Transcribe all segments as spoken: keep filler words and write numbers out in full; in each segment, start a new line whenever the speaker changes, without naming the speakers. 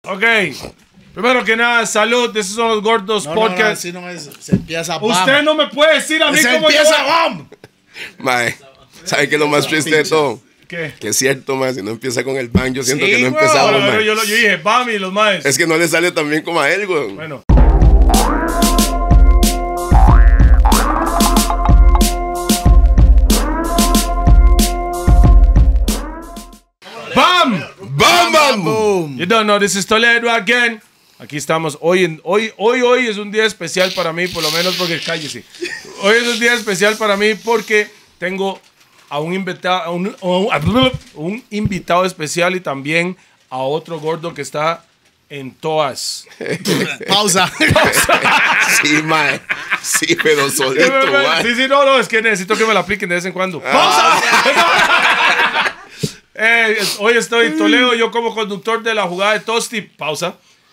Ok. Primero que nada, salud. Estos son los gordos
No,
podcast.
no, no, así no es. Se empieza bam.
Usted no me puede decir a mí
Se
cómo
empieza
yo...
bam.
Mae, ¿sabe qué es lo más triste de todo?
¿Qué?
Que es cierto, mae, si no empieza con el bang, yo siento
Sí,
que no
güey.
empezamos,
Ahora,
mae.
yo, lo- yo dije, Bam y los maes.
Es que no le sale tan bien como a él, güey.
Bueno. Bam!
¡Bam, bam!
Boom.
You don't know, this is Toledo again. Aquí estamos. Hoy, en- hoy, hoy, hoy es un día especial para mí, por lo menos porque cállese. Hoy es un día especial para mí porque tengo a un invitado, a un, a un- un invitado especial y también a otro gordo que está en todas.
Pausa.
Sí, mae. Sí, pero solito, mae.
Sí, sí, no, no, es que necesito que me la apliquen de vez en cuando.
Ah.
¡Pausa! Eh, es- hoy estoy en Toledo, yo como conductor de la jugada de Tosti. Pausa.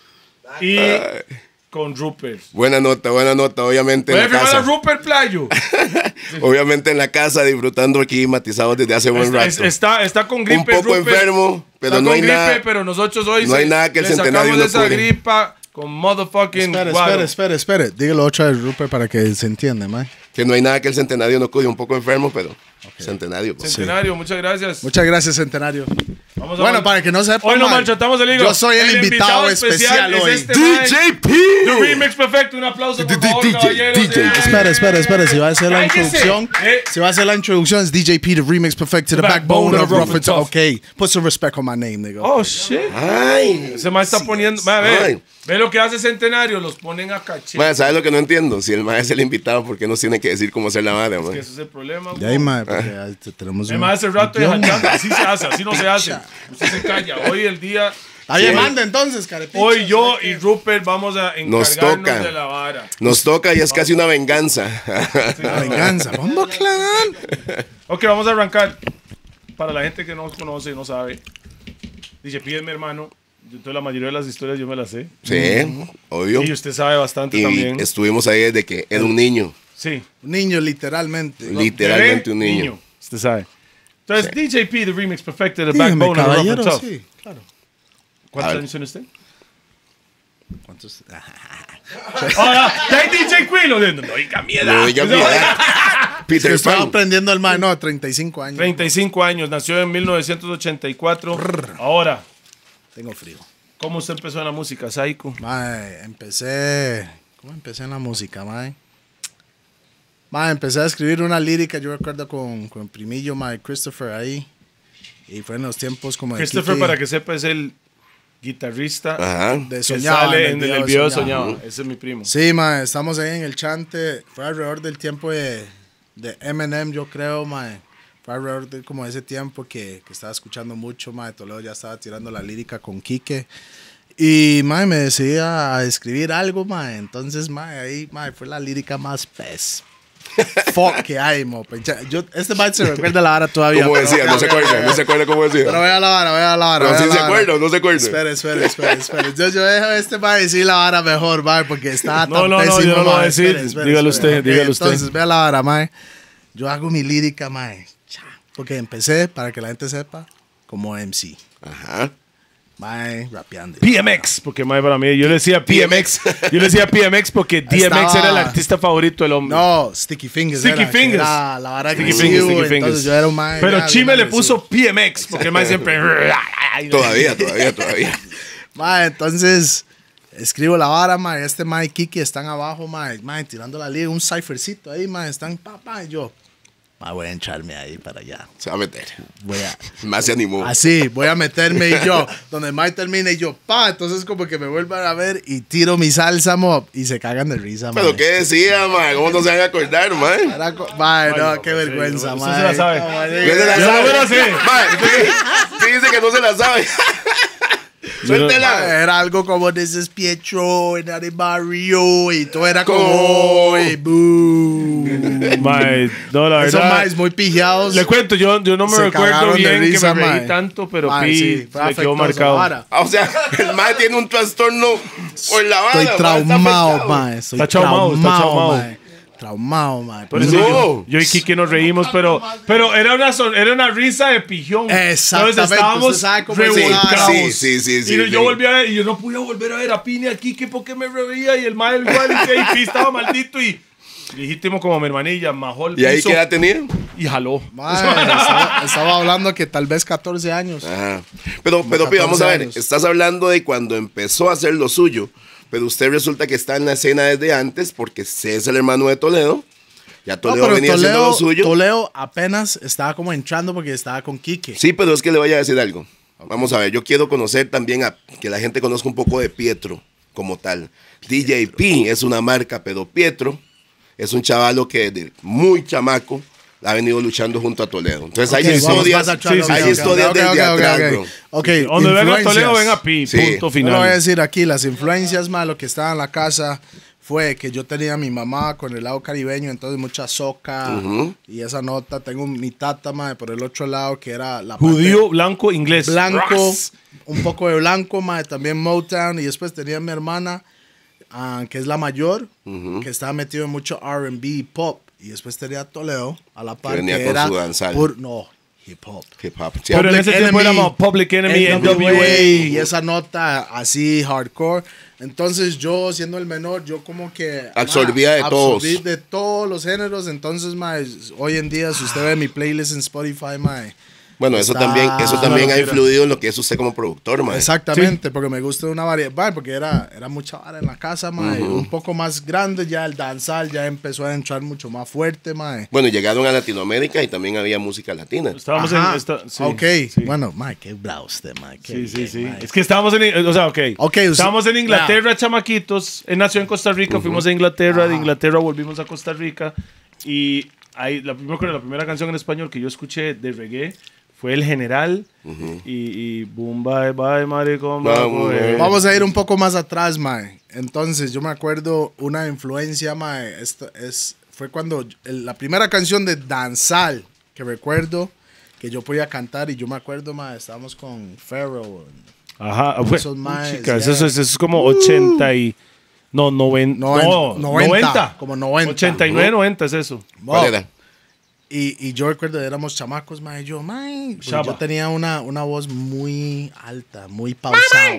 Y con Rupert.
Buena nota, buena nota, obviamente en
¿Puede
la
firmar a
casa.
Rupert Playo?
Obviamente en la casa, disfrutando aquí, matizados desde hace buen
Está,
rato.
está, está con gripe.
Un poco
Rupert.
enfermo, pero
Está
no
con
hay
gripe,
nada.
pero nosotros hoy
no hay
se-
nada que el
le
centenario
sacamos
no
de esa
cure.
gripa con motherfucking
Espera,
guaro.
espera, espera, espera. Dígalo otra vez, Rupert, para que se entienda, man.
Que no hay nada que el centenario no cuide. Un poco enfermo, pero centenario. pues.
Centenario, muchas gracias.
Muchas gracias, Centenario.
Vamos a
Bueno,
mal-
para que no sepa,
Hoy no
man,
maltratamos el hígado.
Yo soy el, invitado, especial,
es
hoy.
este
D
mae.
J P.
The Remix Perfecto. Un aplauso, por
D-
favor,
D J,
caballeros.
D J.
Eh,
Espera, espera, espera. Si va a hacer la
Cállese.
introducción,
Eh.
si va a hacer la introducción, es D J P, the remix perfect to the,
The
backbone,
backbone
of
of
Rough and
Rough
Tough. Okay, put some respect on my name, nigga.
Oh, shit.
Ay.
Ese mae está poniendo... Mae, ve,
Ay.
ve lo que hace Centenario. Los ponen a cachete.
Mae, ¿sabes lo que no entiendo? Si el mae es el invitado, ¿por qué nos tiene que decir cómo hacer la vara,
Que
mae?
ese es el problema.
De ahí,
mae.
mae, porque ahí te- tenemos
El
un...
mae hace rato de
guión,
hachando.
mae.
Así se hace, así no se hace. Usted se calla. Hoy el día...
Está bien,
Sí.
manda entonces, carepicha.
Hoy yo y Rupert vamos a
Nos
encargarnos
toca.
de la vara.
Nos toca y es casi una venganza.
La venganza. Vamos, clan.
Ok, vamos a arrancar. Para la gente que no nos conoce y no sabe. Dice, pide mi hermano. Yo toda la mayoría de las historias yo me las sé.
Sí, obvio.
Y usted sabe bastante
Y
también.
estuvimos ahí desde que era un niño.
Sí.
Un niño, literalmente.
Literalmente un
Bebé,
niño.
Usted sabe. Entonces, D J P, the remix perfecto, the
Dígame,
backbone of Rough and
caballero,
Tough.
sí, claro.
¿Cuántos
A ver.
años tiene usted?
¿Cuántos?
Ahora, ¿hay D J Queen? No, no, no diga mi edad.
No diga mi edad. Peter
Estaba
Pan.
aprendiendo el mae, no, treinta y cinco años.
treinta y cinco años, nació en mil novecientos ochenta y cuatro. Ahora,
Tengo frío.
¿cómo usted empezó en la música, Saiko?
Mae, empecé... ¿Cómo empecé en la música, mae? Mae, empecé a escribir una lírica, yo recuerdo con, con primillo, mae, Christopher ahí. Y fue en los tiempos como de
Christopher,
Kiki,
para que sepa, es el guitarrista
Ajá.
de
que
Soñaba,
sale en el video de
Soñaba.
Soñaba. Ese es mi primo.
Sí, mae, estamos ahí en el chante. Fue alrededor del tiempo de, de Eminem, yo creo, mae. Fue alrededor de como ese tiempo que, que estaba escuchando mucho, mae. Toledo ya estaba tirando la lírica con Quique. Y, mae, me decidí a escribir algo, mae. Entonces, mae, ahí, mae, fue la lírica más pez. Fuck que hay, mo. Pecha- Yo, este mae se recuerda la vara todavía.
¿Cómo
pero-
decía? No se acuerda. No se acuerda cómo decía.
Pero vea la vara, vea la vara.
Pero
vea
sí
la
se
vara.
acuerda o no se acuerda.
Espera, espera, espera, espera. Yo, yo dejo a este para decir la vara mejor, mae, porque está
No,
tan
no, no,
pésimo,
yo no lo voy a
mae.
decir.
Espere, espere,
Dígalo
espere.
usted, dígalo usted.
Entonces, vea la vara, mae. Yo hago mi lírica, mae. Cha. Porque empecé, para que la gente sepa, como M C.
Ajá.
Mae, rapeando.
P M X, porque mae, para mí, yo le decía P M X. Yo le decía P M X porque D M X
Estaba-
era el artista favorito del hombre.
No, Sticky Fingers.
Sticky
era, que
Fingers.
era la vara
Sticky
agresivo,
Fingers, Sticky
entonces
Fingers.
yo era un mae.
Pero
ya,
Chime
bien
le
agresivo.
puso P M X porque el mae siempre.
Todavía, todavía, todavía.
Mae, entonces escribo la vara, mae. Este mae y Kiki están abajo, mae. Mae, tirando la liga, un ciphercito ahí, mae. Están, papá, y yo. Mae, voy a echarme ahí para allá.
Se va a meter.
Voy a.
Más se animó.
Así, voy a meterme y yo. Donde Mae termine y yo, pa. Entonces, como que me vuelvan a ver y tiro mi salsa, mob. Y se cagan de risa, mae.
¿Pero qué decía, mae? ¿Cómo no se van a acordar, mae?
Era co- Mae, no,
no,
qué
sí,
vergüenza,
usted
mae.
se la sabe.
No, mae,
¿Qué se la
Yo no me la
sabe?
sé.
Mae, ¿qué dice que no se la sabe? Suéltela.
Era algo como This is Pietro, en el barrio, y todo era como,
Como-
"Ey, boo".
Mae, no, la
Esos
verdad.
maes muy pillados.
Le cuento, yo, yo no me
Se
recuerdo
cagaron de
bien
risa,
que me reí
mae.
tanto, pero
Mae,
Pi
sí, fue
le
afectoso
quedó
la
marcado.
vara.
O sea, el mae tiene un trastorno por la vara.
Estoy
mae,
traumado,
está
mae. Estoy
Está traumado, está traumado.
mae. traumado, mae.
Por eso
No.
yo, yo y Kike nos reímos, pero, pero era, una son- era una risa de pijón.
Exactamente,
Entonces estábamos
usted sabe cómo es.
revolcados.
Sí, sí, sí, sí,
y
sí.
yo volví a ver, y yo no podía volver a ver a Pini, a Kike, porque me reía, y el mae igual, y que Pi estaba maldito, y legítimo como mi hermanilla, majó el
¿Y ahí
piso
qué edad tenía?
y jaló.
Mae, estaba, estaba hablando que tal vez catorce años.
Ajá. Pero, pero Pi, vamos a ver,
años.
estás hablando de cuando empezó a hacer lo suyo, pero usted resulta que está en la escena desde antes porque usted es el hermano de Toledo. Ya
No,
Toledo
pero
venía haciendo
Toledo,
lo suyo.
Toledo apenas estaba como entrando porque estaba con Quique.
Sí, pero es que le voy a decir algo. Vamos a ver, yo quiero conocer también a que la gente conozca un poco de Pietro como tal. D J P es una marca, pero Pietro es un chavalo que de muy chamaco ha venido luchando junto a Toledo. Entonces
Ok,
hay
vamos
historias,
más atrás,
sí,
ok,
sí,
hay
ok,
historias
ok,
desde
ok, ok,
atrás,
ok.
bro.
Ok,
Donde venga
influencias.
Toledo, venga Pi,
Sí.
punto
Yo lo voy a
final.
decir aquí, las influencias, más lo que estaba en la casa fue que yo tenía a mi mamá con el lado caribeño, entonces mucha soca y esa nota. Tengo mi tata, mae, por el otro lado, que era la parte
Judío, blanco, inglés.
blanco,
Ras.
un poco de blanco, mae, también Motown. Y después tenía a mi hermana, ah, que es la mayor, que estaba metido en mucho R and B y pop. Y después tenía a Toledo a la par,
venía
que
con
era
su danzal.
pur- no, hip hop.
Hip hop. Sí.
Pero en
Public
ese tiempo
Enemy,
éramos Public Enemy, N
N W A,
W
y
A.
esa nota así hardcore. Entonces yo, siendo el menor, yo como que
Absorbía de
absorbí
todos.
de todos los géneros. Entonces, mae, hoy en día, si usted ve mi playlist en Spotify, mae,
Bueno, eso
está-
también, eso también ha
Claro.
influido en lo que es usted como productor, man.
exactamente, porque me gusta una variedad, mae, porque era, era mucha vara en la casa, mae, un poco más grande, ya el danzal ya empezó a entrar mucho más fuerte, mae.
Bueno, llegaron a Latinoamérica y también había música latina.
Estábamos
Ajá.
en. esta- sí,
ok,
sí.
bueno, mae, qué bravo usted, mae. qué
Sí, sí,
bien,
sí.
mae.
Es que estábamos en. O sea, ok.
Ok, usted-
estábamos en Inglaterra, chamaquitos. Él nació en Costa Rica, fuimos a Inglaterra. De Inglaterra volvimos a Costa Rica. Y ahí, la, primero, la primera canción en español que yo escuché de reggae fue El General. y, y Boom, bye, bye, maricón.
Vamos,
bye,
eh.
Vamos a ir un poco más atrás, mae. Entonces, yo me acuerdo una influencia, mae. Esta es, fue cuando el- la primera canción de Danzal que recuerdo que yo podía cantar. Y yo me acuerdo, mae, estábamos con Pharaoh.
Ajá. Fue,
Esos maes,
chicas,
ya.
eso, es- eso es como ochenta y. No, noven,
Noven-
no,
noventa,
noventa.
como noventa.
ochenta y nueve, noventa es eso.
¿Cuál era?
Y, y yo recuerdo, éramos chamacos, mae. Yo, mae. pues
Chava.
yo tenía una, una voz muy alta, muy pausada.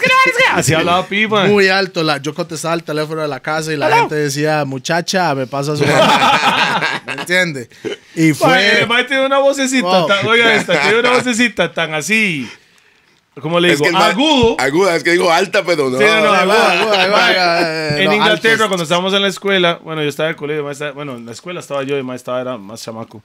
Así hablaba Pipa.
Muy alto. La, yo contestaba el teléfono de la casa y la gente decía, muchacha, me pasa su mamá. ¿Me entiende? Y
Mae,
fue.
el mae tiene una vocecita,
Wow.
tan, oiga esta, tiene una vocecita tan así, ¿cómo le
Es
digo?
que el ma-
Agudo.
Aguda, es que digo alta, pero no.
Sí, no, no,
agudo,
agudo.
agudo, agudo,
Mae,
eh,
en
no,
Inglaterra,
altos.
cuando estábamos en la escuela, bueno, yo estaba en el colegio, mae estaba- bueno, en la escuela estaba yo y más estaba era más chamaco.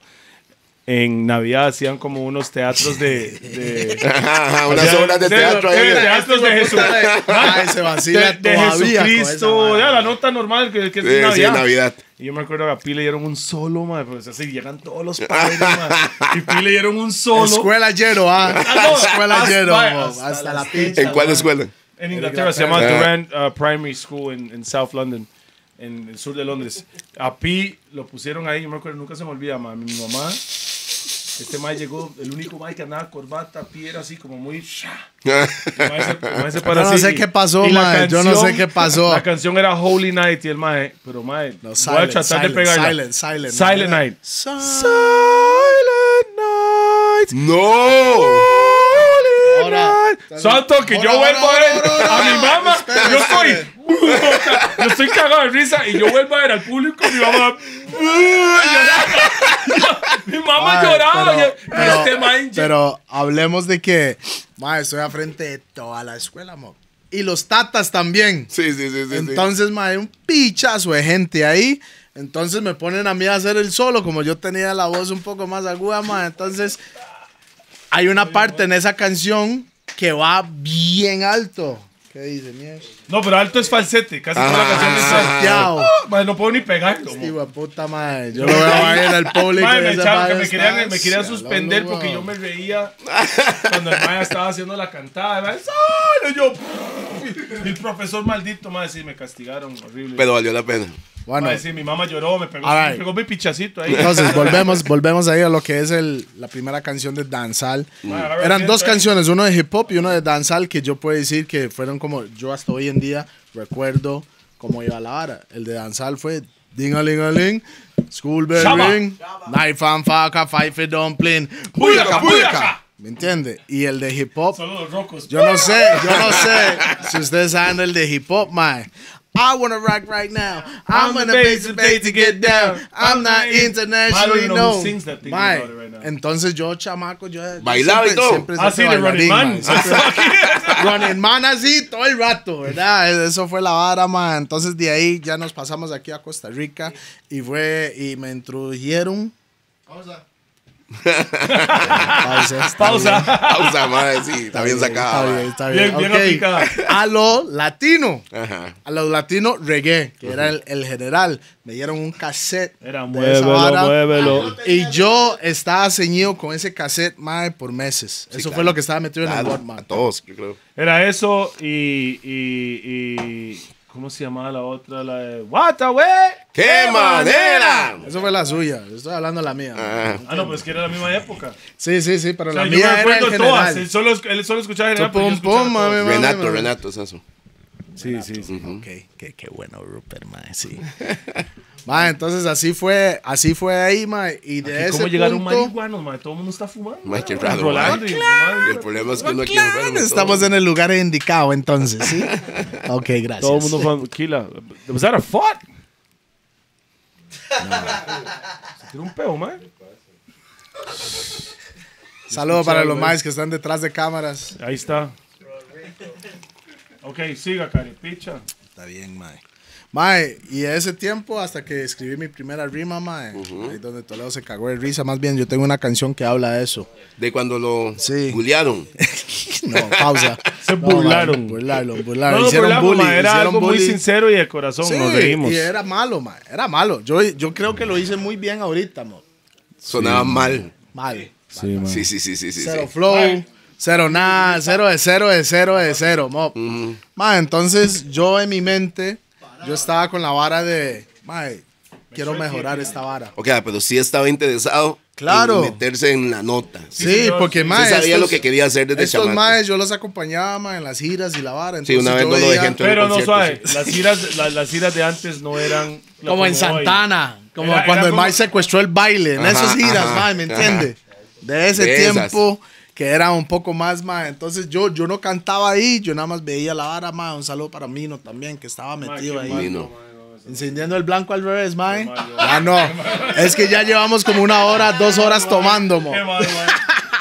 En Navidad hacían como unos teatros de... de
Ajá, ajá, unas
hacían-
obras de
sí,
teatro
sí,
ahí.
teatros de Jesús.
Ay, se vacila
de, de
todavía con esa
Jesucristo,
vara.
ya la nota normal que, que es
Sí, sí,
Navidad.
Navidad.
Y yo me acuerdo que a Pi le dieron un solo, madre, pues así llegan todos los padres, madre. Y Pi le dieron un solo.
Escuela Yero, ah.
no,
Escuela
hasta-
Yero,
vaya,
mo,
hasta
hasta,
las
la pincha.
¿En cuál escuela?
En Inglaterra se llama
Ah.
Durant uh, Primary School en, en South London, en el sur de Londres. A Pi lo pusieron ahí, yo me acuerdo, nunca se me olvida, ma, mi mamá. Este mae llegó, el único mae que andaba corbata, Pi era así como muy... El mae se- el mae se para
Yo no
así
sé
y-
qué pasó,
y la
mae, yo no sé
canción-
qué pasó.
La canción era Holy Night y el mae, pero mae,
No,
voy a
silent,
tratar
silent,
de pegarla.
silent, silent,
Silent
¿no?
Night.
Silent.
Silent Night.
¡No!
Ahora-
Santo, que yo
Ahora,
vuelvo a
ahora,
ver
ahora, ahora,
a mi mamá.
espere,
yo
espere.
estoy. Yo estoy cagado de risa y yo vuelvo a ver al público y mi mamá. llorando. Mi mamá
Ay,
lloraba.
pero-
y- y
pero-
este man.
Pero hablemos de que, mae, estoy a frente de toda la escuela, mo. Y los tatas también.
Sí, sí, sí, sí.
Entonces, mae, un pichazo de gente ahí. Entonces me ponen a mí a hacer el solo, como yo tenía la voz un poco más aguda, mae. Entonces, hay una parte en esa canción que va bien alto. ¿Qué dice, mierda?
No, pero alto es falsete. Casi toda la canción es
Ah.
salteado.
Salteado.
Mae, no puedo ni pegarlo. mo.
Hijo de puta, mae. Yo lo veo ahí en el público.
Mae,
y
me,
ese
echaron,
mae
que me
está
querían, me querían
hacia
suspender
lo
porque
loco.
yo me reía cuando el mae estaba haciendo la cantada. El mae, "Solo", yo. Y el profesor maldito, mae, sí, me castigaron horrible.
Pero valió la pena.
Bueno,
Mae, sí, mi mamá lloró, me pegó,
All
me
right.
pegó mi pichacito ahí.
entonces volvemos, volvemos ahí a lo que es el, la primera canción de Danzal.
Mae, ahora
Eran
me
dos
siento ahí.
canciones, uno de hip hop y uno de Danzal, que yo puedo decir que fueron como, yo hasta hoy en día recuerdo cómo iba la vara. El de Danzal fue Ding-a-ling-a-ling. School bell
Shaba.
ring. Knife and faca, fife dumpling.
Buyaka,
Buyaka,
buyaka.
buyaka. ¿Me entiende? Y el de hip hop.
Solo los rocos.
Yo no sé, yo no sé si ustedes saben el de hip hop, man. I wanna rock right now. I'm,
I'm
gonna
the
base the bass to get down. I'm not internationally
I don't know
known.
who sings that thing
Mae,
about it right now.
entonces yo, chamaco, yo yo
Bailaba y
siempre-
todo.
siempre-
Ah, sí,
siempre
de Running
bailarín,
Man.
mae, siempre- Running Man así todo el rato, ¿verdad? Eso fue la vara, man. Entonces de ahí ya nos pasamos aquí a Costa Rica y fue y me introdujeron. Pausa. Pausa. está
Pausa.
bien.
Pausa, madre, sí, está bien
Está
sacada.
bien,
mae.
está bien.
Bien, bien
Ok.
aplicada.
A lo latino.
Ajá.
A los latinos reggae, que era el, el general. Me dieron un cassette.
Era
de esa
muévelo,
vara.
muévelo.
Y yo estaba ceñido con ese cassette, mae, por meses. Eso fue
claro.
lo que estaba metido en el
Claro,
board, man.
a todos, yo creo.
Era eso y, y, y... ¿Cómo se llamaba la otra? La de... ¡Wata, wey!
¡Qué manera!
Eso fue la suya. Yo estoy hablando de la mía.
Ah,
Ah, no, pues que era la misma época.
Sí, sí, sí, pero
O sea,
la
yo me
mía era el
acuerdo de todas.
general.
Él solo, él solo escuchaba general, pero yo
Pum,
escuchaba
pum,
todas.
mami, mami.
Renato, Renato es eso.
Sí, sí, sí.
Ok, qué, qué bueno, Rupert, mae, sí. Mae, entonces así fue, así fue ahí, mae. Y de ese
¿Cómo llegaron
punto,
marihuanos, mae? Todo el mundo está fumando.
Mae, qué
mae.
raro,
Rolando
mae.
y fumando.
Y el problema es que uno aquí
claro,
enfermo y
estamos
todo.
en el lugar indicado, entonces, ¿sí? Ok, gracias.
Todo el mundo fue Kila. ¿Was that a fart? Se tiró un peo, man.
Saludos para los
güey.
maes que están detrás de cámaras.
Ahí está. Ok, siga, Cari. Picha.
Está bien, mae. Mae, y ese tiempo hasta que escribí mi primera rima, mae, ahí donde Toledo se cagó de risa, más bien yo tengo una canción que habla de eso.
De cuando lo
Sí.
bullearon.
No, pausa.
Se
No,
burlaron.
mae, burlaron,
No,
burlaron.
no,
hicieron
burlamos,
bullying,
ma, era
hicieron
algo muy
bullying.
sincero y de corazón.
Sí,
Nos reímos.
y era malo, mae, era malo. Yo, yo creo que lo hice muy bien ahorita, mo.
Sonaba mal.
Mal.
Sí, man.
Sí, sí, sí, sí, sí.
Cero
sí.
flow,
Mae.
cero nada, cero de cero de cero de cero, mo. Mae, entonces yo en mi mente, yo estaba con la vara de, mae, quiero mejorar esta vara.
Ok, pero sí estaba interesado
Claro.
en meterse en la nota.
Sí,
señor.
porque
Usted
mae,
Usted sabía
estos-
lo que quería hacer desde
Estos
chamaco.
maes yo los acompañaba mae, en las giras y la vara.
Sí,
Entonces
una vez
yo
no lo
veía-
dejé entrar.
Pero no
concierto,
suave.
sí.
Las giras, la- las giras de antes no eran. lo
Como en
hoy.
Santana, como
Era-
cuando
era
el
como-
mae secuestró el baile, en
Ajá,
esas giras,
ajá,
mae, ¿me
ajá.
entiende? De ese
De esas.
tiempo que era un poco más, mae. Entonces yo, yo no cantaba ahí, yo nada más veía la vara, mae. Un saludo para Mino también, que estaba metido
qué
ahí.
mal,
Mino.
no, man, no, eso-
Encendiendo el blanco al revés, mae.
mal, yo-
Ah, no. Es que ya llevamos como una hora, dos horas tomando, mo.
Qué mal, man.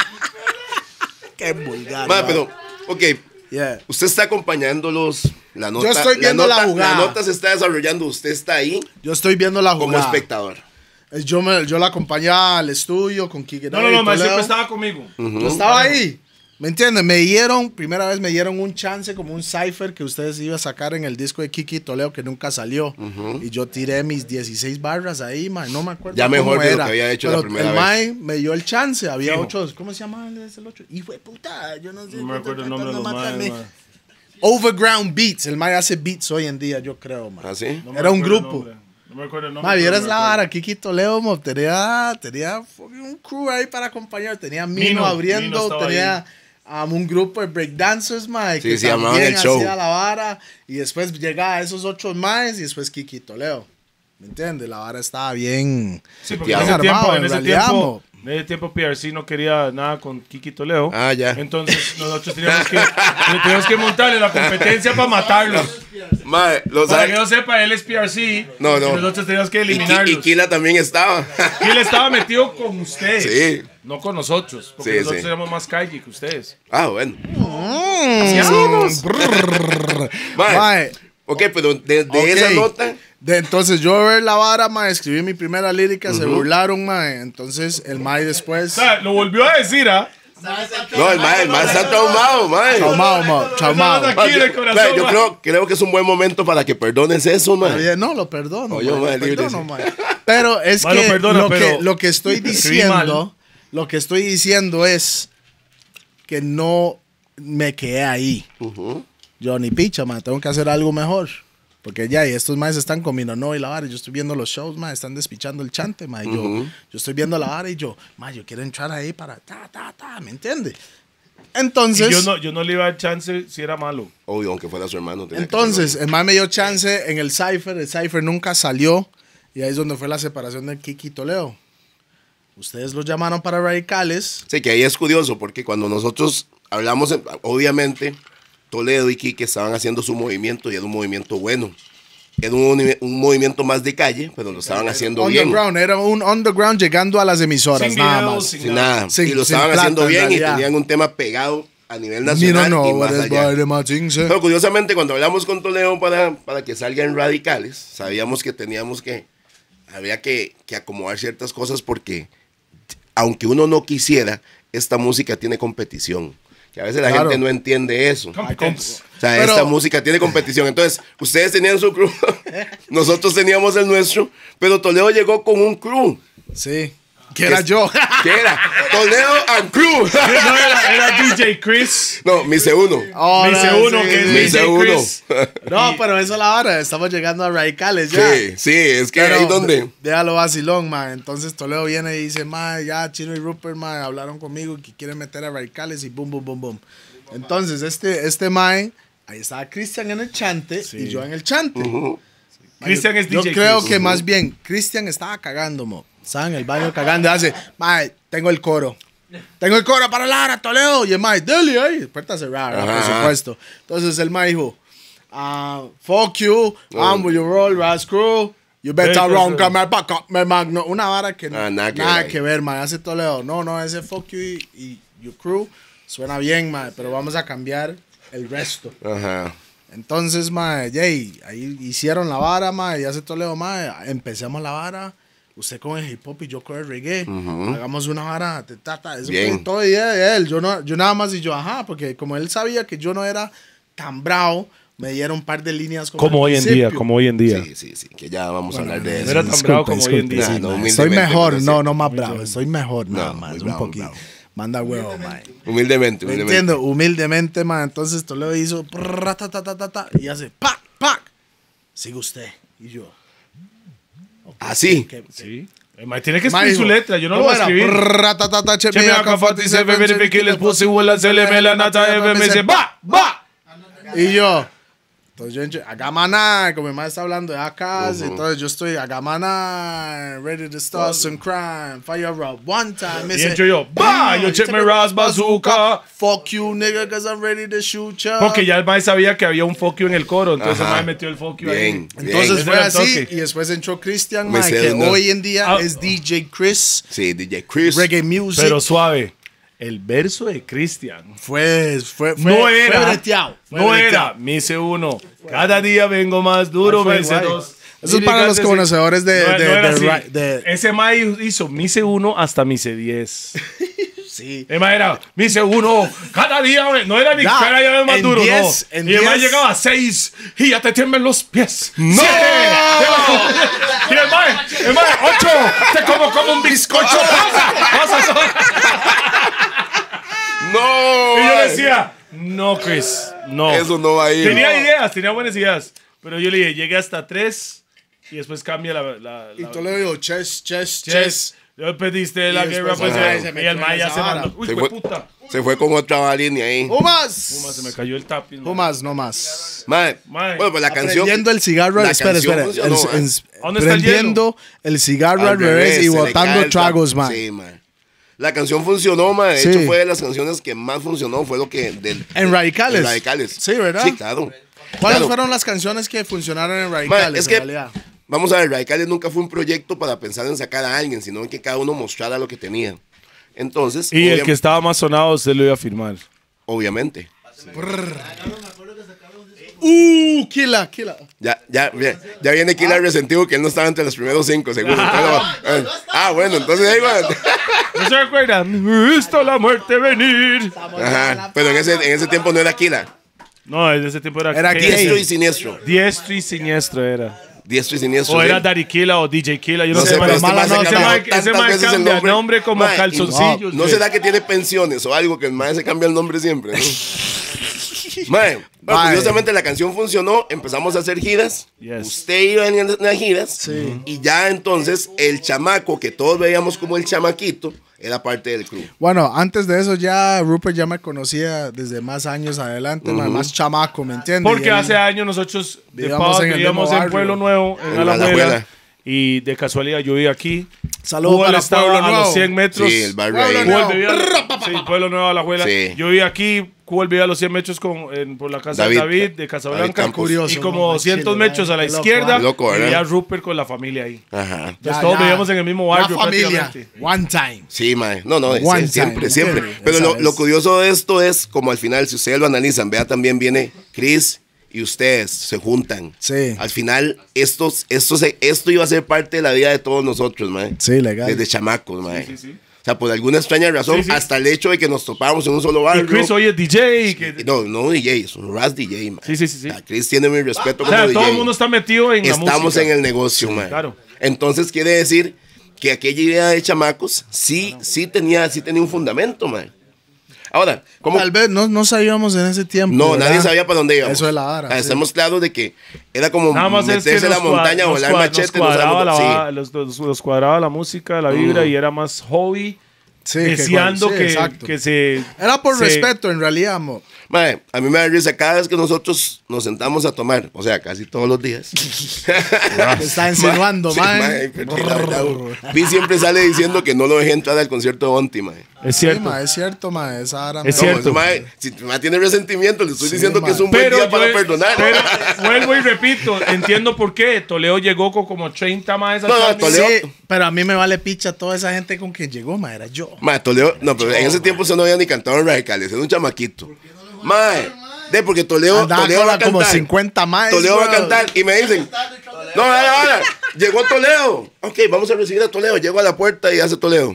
Qué vulgar.
Ma,
mae.
pero, ok,
Yeah.
usted está acompañándolos. La nota,
Yo estoy viendo la
nota,
jugada.
La nota se está desarrollando. Usted está ahí
Yo estoy viendo la
como
jugada.
espectador.
Eh, Yo, me, yo la acompañaba al estudio con Kike.
No, no, no, man, siempre estaba conmigo.
Yo estaba ahí. ¿Me entiendes? Me dieron, primera vez me dieron un chance como un cipher que ustedes iban a sacar en el disco de Kiki Toledo que nunca salió. Y yo tiré mis dieciséis barras ahí, man. No me acuerdo
Ya
cómo
mejor de lo
era.
que había hecho la
Pero
primera
el
vez.
mae me dio el chance. Había
Fijo.
ocho. ¿Cómo se llama el, el ocho? Hijo de puta. Yo no sé.
No me acuerdo el nombre de los
Mátame.
maes, man.
Overground Beats. El mae hace beats hoy en día, yo creo, man.
¿Ah, sí?
No me
Era un
acuerdo el
grupo.
nombre. No me acuerdo el nombre.
Ma,
pero
vieras
me
la
acuerdo.
vara, Kiki Toledo, mo, tenía, tenía fucking un crew ahí para acompañar, tenía Mino,
Mino,
abriendo,
Mino estaba
tenía um, un grupo de breakdancers, ma,
Sí,
que
se llamaban
también
El Show.
hacía la vara, y después llegaba esos ocho más, y después Kiki Toledo, ¿me entiendes? La vara estaba bien,
Sí, porque en
Bien
ese
armado,
tiempo, en
en
ese
realidad,
tiempo,
mo.
en ese tiempo P R C no quería nada con Kiki Toledo.
Ah, ya.
Entonces nosotros teníamos que, teníamos que montarle la competencia para matarlos.
Mae, lo
Para
sabe.
que no sepa, él es P R C.
No, no.
Y nosotros teníamos que
Y, Ki-
eliminarlos.
y Kila también estaba.
Y él estaba metido con ustedes.
Sí.
No con nosotros. Porque
Sí,
nosotros
sí.
éramos más calle que ustedes.
Ah, bueno.
Mm, brrr.
Mae,
Mae,
ok, pero de, de
ok.
esa nota.
De, entonces yo ver la vara, ma, escribí mi primera lírica, se burlaron, ma, entonces el Mae después,
O sea, lo volvió a decir, ¿ah?
No, el mae, el mae está traumado, mae.
traumado, ma, traumado.
Aquí
Ma,
de
yo,
corazón,
mae, yo
ma.
creo, creo que es un buen momento para que perdones eso, mae.
Oye, no, lo perdono.
Oye,
ma,
ma,
lo
libre,
perdono,
sí.
ma. Pero es
Ma, lo
que,
perdona,
lo,
pero
que lo que estoy
escribí
diciendo,
mal.
lo que estoy diciendo es que no me quedé ahí. Yo ni picha, ma, tengo que hacer algo mejor. Porque ya, y estos maes están con mi no y la vara. y Yo estoy viendo los shows, ma, están despichando el chante, ma. y yo, yo estoy viendo la vara y yo, ma, yo quiero entrar ahí para ta, ta, ta, ¿me entiendes? Entonces,
Y yo no, yo no le iba a dar chance si era malo.
Obvio, aunque fuera su hermano. tenía que
entonces, el mae me dio chance en el Cypher. El Cypher nunca salió. Y ahí es donde fue la separación de Kiki y Toledo. Ustedes los llamaron para Radicales.
Sí, que ahí es curioso, porque cuando nosotros hablamos, obviamente, Toledo y Kike estaban haciendo su movimiento y era un movimiento bueno. Era un, un movimiento más de calle, pero lo estaban haciendo bien.
Underground, era un underground llegando a las emisoras,
Sin
nada
videos,
más.
sin
Sin nada.
Sin-
y lo
sin
estaban
plata,
haciendo
en
bien y
realidad.
tenían un tema pegado a nivel
You
nacional
don't know
y
what
más
is
allá.
by the Martins, eh.
Pero curiosamente, cuando hablamos con Toledo para, para que salgan Radicales, sabíamos que teníamos que, había que, que acomodar ciertas cosas porque, aunque uno no quisiera, esta música tiene competición. Que a veces la
Claro.
gente no entiende eso.
Competence.
O sea,
Pero-
esta música tiene competición. Entonces, ustedes tenían su crew, nosotros teníamos el nuestro, pero Toledo llegó con un crew.
Sí. Que era
Es-
yo.
¿Qué era? Toledo and crew.
No, era, era D J Chris.
No, mi C uno.
Oh,
Me hice
no,
uno
sí,
que es
sí.
Me
D
hice
J
uno.
Chris.
No, pero eso es la hora. Estamos llegando a Radicales ya.
Sí, sí, es que
Pero,
ahí donde.
Déjalo vacilón, man. Entonces Toledo viene y dice, man, ya Chino y Rupert, man, hablaron conmigo que quieren meter a Radicales y boom, boom, boom, boom. Entonces, este, este man, ahí estaba Cristian en el chante y yo en el chante.
Cristian es D
Yo
J
creo
Chris.
que más bien Cristian estaba cagando, mo. Estaba en el baño cagando y hace, mae, tengo el coro. Tengo el coro para Lara, Toledo. Y el mae, dele ahí. Puerta cerrada, ¿verdad? por
Ajá.
supuesto. Entonces el mae dijo, ah, fuck you, I'm with your roll, Ras Crew. You better
Entonces,
run, come back up, me magno. Una vara que
Ah,
nada,
nada que
que,
ver ahí.
ver, mae. Hace Toledo. No, no, ese fuck you y, y your crew suena bien, mae. Pero vamos a cambiar el resto.
Ajá.
Entonces, mae, yay, ahí hicieron la vara, mae, y hace Toledo, mae, empecemos la vara, usted con el hip hop y yo con el reggae, hagamos una vara, te, ta, ta, eso
Bien.
fue todo idea de él, yo, no, yo nada más y yo, ajá, porque como él sabía que yo no era tan bravo, me dieron un par de líneas como,
Como
al
hoy en
principio.
día, como hoy en día.
Sí, sí, sí, que ya vamos a hablar de
no
eso.
era tan bravo como hoy en día.
sí,
sí,
no,
mae,
humildemente,
estoy mejor,
pero sí.
no, no más bravo, estoy mejor nada
No,
más,
muy
un
bravo,
poquito.
bravo.
Manda huevo, mae.
Humildemente,
¿Me
humildemente.
entiendo? Humildemente, man. Entonces Toledo hizo prrr, ta, ta, ta, ta, ta, y hace pac, pac. Sigue usted. Y yo.
Así.
¿qué- qué-
Sí. El mae tiene que
Mae
escribir su
dijo,
letra, yo no lo
¿cómo
voy a
era?
escribir.
Prrr, ta, ta, ta, check
Check
me
me
out,
out, forty-seven, verify kill, pussy, will, and sell him, hell, and not a ever, me say, ba, ba.
Y yo. Entonces yo entré, Agamana, como mi madre está hablando de acá, entonces yo estoy Agamana, ready to start some crime, fire up one time. me
Y
say,
entro yo, ba, yo check my Ras bazooka.
Fuck you, nigga, cause I'm ready to shoot ya.
Porque ya el mae sabía que había un fuck you en el coro, entonces el
Ajá.
mae metió el fuck you
Bien,
ahí.
bien.
Entonces
Ese
fue
era el
así
toque.
y después entró Christian,
Me
mae,
sé,
que
no.
hoy en día
Ah.
es D J Chris,
Sí, D J Chris.
reggae music.
Pero suave, el verso de Cristian
fue, fue, fue,
no era,
fue breteado, fue
no
breteado.
era, me hice uno, cada día vengo más duro,
Fue
me hice
guay.
dos.
Eso es para los
Líricas
conocedores de-
No-
de-
no era
de
así.
ra- de-
Ese mae hizo me hice uno hasta me hice diez.
Sí.
El mae era, me hice uno, cada día, ve- no era ni
Ya,
cada día ve más
en
duro,
diez,
no.
en
Y el mae
diez.
llegaba a seis y ya te tiemblan los pies.
¡No!
Siete. Y el mae, el mae, ocho, te como como un bizcocho. Pasa, pasa,
¡No!
Y yo
mae.
decía, no, Chris, no.
Eso no va a ir.
Tenía
No.
ideas, tenía buenas ideas. Pero yo le dije, llegué hasta tres y después cambia la. la,
Y
la
Toledo dijo, chess, chess,
chess.
chess.
Yo pediste la
Y
guerra,
después,
pues.
ajá,
eh,
se
y
metió
el
en
mae ya
esa
se
vara.
mandó. Uy,
Se
fue
fue,
puta.
se fue con otra línea ahí.
¿O
Puma, se
más?
me cayó el tapiz.
¿O más? No más.
Mae,
Mae.
Bueno, pues la canción.
Prendiendo el cigarro,
la
espera,
canción
espera.
funcionó,
el-
mae.
en-
¿Dónde está el
prendiendo el cigarro al, revés, y
se le cae
botando
el
tragos,
tap-
man.
Sí, mae. La canción funcionó, mae. De
Sí.
hecho, fue de las canciones que más funcionó. Fue lo que. Del,
En Radicales.
En Radicales.
Sí, ¿verdad?
Sí, claro.
¿Cuáles
Claro.
fueron las canciones que funcionaron en
Mae,
Radicales,
es
en
que,
realidad?
vamos a ver, Radicales nunca fue un proyecto para pensar en sacar a alguien, sino en que cada uno mostrara lo que tenía. Entonces,
Y el
obvia-
que estaba más sonado, usted lo iba a firmar.
obviamente.
Uh, Killa, Killa.
Ya, ya, ya, ya viene aquí el resentido que él no estaba entre los primeros cinco, seguro. Entonces, ah, bueno, entonces ahí va.
¿No se acuerdan? He visto la muerte venir.
Ajá, pero en ese, en ese tiempo no era Aquila.
No, en ese tiempo era.
Era
¿qué?
gay.
Diestro y siniestro.
Diestro y siniestro era.
Diestro y siniestro.
O
sí.
era Daddy Killa o D J Killa. Yo no,
No
sé,
sé, pero
pero
este
mala
mae se
no,
ha
ese
cambiado
mae- ese
tantas
mae
veces el
cambia nombre como
Mae, y
calzoncillos,
No, no
sí.
será que tiene pensiones o algo que el mae se cambia el nombre siempre, ¿no? Mae, bueno,
Mae.
curiosamente la canción funcionó, empezamos a hacer giras,
Yes.
usted iba en las- en las giras, y ya entonces el chamaco que todos veíamos como el chamaquito era parte del club.
Bueno, antes de eso ya Rupert ya me conocía desde más años adelante, man, más chamaco, ¿me entiendes?
Porque
Y él-
hace años nosotros de
Vivíamos
Pau
en el
vivíamos
mismo
en
barrio.
Pueblo Nuevo, en,
En
Alajuela,
Alajuela.
Y de casualidad yo viví aquí.
Saludos
Hugo
para
estaba
Pueblo
a
Nuevo.
los cien metros.
Sí, el barrio
Pueblo
ahí.
Nuevo.
Cuba vivía, sí, Pueblo Nuevo a la Abuela.
Sí.
Yo viví aquí, Cuba vivía a los cien metros con, en- por la casa
David,
de David, de
David
Casablanca.
Campos.
Curioso,
y como
¿no?
doscientos
Chile,
metros a la
qué loco,
izquierda,
¿eh? Loco, ¿verdad?
vivía Rupert con la familia ahí.
Ajá.
Entonces todos vivíamos en el mismo barrio
La familia.
prácticamente.
One time.
Sí, mae. No, no,
One
sí, siempre,
time,
siempre.
¿entiendes?
Pero
Esa
lo,
es.
lo curioso de esto es, como al final, si ustedes lo analizan, vea, también viene Chris y ustedes se juntan.
Sí.
Al final, estos, esto, se- esto iba a ser parte de la vida de todos nosotros, mae.
Sí, legal.
Desde chamacos, mae.
Sí, sí.
O sea, por alguna extraña razón,
Sí, sí.
hasta el hecho de que nos topábamos en un solo barrio.
Y Chris hoy es D J. y que-
No, no D J, es un Raz D J, mae.
Sí, sí, sí, sí.
O sea, Chris tiene mi respeto
O
como
sea,
D J.
todo el mundo está metido en la
Estamos
música.
en el negocio, mae.
claro.
Entonces quiere decir que aquella idea de chamacos sí, sí tenía, sí tenía un fundamento, mae. Ahora, ¿cómo?
Tal vez no, no sabíamos en ese tiempo.
No,
¿verdad?
nadie sabía para dónde íbamos.
Eso es la vara.
Ah,
sí.
Estamos claros de que era como
Nada más es que
meterse a
nos
la montaña,
cua-
volar
nos cua-
machete.
nos cuadraba,
no
la,
sabemos-
los, los- los cuadraba la música, la vibra y era más hobby,
Sí, que
deseando
cual- sí,
que,
exacto.
que se...
Era por
se-
respeto, en realidad, amor.
Mae, a mí me da risa cada vez que nosotros nos sentamos a tomar, o sea, casi todos los días.
Te está insinuando,
Sí,
mae.
mae, porque la verdad, Vi siempre sale diciendo que no lo dejé entrar al concierto de Bonti, mae.
Es
Sí,
cierto.
mae, es cierto, mae. Esa vara,
Es
mae.
No,
cierto.
ese mae, si tu mae tiene resentimiento, le estoy
Sí,
diciendo que
mae.
es un buen
Pero,
día para
yo-
perdonar.
pero vuelvo y repito, entiendo por qué. Toledo llegó con como treinta más.
No, no, Toledo-
Sí, pero a mí me vale picha toda esa gente con quien llegó, mae. Era yo.
Mae, Toledo, no, pero en ese tiempo usted no había ni cantado en radicales, era un chamaquito. Mae, de porque Toledo,
Andaba
Toledo
con
va a
la- como
cantar.
cincuenta más.
Toledo va a
bro.
cantar y me dicen, no, ahora, ahora, llegó Toledo. Ok, vamos a recibir a Toledo. Llego a la puerta y hace Toledo.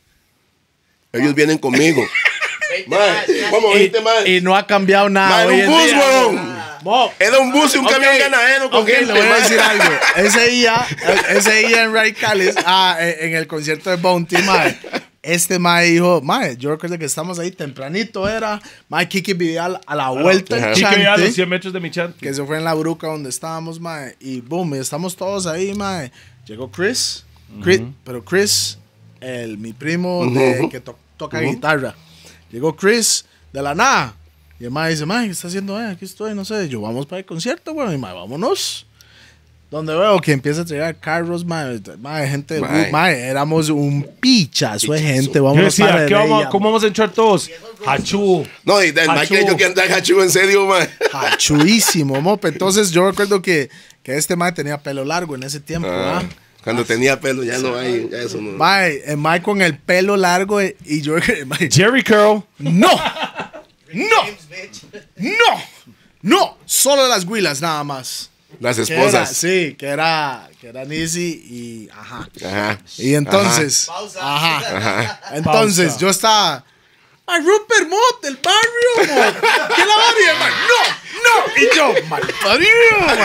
Ellos vienen conmigo. Mae, ¿cómo veinte más?
Y no ha cambiado nada.
Mae,
hoy
un
en
bus,
día.
weón.
Mo,
Era un bus y un
ok,
camión ganadero con
ok,
gente,
le voy a
mae.
decir algo. Ese día, ese día en Radicales, ah, en en el concierto de Bounty, mae, este mae dijo, mae, yo recuerdo que estamos ahí tempranito, era, mae, Kiki vivía a la, a la vuelta del
Y que ya a los
chante,
cien metros de mi chat.
que se fue en la bruca donde estábamos, mae, y boom, y estamos todos ahí, mae. Llegó Chris, Chris pero Chris, el, mi primo de- que to- toca guitarra, llegó Chris de la nada. Y el mae dice, mae, ¿qué está haciendo? Eh, aquí estoy, no sé. Yo, vamos para el concierto, bueno, y mae, vámonos. Donde veo que empieza a llegar carros, mae, mae, gente,
Mae.
uh, mae, éramos un pichazo de
Pichazo.
gente,
Yo
vámonos
decía,
para
¿qué vamos,
Heredia,
¿cómo vamos a entrar todos? Hachú.
No, y el Mike
Hachú.
creyó que andaba Hachú en serio, mae.
Hachuísimo, mope. Entonces yo recuerdo que, que este mae tenía pelo largo en ese tiempo,
Ah,
¿ah?
cuando tenía pelo, ya no hay, ya eso no.
Mae, el mae con el pelo largo eh, y yo, mae,
Jerry Curl.
no, no, no, no, solo las huilas nada más.
Las
Que era,
esposas.
sí, que era, que era Nisi y ajá.
Ajá.
Y entonces, ajá. Entonces
Pausa.
yo estaba, ¡ay, Rupert Mott del barrio! Mott. ¿Qué la varía, man? ¡No! ¡No! Y yo, ¡mal parido, man!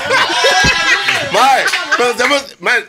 Mae, pero estamos, man,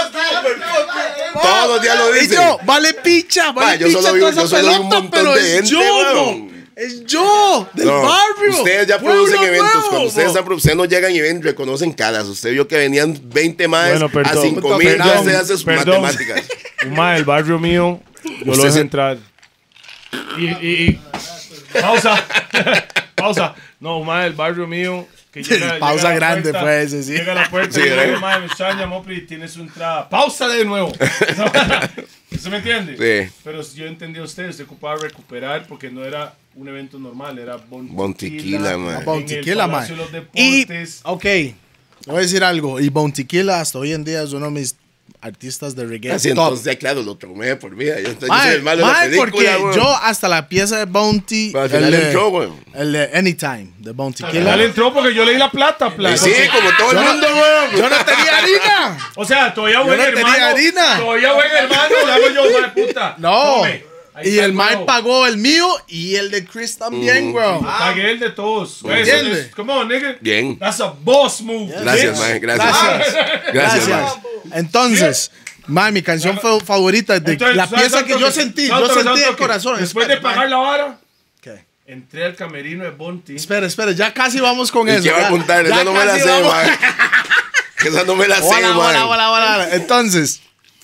todos los días lo
Y
dicen.
yo, vale picha, vale
Ma, yo
picha
solo vi-
toda
yo
esa
solo vi un
pelota,
montón
pero
de
es
gente,
yo,
weón.
mo. Es yo, del
No,
barrio.
Ustedes ya
Pueblo
producen eventos.
Nuevo,
Cuando ustedes,
mo.
están, ustedes no llegan y ven, reconocen caras. Usted vio que venían veinte más
Bueno,
a
perdón.
cinco mil. Ya
Perdón,
se hace sus
perdón.
matemáticas.
Un mae del barrio mío, yo lo
Usted
dejo
se-
entrar. Y, y, y- pausa, pausa. No, un mae del barrio mío que llega,
Pausa
llega a la
grande
puerta,
fue ese, sí.
Llega a la puerta
Sí,
y
¿verdad?
dice, mae, me extraña, Mopri, tiene su entrada. Pausa de nuevo. ¿Se me entiende?
Sí.
Pero yo entendí a usted, usted ocupaba recuperar porque no era un evento normal, era Bon
Bon Tequila, mae.
en
Bon
el
Tequila, man.
Palacio de los
Y,
Deportes.
ok, le voy a decir algo. Y Bon Tequila hasta hoy en día es uno de mis artistas de reggae.
Así
top.
entonces, ya, claro, lo traumé por vida. Yo, yo soy
Mae,
el malo de la
mae,
película,
porque
weón.
yo hasta la pieza de Bounty,
Pero al final
el, de-
entró, güey.
el de Anytime, de Bounty
Él
Killer.
entró porque yo leí la plata, plata.
Sí, como todo el
Yo no-
mundo, weón.
Yo no tenía harina.
O sea, todavía buen
no tenía
hermano.
harina.
Todavía buen hermano, le hago yo, hijo de puta.
No.
Tome, ahí
Y
está
el Mike
nuevo.
pagó el mío y el de Chris también, bro.
Pagué el de todos. Pues,
¿Entiende?
es- Come on, nigga.
Bien.
That's a boss move.
Gracias,
bitch.
mae. Gracias.
Gracias.
Gracias,
Gracias.
mae.
Entonces, mae, mi canción fa- favorita, de
Entonces,
la
¿sabes
pieza
tanto
que yo sentí, yo
tanto-
sentí
tanto
de
que
corazón.
Después de
Espera,
pagar la vara,
¿qué?
entré al camerino de Bonti.
Espera, espera, ya casi vamos con
¿Y
eso.
qué va a
ya-
contar?
ya
Esa no me la
casi
sé,
vamos.
mae. Esa no me la sé,
Hola, hola,
mae.
hola, hola, hola. Entonces,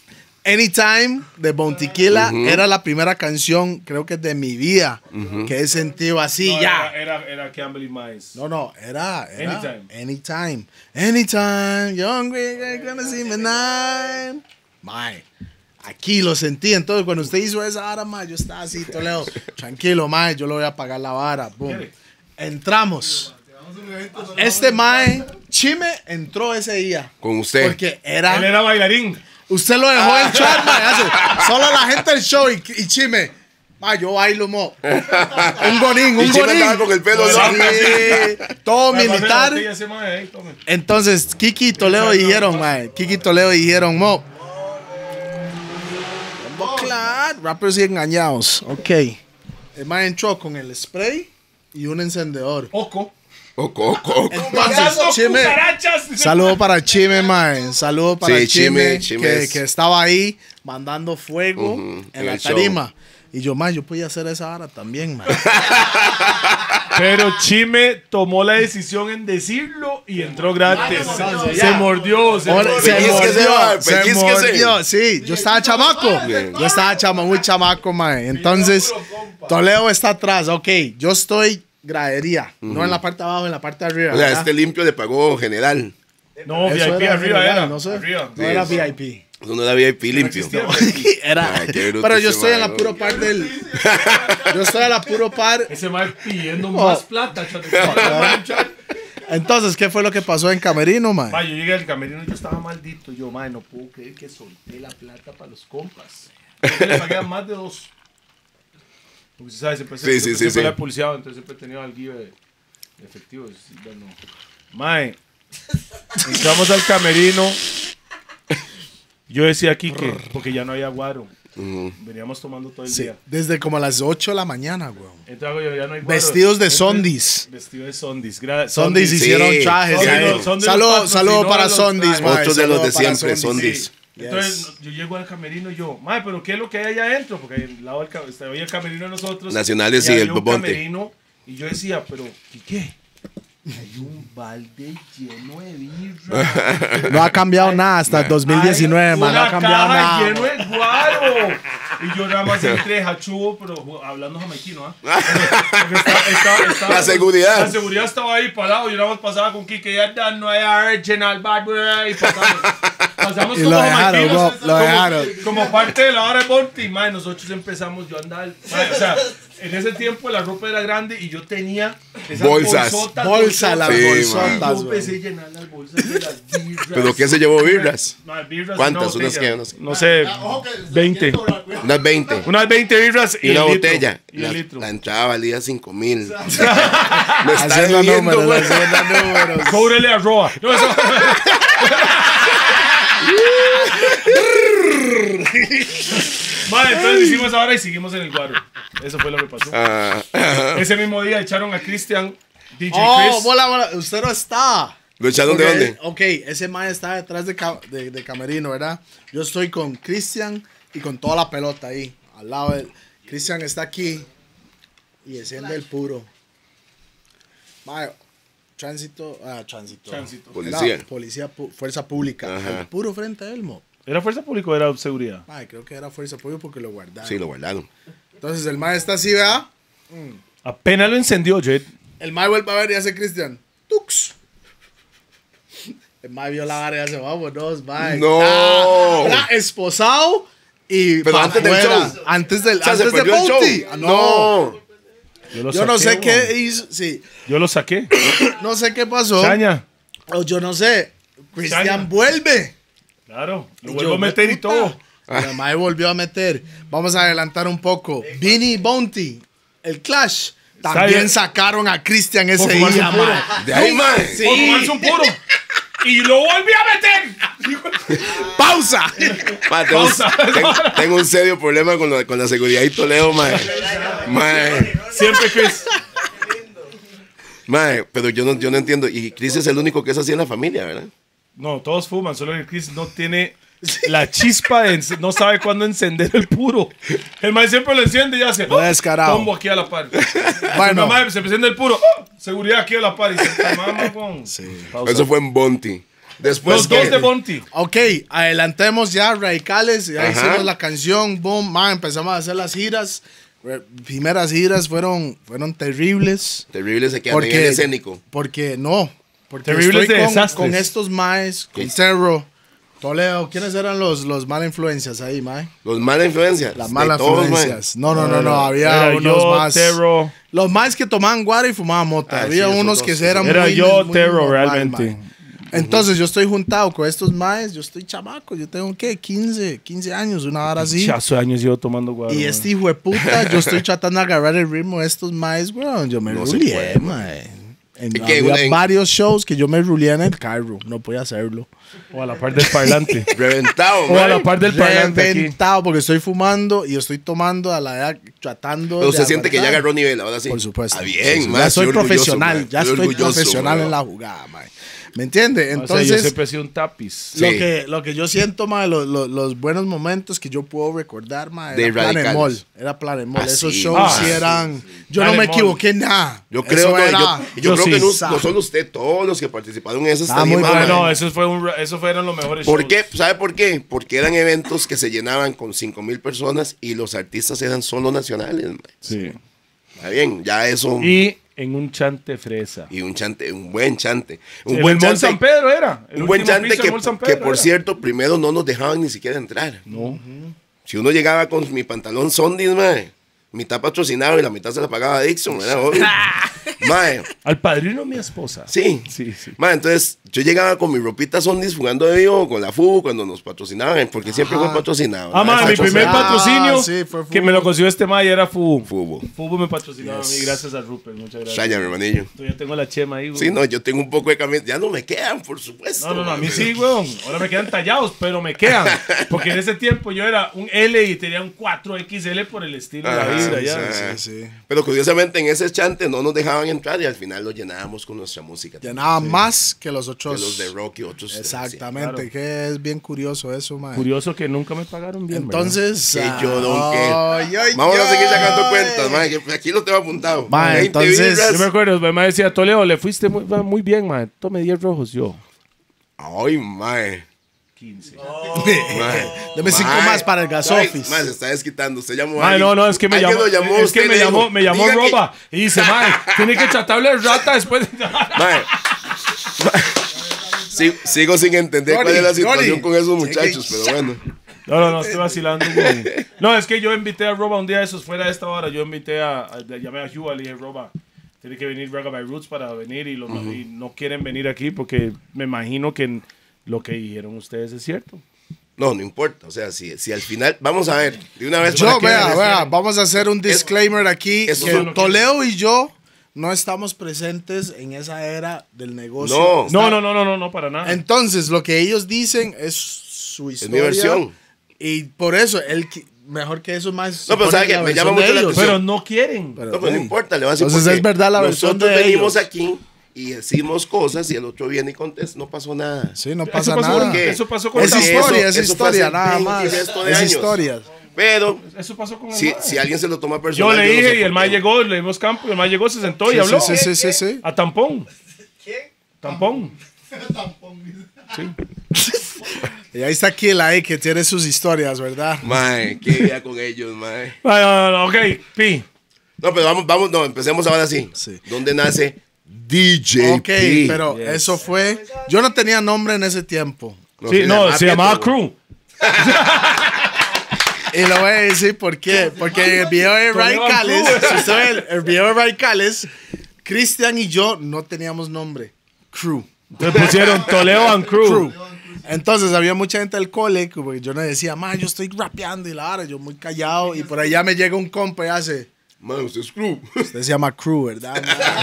Anytime de Bontequila uh-huh. era la primera canción, creo que de mi vida, uh-huh. que he sentido así
no,
ya.
Era, era, era Campbell y Mice.
No, no, era, era
Anytime.
Anytime. Anytime, you're hungry, you're gonna see me nine. My, aquí lo sentí. Entonces, cuando usted hizo esa vara, ma, yo estaba así, Toledo. Tranquilo, ma, yo lo voy a pagar la vara. Boom. Entramos. Este mae, Chime, entró ese día.
Con usted.
Porque era...
Él era bailarín.
Usted lo dejó en chat, mae. Hace, solo la gente del show y, y Chime. Mae, yo bailo, mo. Un gonín, un
y Chime
gonín.
estaba con el pelo
sí, todo
Mae,
militar.
botella, ese mae, ahí, tome.
Entonces, Kiki y Toledo dijeron, mae. Kiki y Toledo dijeron, mo. Claro, rappers y engañados. Ok. El mae entró con el spray y un encendedor.
Oco.
Oco, oco, oco.
Entonces, Chime, saludo para Chime, mae. Saludo para
Sí,
Chime,
Chime, Chime
que,
es-
que estaba ahí mandando fuego
Ujú,
en,
en
la
el show.
tarima. Y yo, mae, yo podía hacer esa hora también, mae.
Pero Chime tomó la decisión en decirlo y entró gratis.
Entonces,
Se
ya.
mordió, se
Ahora,
mordió.
se
Pellizquese,
mordió,
mae,
se
pellizquese.
mordió. Sí, yo estaba chamaco.
Bien.
Yo estaba chama, muy chamaco, mae. Entonces, Toledo está atrás. Ok, yo estoy gradería. No en la parte de abajo, en la parte de arriba.
O sea,
¿verdad?
este limpio le pagó general.
No,
Eso
V I P
era
arriba
general,
era.
No, sé.
Arriba.
No era
Sí.
V I P.
Eso no era V I P limpio.
Era,
Ay, qué bruto
pero yo
ese
estoy en
mae,
la
¿no?
puro par del. Yo estoy en la puro par.
Ese mae pidiendo
Oh.
más plata. chat.
Entonces, ¿qué fue lo que pasó en Camerino, man?
Ma, yo llegué al camerino y yo estaba maldito. Yo, mae, no puedo creer que solté la plata para los compas. Yo le pagué a más de dos. Porque usted sabe, siempre,
Sí,
siempre,
sí, sí,
siempre
sí.
la he pulseado, entonces siempre he tenido algo de, de efectivo. Sí, bueno. Mae, entramos al camerino. Yo decía aquí que, porque ya no había guaro.
Ujú.
Veníamos tomando todo el
Sí,
día.
desde como a las ocho de la mañana, güey.
Entonces hago yo, ya no hay guaro.
Vestidos de
Entonces,
sondis.
Vestidos de sondis. Gra-
Sondis
Sí.
hicieron trajes.
Sondis,
ahí.
no, Sondis
Saludo,
los
saludo
patrocinó
para
los
Sondis,
trajes.
mae.
Otros de
Saludo
los de
para
siempre,
Sondis.
Sondis.
Entonces yo llego al camerino y yo, mae, pero ¿qué es lo que hay allá adentro? Porque al lado del ca- estaba ahí el camerino de nosotros.
Nacionales y
había
el
un
Bobonte.
camerino, y yo decía, pero ¿y qué? Hay un balde lleno de birra.
No ha cambiado nada hasta el dos mil diecinueve,
Hay
man. No ha
una
cambiado
caja
nada.
lleno de guaro. Y yo nada más entré hachugo, pero ju- hablando jamaiquino, ¿ah? Porque estaba- estaba- estaba-
La seguridad.
La seguridad estaba ahí parado. Yo nada más pasaba con Kike. Ya da, no hay original bad boy. Y pasamos. Pasamos
Y
como
lo dejaron,
jamaiquinos,
Bob, lo
como-
dejaron.
Como parte de la hora de Bonti. Mae, nosotros empezamos yo a andar. mae, o sea, en ese tiempo la ropa era grande y yo tenía esas
Bolsas.
bolsotas,
Bolsa, las
Sí,
bolsotas,
Yo
güey.
empecé a llenar las bolsas de las birras.
¿Pero qué se llevó birras?
No, birras,
¿Cuántas?
una
¿Unas
botella.
qué? No sé.
No sé, veinte.
Unas veinte.
Unas veinte birras y,
Y una
el litro.
botella.
Y
La,
el litro.
la entrada valía cinco mil. Me está
Haciendo
debiendo,
números,
güey.
haciendo números.
Cóbrele a Roa. No, eso. Vale, entonces hicimos ahora y seguimos en el guaro. Eso fue lo que pasó.
Ah, ajá.
Ese mismo día echaron a Christian, D J
Oh,
Chris.
bola, bola. Usted no está.
¿Lo echaron de
Porque,
dónde?
Ok, ese man está detrás de, ca- de, de Camerino, ¿verdad? Yo estoy con Cristian y con toda la pelota ahí, al lado de... Cristian está aquí y enciende el puro. Mae, tránsito, ah, tránsito.
Tránsito.
Policía.
Era policía, pu- fuerza pública.
Ajá.
El puro frente a él, mo.
¿Era fuerza pública o era seguridad?
Mae, creo que era fuerza pública porque lo guardaron.
Sí, lo guardaron.
Entonces el mae está así, ¿verdad?
Apenas lo encendió, Jet.
El mae vuelve a ver y hace Cristian. Tux. El mae vio la vara y hace, vámonos, mae.
No.
Era esposado y
Pero
pa'
antes del
afuera.
show.
Antes del,
O sea, se
antes de
perdió el show.
Bounty. Ah, no.
No.
Yo, lo
Yo no
saqué,
sé qué
weón.
hizo. Sí.
Yo lo saqué.
No sé qué pasó.
Chaña.
O yo no sé. Cristian
Chaña.
vuelve.
Claro. Lo
Y
vuelvo
yo,
a meter y
puta.
todo.
El mae volvió a meter. Vamos a adelantar un poco. Vinny Bounty, el Clash. También
bien.
sacaron a Cristian ese
Por fumarse
día,
un puro.
mae.
De ahí, mae.
Sí.
Por fumarse un puro. Y lo volví a meter.
¡Pausa!
Ma, tengo,
Pausa.
tengo, tengo un serio problema con, lo- con la seguridad y Toledo, mae. Mae.
Siempre Chris.
Mae, pero yo no, yo no entiendo. Y Chris es el único que es así en la familia, ¿verdad?
No, todos fuman, solo que Chris no tiene la chispa de enc- no sabe cuándo encender el puro. El man siempre lo enciende y hace
Lo descarado.
combo aquí a la par.
Bueno.
Mi mamá se enciende el puro, ¡oh! Seguridad aquí a la par y se mama con.
Sí.
Pausa.
Eso fue en Bonti. Después
Los dos
que-
de Monty.
Ok, adelantemos ya, Radicales. Ya
Ajá.
hicimos la canción, boom, ma, empezamos a hacer las giras. Re- Primeras giras fueron, fueron terribles.
Terrible se queda en
Porque,
el escénico.
porque no. Porque
Terribles
estoy
de
con,
desastres.
con estos maes, con
¿Qué?
Terro, Toledo. ¿Quiénes eran los, los malas influencias ahí, mae?
Los malas influencias.
Las
de
malas
todos,
influencias. No, no, no, no. Había
Era
unos
yo,
más.
Terro.
Los más que tomaban guara y fumaban mota.
Ah,
Había
sí, esos
unos
dos,
que
sí,
se eran
Era
muy.
yo,
muy
Terro,
normal,
realmente.
mae. Entonces yo estoy juntado con estos maes. Yo estoy chamaco. Yo tengo, ¿qué? quince, quince años, una hora así.
Chazo de años yo tomando guaro.
Y
man.
este hijo de puta, yo estoy tratando de agarrar el ritmo de estos maes, weón. Yo me
No se
ruleé,
puede,
mae. En,
Es que
había
en-
varios shows que yo me ruleé en el carro. No podía hacerlo.
O a la par del parlante.
Reventado,
O a
man.
la par del parlante aquí.
Reventado porque estoy fumando y estoy tomando a la edad, tratando
Pero
de
usted siente que ya
aguantar.
agarró nivel, ahora sí.
Por supuesto.
Ah,
Sí,
bien,
sí,
man.
ya soy
Estoy orgulloso,
profesional,
man.
ya estoy
orgulloso,
profesional
man.
en la jugada, man. ¿Me entiende?
O sea, yo
Entonces,
siempre he sido un tapiz.
lo,
Sí.
que, lo que yo siento, man, lo- lo- los buenos momentos que yo puedo recordar, man,
De
era Planet
radicales.
Mall. Era Planet Mall.
Ah,
Esos
sí.
shows
Ah,
sí
sí,
eran. Yo
Planet
no me
Mall.
equivoqué en nada.
Yo
Eso
creo, no,
era-
yo, yo
Yo
creo
sí.
que no,
Sa-
no solo usted, todos los que participaron en esas
Ah, muy
tarimas,
Ah,
bueno.
man.
no, esos, fue un, esos fueron los mejores
¿Por
shows.
qué? ¿Sabe por qué? Porque eran eventos que se llenaban con cinco mil personas y los artistas eran solo nacionales, man.
Sí.
Está bien, ya eso.
Y en un chante fresa.
Y un chante, un buen chante. Un
El
buen
Mall
chante.
San Pedro era. El
Un buen
último
chante
piso
que,
del Mall San
que,
Pedro
por
era.
cierto, primero no nos dejaban ni siquiera entrar.
No.
Si uno llegaba con mi pantalón Sondis, mae, mitad patrocinado y la mitad se la pagaba Dixon, ¿verdad? Obvio. Mae,
Al padrino de mi esposa.
sí.
Sí, sí.
Mae, entonces yo llegaba con mi ropita Sondis jugando de vivo con la F U cuando nos patrocinaban, porque siempre fue patrocinado.
Ah,
¿verdad?
man, mi
Fue
primer
Ah,
patrocinio
sí, fue
que me lo consiguió este Maya era Fubu.
Fubo.
Fubu me patrocinaba a mí, gracias a Rupert. Muchas gracias.
Shaya, mi hermanillo.
Yo tengo la chema ahí, güey.
Sí, no, yo tengo un poco de camisa. Ya no me quedan, por supuesto.
No, no, no, a mí
mae.
sí, weón. Ahora me quedan tallados, pero me quedan. Porque en ese tiempo yo era un L y tenía un cuatro equis ele por el estilo de la
Ajá,
vibra,
sí,
ya.
Sí, sí.
Pero curiosamente en ese chante no nos dejaban entrar y al final lo llenábamos con nuestra música.
Llenaba más que los
Que
otros.
los de rock y otros.
Exactamente,
Sí, claro.
que es bien curioso eso, man.
Curioso que nunca me pagaron bien,
Entonces,
Qué
ah,
llorón que-
ay, ay,
Vamos a seguir sacando
ay.
cuentas, man, que aquí lo tengo apuntado.
Ma,
veinte
entonces-
birras.
Yo me acuerdo, mi mamá decía, Toledo, le fuiste muy, muy bien, man. Tome diez rojos, yo.
Ay, mae.
quince.
mae.
Deme cinco
Mae.
más para el gas
Ay,
office.
mae, se está desquitando. Usted llamó a
Mae,
alguien.
no, no, es que me
Alguien
llamó,
lo llamó
es
usted
que
y
me
le
llamó,
dijo,
me llamó
"Diga que-"
Roba y dice, mae, tiene que tratarle rata después de...
Mae. Mae. Sí, sigo sin entender cuál es la
Gori,
situación
Gori.
con esos muchachos, pero bueno.
No, no, no, estoy vacilando, güey. No, es que yo invité a Roba un día de esos, fuera de esta hora, yo invité a, a- llamé a Hugh, le dije, Roba, tiene que venir Raga by Roots para venir y, los- y no quieren venir aquí porque me imagino que lo que dijeron ustedes es cierto.
No, no importa. O sea, si, si al final. Vamos a ver. De una vez.
Yo,
para que-
vea, vea, vamos a hacer un disclaimer aquí.
eso
Que
son lo
que-
Toledo y yo no estamos presentes en esa era del negocio.
No.
No, no, no, no, no, no, para nada.
Entonces, lo que ellos dicen es su
Es
historia.
mi versión.
Y por eso, él, qui- mejor que eso más.
No, pero
se
¿sabe
pone
qué?
la
Me
versión
llama
de
mucho la
ellos.
atención.
Pero no quieren.
Pero,
No, pero no
sí.
importa, le voy a decir
Entonces
por qué.
es verdad la versión
Nosotros
de
venimos
ellos.
aquí y decimos cosas y el otro viene y contesta, no pasó nada.
Sí, no
Eso
pasa
pasó
nada.
con- Eso pasó con
Es
el
Porque
historia,
eso-
es
eso fue hace
historia, nada
veinte
más.
resto de
Es
años.
historia.
Pero
Eso pasó con el
si,
mae.
si alguien se lo toma
Yo
personal.
le
no sé
dije y
por
el mae
qué.
llegó, le dimos campo y el mae llegó, se sentó y
Sí,
habló.
sí, sí, sí, sí.
A tampón. Tampón. Sí.
Y ahí está Kill ahí que tiene sus historias, ¿verdad?
Mae, qué idea con ellos, mae.
No, no, no, ok, Pi.
No, pero vamos, vamos, no, empecemos ahora sí.
Sí.
¿Dónde nace D J
Ok,
P?
pero eso fue. Yo no tenía nombre en ese tiempo.
No,
Sí,
se
no,
llama
se
Pietro,
llamaba
güey.
Crew.
Y lo voy a decir por qué. Porque en el video de Ray
Toledo
Cales,
Cruz.
si usted ve el, el video de Ray Cales, Cristian y yo no teníamos nombre. Crew.
Entonces pusieron Toledo and Crew.
Crew. Entonces había mucha gente del cole, que porque yo no decía, man, yo estoy rapeando y la hora, yo muy callado. Y por allá me llega un compa y hace,
Man, usted es Crew.
usted se llama Crew, ¿verdad?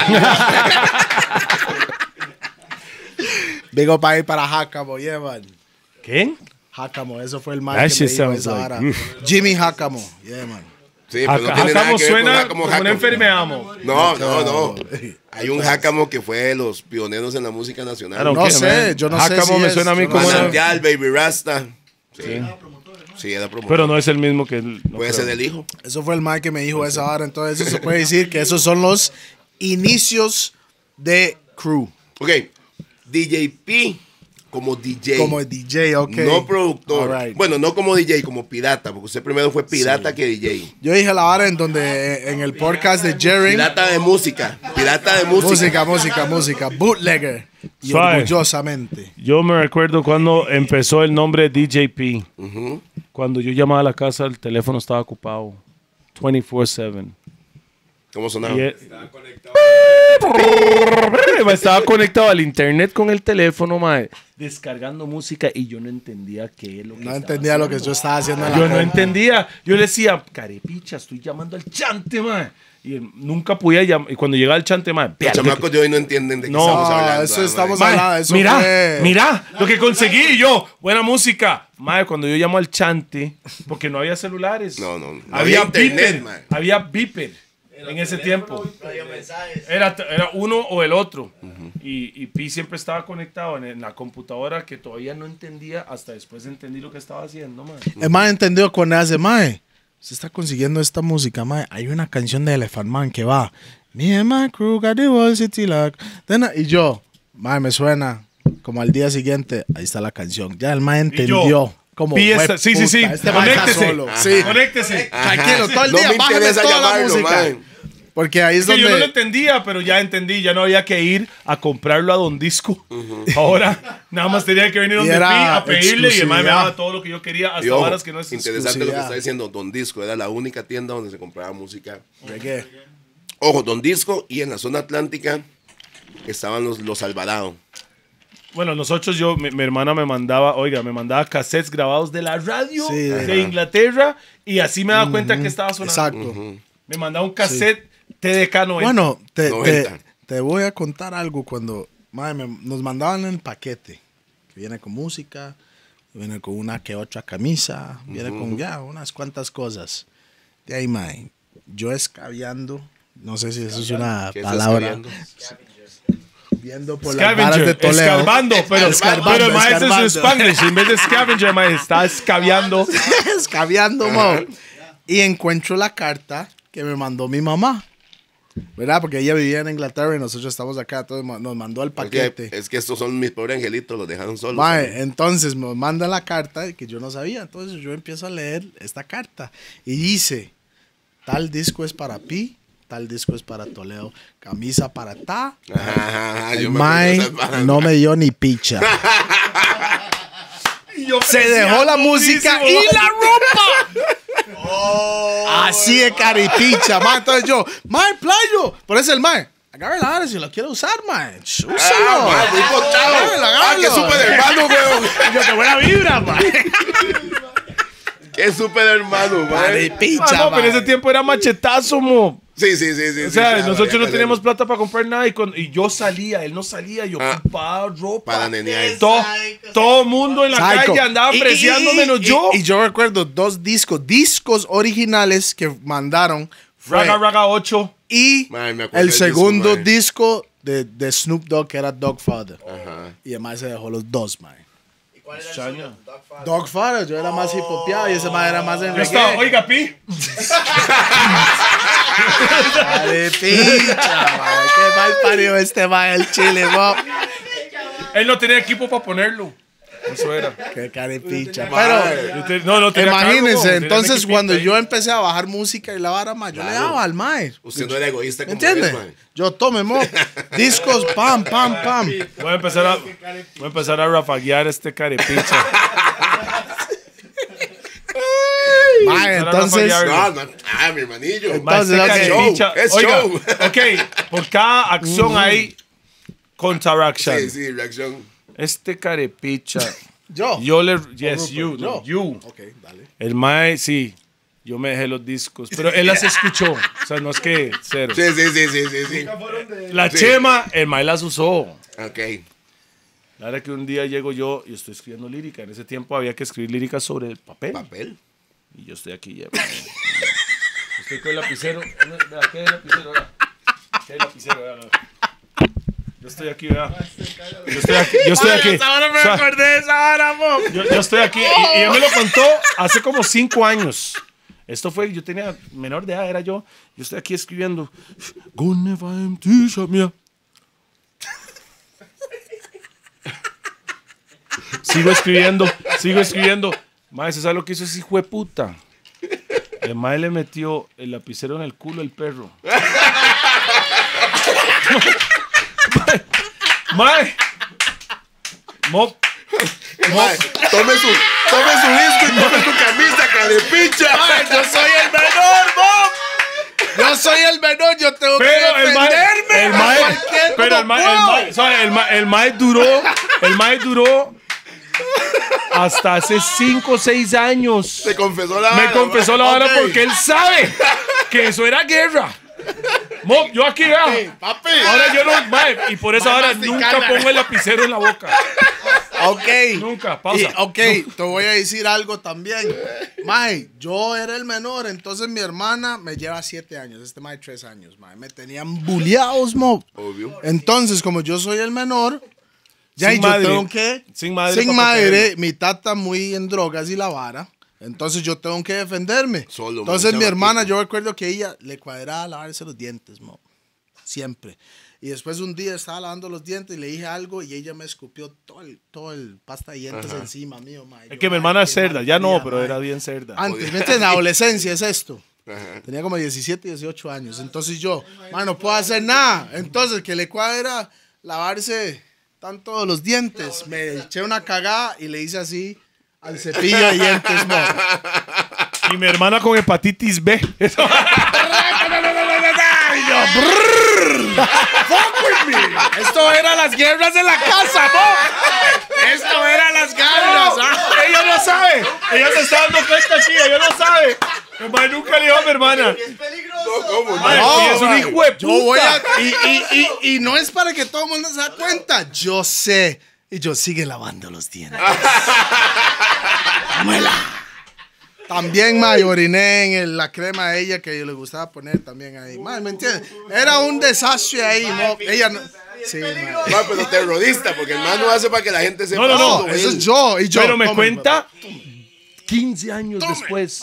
Digo para ir para Hácamo, yeah, man.
¿Qué?
Hácamo, eso fue el man
That
que
shit
me dijo
sounds
esa
like-
hora.
mm.
Jimmy Hácamo, yeah, man.
Sí, pero no
Acá
tiene nada
Jácamo
que ver con
suena
Jácamo,
como una
Jácamo.
enfermedad.
No, no, no. Hay un Jácamo que fue de los pioneros en la música
I
nacional.
don't
No
care,
sé,
man.
yo no sé
Jácamo
si
me
es-
suena a mí
yo no
como
sé.
una...
Manantial, Baby Rasta. Sí. Sí, era promotor.
Pero no es el mismo que... el- no
Puede
creo.
ser el hijo.
Eso fue el man que me dijo esa hora. Entonces, eso se puede decir que esos son los inicios de Crew.
Ok, D J P como D J.
Como D J, ok.
No productor.
All right.
Bueno, no como D J, como pirata, porque usted primero fue pirata
Sí.
que D J.
Yo dije la hora en donde, en el podcast de Jerry.
Pirata de música. Pirata de música.
Música, música, música. Bootlegger. Y
Suave.
orgullosamente.
Yo me recuerdo cuando empezó el nombre D J P. Cuando yo llamaba a la casa, el teléfono estaba ocupado veinticuatro siete.
¿Cómo sonaba?
Y él- estaba conectado al internet con el teléfono, mae, descargando música y yo no entendía qué es lo que
No
estaba
entendía lo que
haciendo.
yo estaba haciendo en la
Yo no
compu.
entendía. Yo le decía, carepicha, estoy llamando al chante, mae. Y él nunca podía llamar. Y cuando llegaba el chante, mae,
Los
vea lo que-
chamacos de hoy no entienden de qué
No,
estamos hablando.
eso
ah,
estamos
mae.
Mae,
hablando, eso
mira,
fue-
mira, lo que conseguí y yo, buena música. Mae, cuando yo llamo al chante, porque no había celulares.
No, no, no
había,
había internet,
beeper,
mae.
había beeper en ese tiempo. Era, era uno o el otro. Y, y Pi siempre estaba conectado en, en la computadora que todavía no entendía, hasta después entendí lo que estaba haciendo, mae.
El mae entendió cuando hace, mae, se está consiguiendo esta música, mae. Hay una canción de Elephant Man que va, me and my crew got the whole city locked. Then I- Y yo, mae, me suena como al día siguiente, ahí está la canción. Ya el mae
Y yo,
entendió. Como,
Pi
"Hue
está- sí, sí, sí,
puta, este mae está
conéctese.
solo".
Ajá.
Sí.
Conéctese.
Tranquilo, todo el
No
día,
me
bájame
interesa
toda la
llamarlo,
música.
mae.
Porque ahí es
Que yo no lo
donde...
entendía, pero ya entendí, ya no había que ir a comprarlo a Don Disco. Ahora nada más tenía que venir
Y
donde Pi
era
a pedirle y el mae me
exclusividad.
daba todo lo que yo quería, hasta
Y ojo,
varas que no es
interesante lo que
exclusividad.
está diciendo. Don Disco era la única tienda donde se compraba música.
Reggae.
Ojo, Don Disco y en la zona atlántica estaban los, los Alvarado.
Bueno, nosotros, yo, mi, mi hermana me mandaba, oiga, me mandaba cassettes grabados de la radio
Sí,
de
ajá.
Inglaterra y así me daba cuenta que estaba sonando.
Exacto.
Me mandaba un cassette T D K noventa.
Bueno, te,
noventa.
te, te voy a contar algo cuando mae, me- nos mandaban el paquete, que viene con música, viene con una que otra camisa, viene con ya unas cuantas cosas. De ahí, mae, yo escabeando, no sé si eso es una
¿Qué estás
palabra,
escabeando?
viendo por las varas
Scavenger,
de Toledo.
escarbando, pero,
Escarbando,
pero el maestro es en
escarbando.
Spanglish. En vez de scavenger, el maestro está escabeando.
escabeando, mo. Y encuentro la carta que me mandó mi mamá. ¿Verdad? Porque ella vivía en Inglaterra y nosotros estamos acá. Entonces ma- nos mandó el
Es que,
paquete.
es que estos son mis pobres angelitos, los dejaron solos.
Mae,
¿sabes?
entonces me manda la carta que yo no sabía. Entonces yo empiezo a leer esta carta. Y dice, tal disco es para Pi, tal disco es para Toledo. Camisa para Ta.
Ajá, ajá, ajá, yo
El
me acuerdo de
Mae
esas varas.
no me dio ni picha.
Y yo
Se
parecía
dejó la
durísimo.
música y la ropa. Así de caripicha, mae. Entonces yo, mae, playo. Por eso el mae, agarre la vara si lo quiere usar, mae. Ch, Úsalo.
Ah, mae, muy pochado.
Agárralo,
Ah, qué
agárralo.
súper hermano, weón.
Yo, qué buena vibra, mae.
Qué súper hermano, mae.
Caripicha,
Ah, no, pero
mae.
en ese tiempo era machetazo, mo.
Sí, sí, sí, sí.
O
sí,
sea,
claro,
nosotros
había
no
que
teníamos
hacerlo.
plata para comprar nada y, cuando- y yo salía, él no salía, yo
Ah.
ocupaba ropa.
Para nenear.
Todo, todo mundo en la
Psycho.
calle andaba
Y- y-
apreciando
y-
menos
y-
yo.
Y, yo recuerdo dos discos, discos originales que mandaron. fue-
Raga Raga ocho.
y
Mae, me acuerdo
el
del disco,
segundo
mae.
disco de, de Snoop Dogg, que era Dogfather.
Ajá.
Y además se dejó los dos, mae.
Chaña.
Dogfather, yo era más hipopeado y ese mae era más en
Yo estaba,
reggae.
oiga, Pi.
Caripicha, mae. Qué mal parió este mae el chile, mo.
Él no tenía equipo para ponerlo. Eso era.
Qué caripicha.
Mae.
Pero
Yo te- no, no tenía
imagínense,
cargo, tenía un
entonces
equipito
cuando
ahí.
yo empecé a bajar música y la vara, mae, yo le
Claro.
daba al mae.
Usted no era egoísta
¿Me
como
entiendes?
él, mae.
Yo tome, mo. Discos, pam, pam, pam.
Voy a empezar a, voy a, empezar a rafaguear este carepicha.
Mae, entonces.
Rafael.
No, no. Ah, mi hermanillo.
Entonces,
Mae, este
ok.
carepicha-
Es
Oiga,
show.
ok, por cada acción hay counteraction.
Sí, sí, reacción.
Este carepicha,
Yo.
yo le, yes, you,
Yo.
no, you.
Ok, dale.
El mae, sí, yo me dejé los discos, pero él las escuchó, o sea, no es que cero.
Sí, sí, sí, sí, sí, sí.
La
Sí.
chema, el mae las usó.
Ok.
La verdad que un día llego yo y estoy escribiendo lírica. En ese tiempo había que escribir lírica sobre el papel.
Papel.
Y yo estoy aquí ya. Estoy con el lapicero. Vea, ¿qué es el lapicero? Vea. ¿Qué es el lapicero? Vea, vea. Yo estoy aquí, vea. Yo estoy aquí. Yo estoy aquí.
Ahora me
O sea,
acordé de esa vara, mo.
yo, yo estoy aquí. Y, y él me lo contó hace como cinco años. Esto fue, yo tenía menor de edad, era yo. Yo estoy aquí escribiendo. Gonna find Tisha, mía. Sigo escribiendo, sigo escribiendo. Mae, ¿se sabe lo que hizo ese hijo de puta? El mae le metió el lapicero en el culo al perro. Mae. Mop.
Mae, tome su, tome su disco y tome su camisa, carepicha.
Mae, yo soy el menor, Bob. Yo soy el menor, yo tengo
Pero
que
el mae,
defenderme.
el
a
mae,
cualquier
pero el mae, el
como
mae, ¿sabe? El mae, el mae duró, el mae duró hasta hace cinco o seis años.
Se confesó la
Me
vara,
confesó la
mae.
vara
ok.
porque él sabe que eso era guerra. Mo, yo aquí vea.
puedo. Papi.
Ahora yo no, mae, y por eso
Mae,
ahora
masticarla.
nunca pongo el lapicero en la boca.
Ok.
Nunca, pausa.
Y, ok, te voy a decir algo también. Mae, yo era el menor, entonces mi hermana me lleva siete años, este mae tres años, mae. Me tenían bulleados, mo.
Obvio.
Entonces, como yo soy el menor, ya
Sin
y yo
madre.
tengo que...
Sin madre
Sin
pa'
madre,
protegerlo.
mi tata muy en drogas y la vara. Entonces yo tengo que defenderme.
Solo,
Entonces
mo,
mi hermana,
chamaquito.
yo recuerdo que ella le cuadraba lavarse los dientes, mo. Siempre. Y después un día estaba lavando los dientes y le dije algo y ella me escupió todo el, todo el pasta de dientes encima mío, mae.
Es
Yo,
que mi
mae,
hermana es
qué
cerda, ya no,
malcriada,
pero
mae.
era bien cerda.
Antes, ¿viste? En la adolescencia es esto. Tenía como diecisiete, dieciocho años. Entonces yo, man, no puedo hacer nada. Entonces, que le cuadra lavarse tanto los dientes. Me eché una cagada y le hice así al cepillo de dientes, mo.
Y mi hermana con hepatitis B. Eso-
Y yo, brrr, fuck with me. Esto era las guerras de la casa, mo. Esto era las guerras, ¿ah?
Ella no sabe. Ella se está dando cuenta aquí. Ella no sabe. Mi hermana nunca le dijo a mi hermana.
No, ¿cómo?
Ay,
No.
sí, es un
mae,
hijo de
yo voy a-
puta.
y, y, y, y no es para que todo el mundo se da cuenta. Yo sé. Y yo sigue lavando los dientes. Muela. También, ma, yo oriné en el- la crema de ella que le gustaba poner también ahí. Ma, ¿me entiendes? Era un desastre ahí, mo. Ella no. Sí, ma.
Ma, pero terrorista, porque el man no hace para que la gente sepa.
No, no, no,
todo,
Eso
él.
es yo. Y yo.
Pero me
tome,
cuenta quince años después.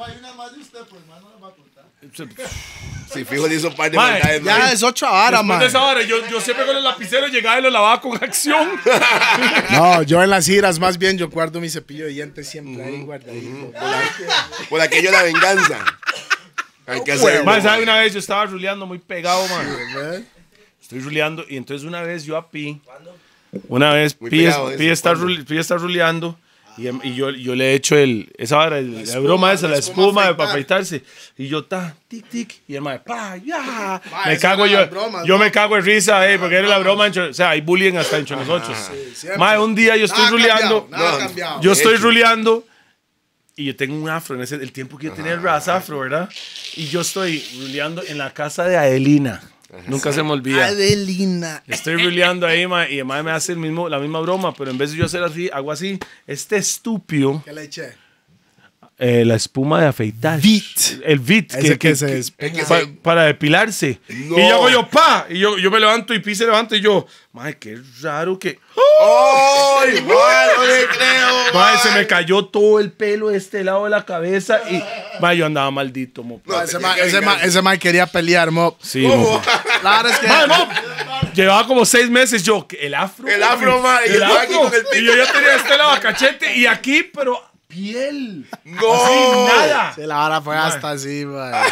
Sí, fijo, le hizo un par de
Mae,
maldades,
Ya
mae.
es otra vara,
Después de
man.
esa hora, yo, yo siempre con el lapicero llegaba y lo lavaba con acción.
No, yo en las giras, más bien, yo guardo mi cepillo de dientes siempre ahí guardadito.
Por aquello de la venganza. Hay que hacerlo.
Más,
mae.
¿sabe? Una vez yo estaba ruleando muy pegado, man. Estoy ruleando y entonces una vez yo a Pi, una vez
Muy
Pi,
pegado
es-
eso,
Pi está,
¿cuándo?
rule- Pi está ruleando y, em- y yo, yo le he hecho el, esa vara, el- la, broma esa, la
la
espuma,
espuma
de para
afeitar.
afeitarse. Y yo, ta, tic, tic, y el mae, pa, ya.
Ma,
me
esa
cago
era
yo,
las bromas,
yo
¿no?
me cago en risa, eh, porque era la broma, entre- o sea, hay bullying hasta entre nosotros.
siempre.
Mae, un día yo estoy
Nada ha
ruleando,
cambiado, nada ha
No,
cambiado.
yo
De
estoy
hecho.
ruleando y yo tengo un afro en ese, el tiempo que yo tenía el ras afro, ¿verdad? Y yo estoy ruleando en la casa de Adelina. Nunca se me olvida.
Adelina.
Estoy ruleando ahí, ma, y el mae me hace el mismo, la misma broma, pero en vez de yo hacer así, hago así. Este estúpido,
¿Qué le eché?
eh, la espuma de afeitar.
Vit.
El Vit.
Ese que se despega.
pa- para depilarse.
No.
Y yo hago yo, pa. Y yo, yo me levanto y Pi se levanta y yo, mae, qué raro que...
¡Ay, mae, no le creo!
Mae, se me cayó todo el pelo de este lado de la cabeza y, mae, yo andaba maldito, mo.
No,
Ese
tenía
ma,
que
ese, ma,
vengarse.
ese ma quería pelear, mo.
Sí, mo.
La verdad es que.
Mae, mo. Llevaba como seis meses yo, que el afro.
El afro, mae, y
El
el mae aquí
afro.
con el pito.
Y yo ya tenía este lado cachete y aquí, pero piel.
¡No!
Así, nada.
Sí, la vara fue
Mae.
hasta así, ma.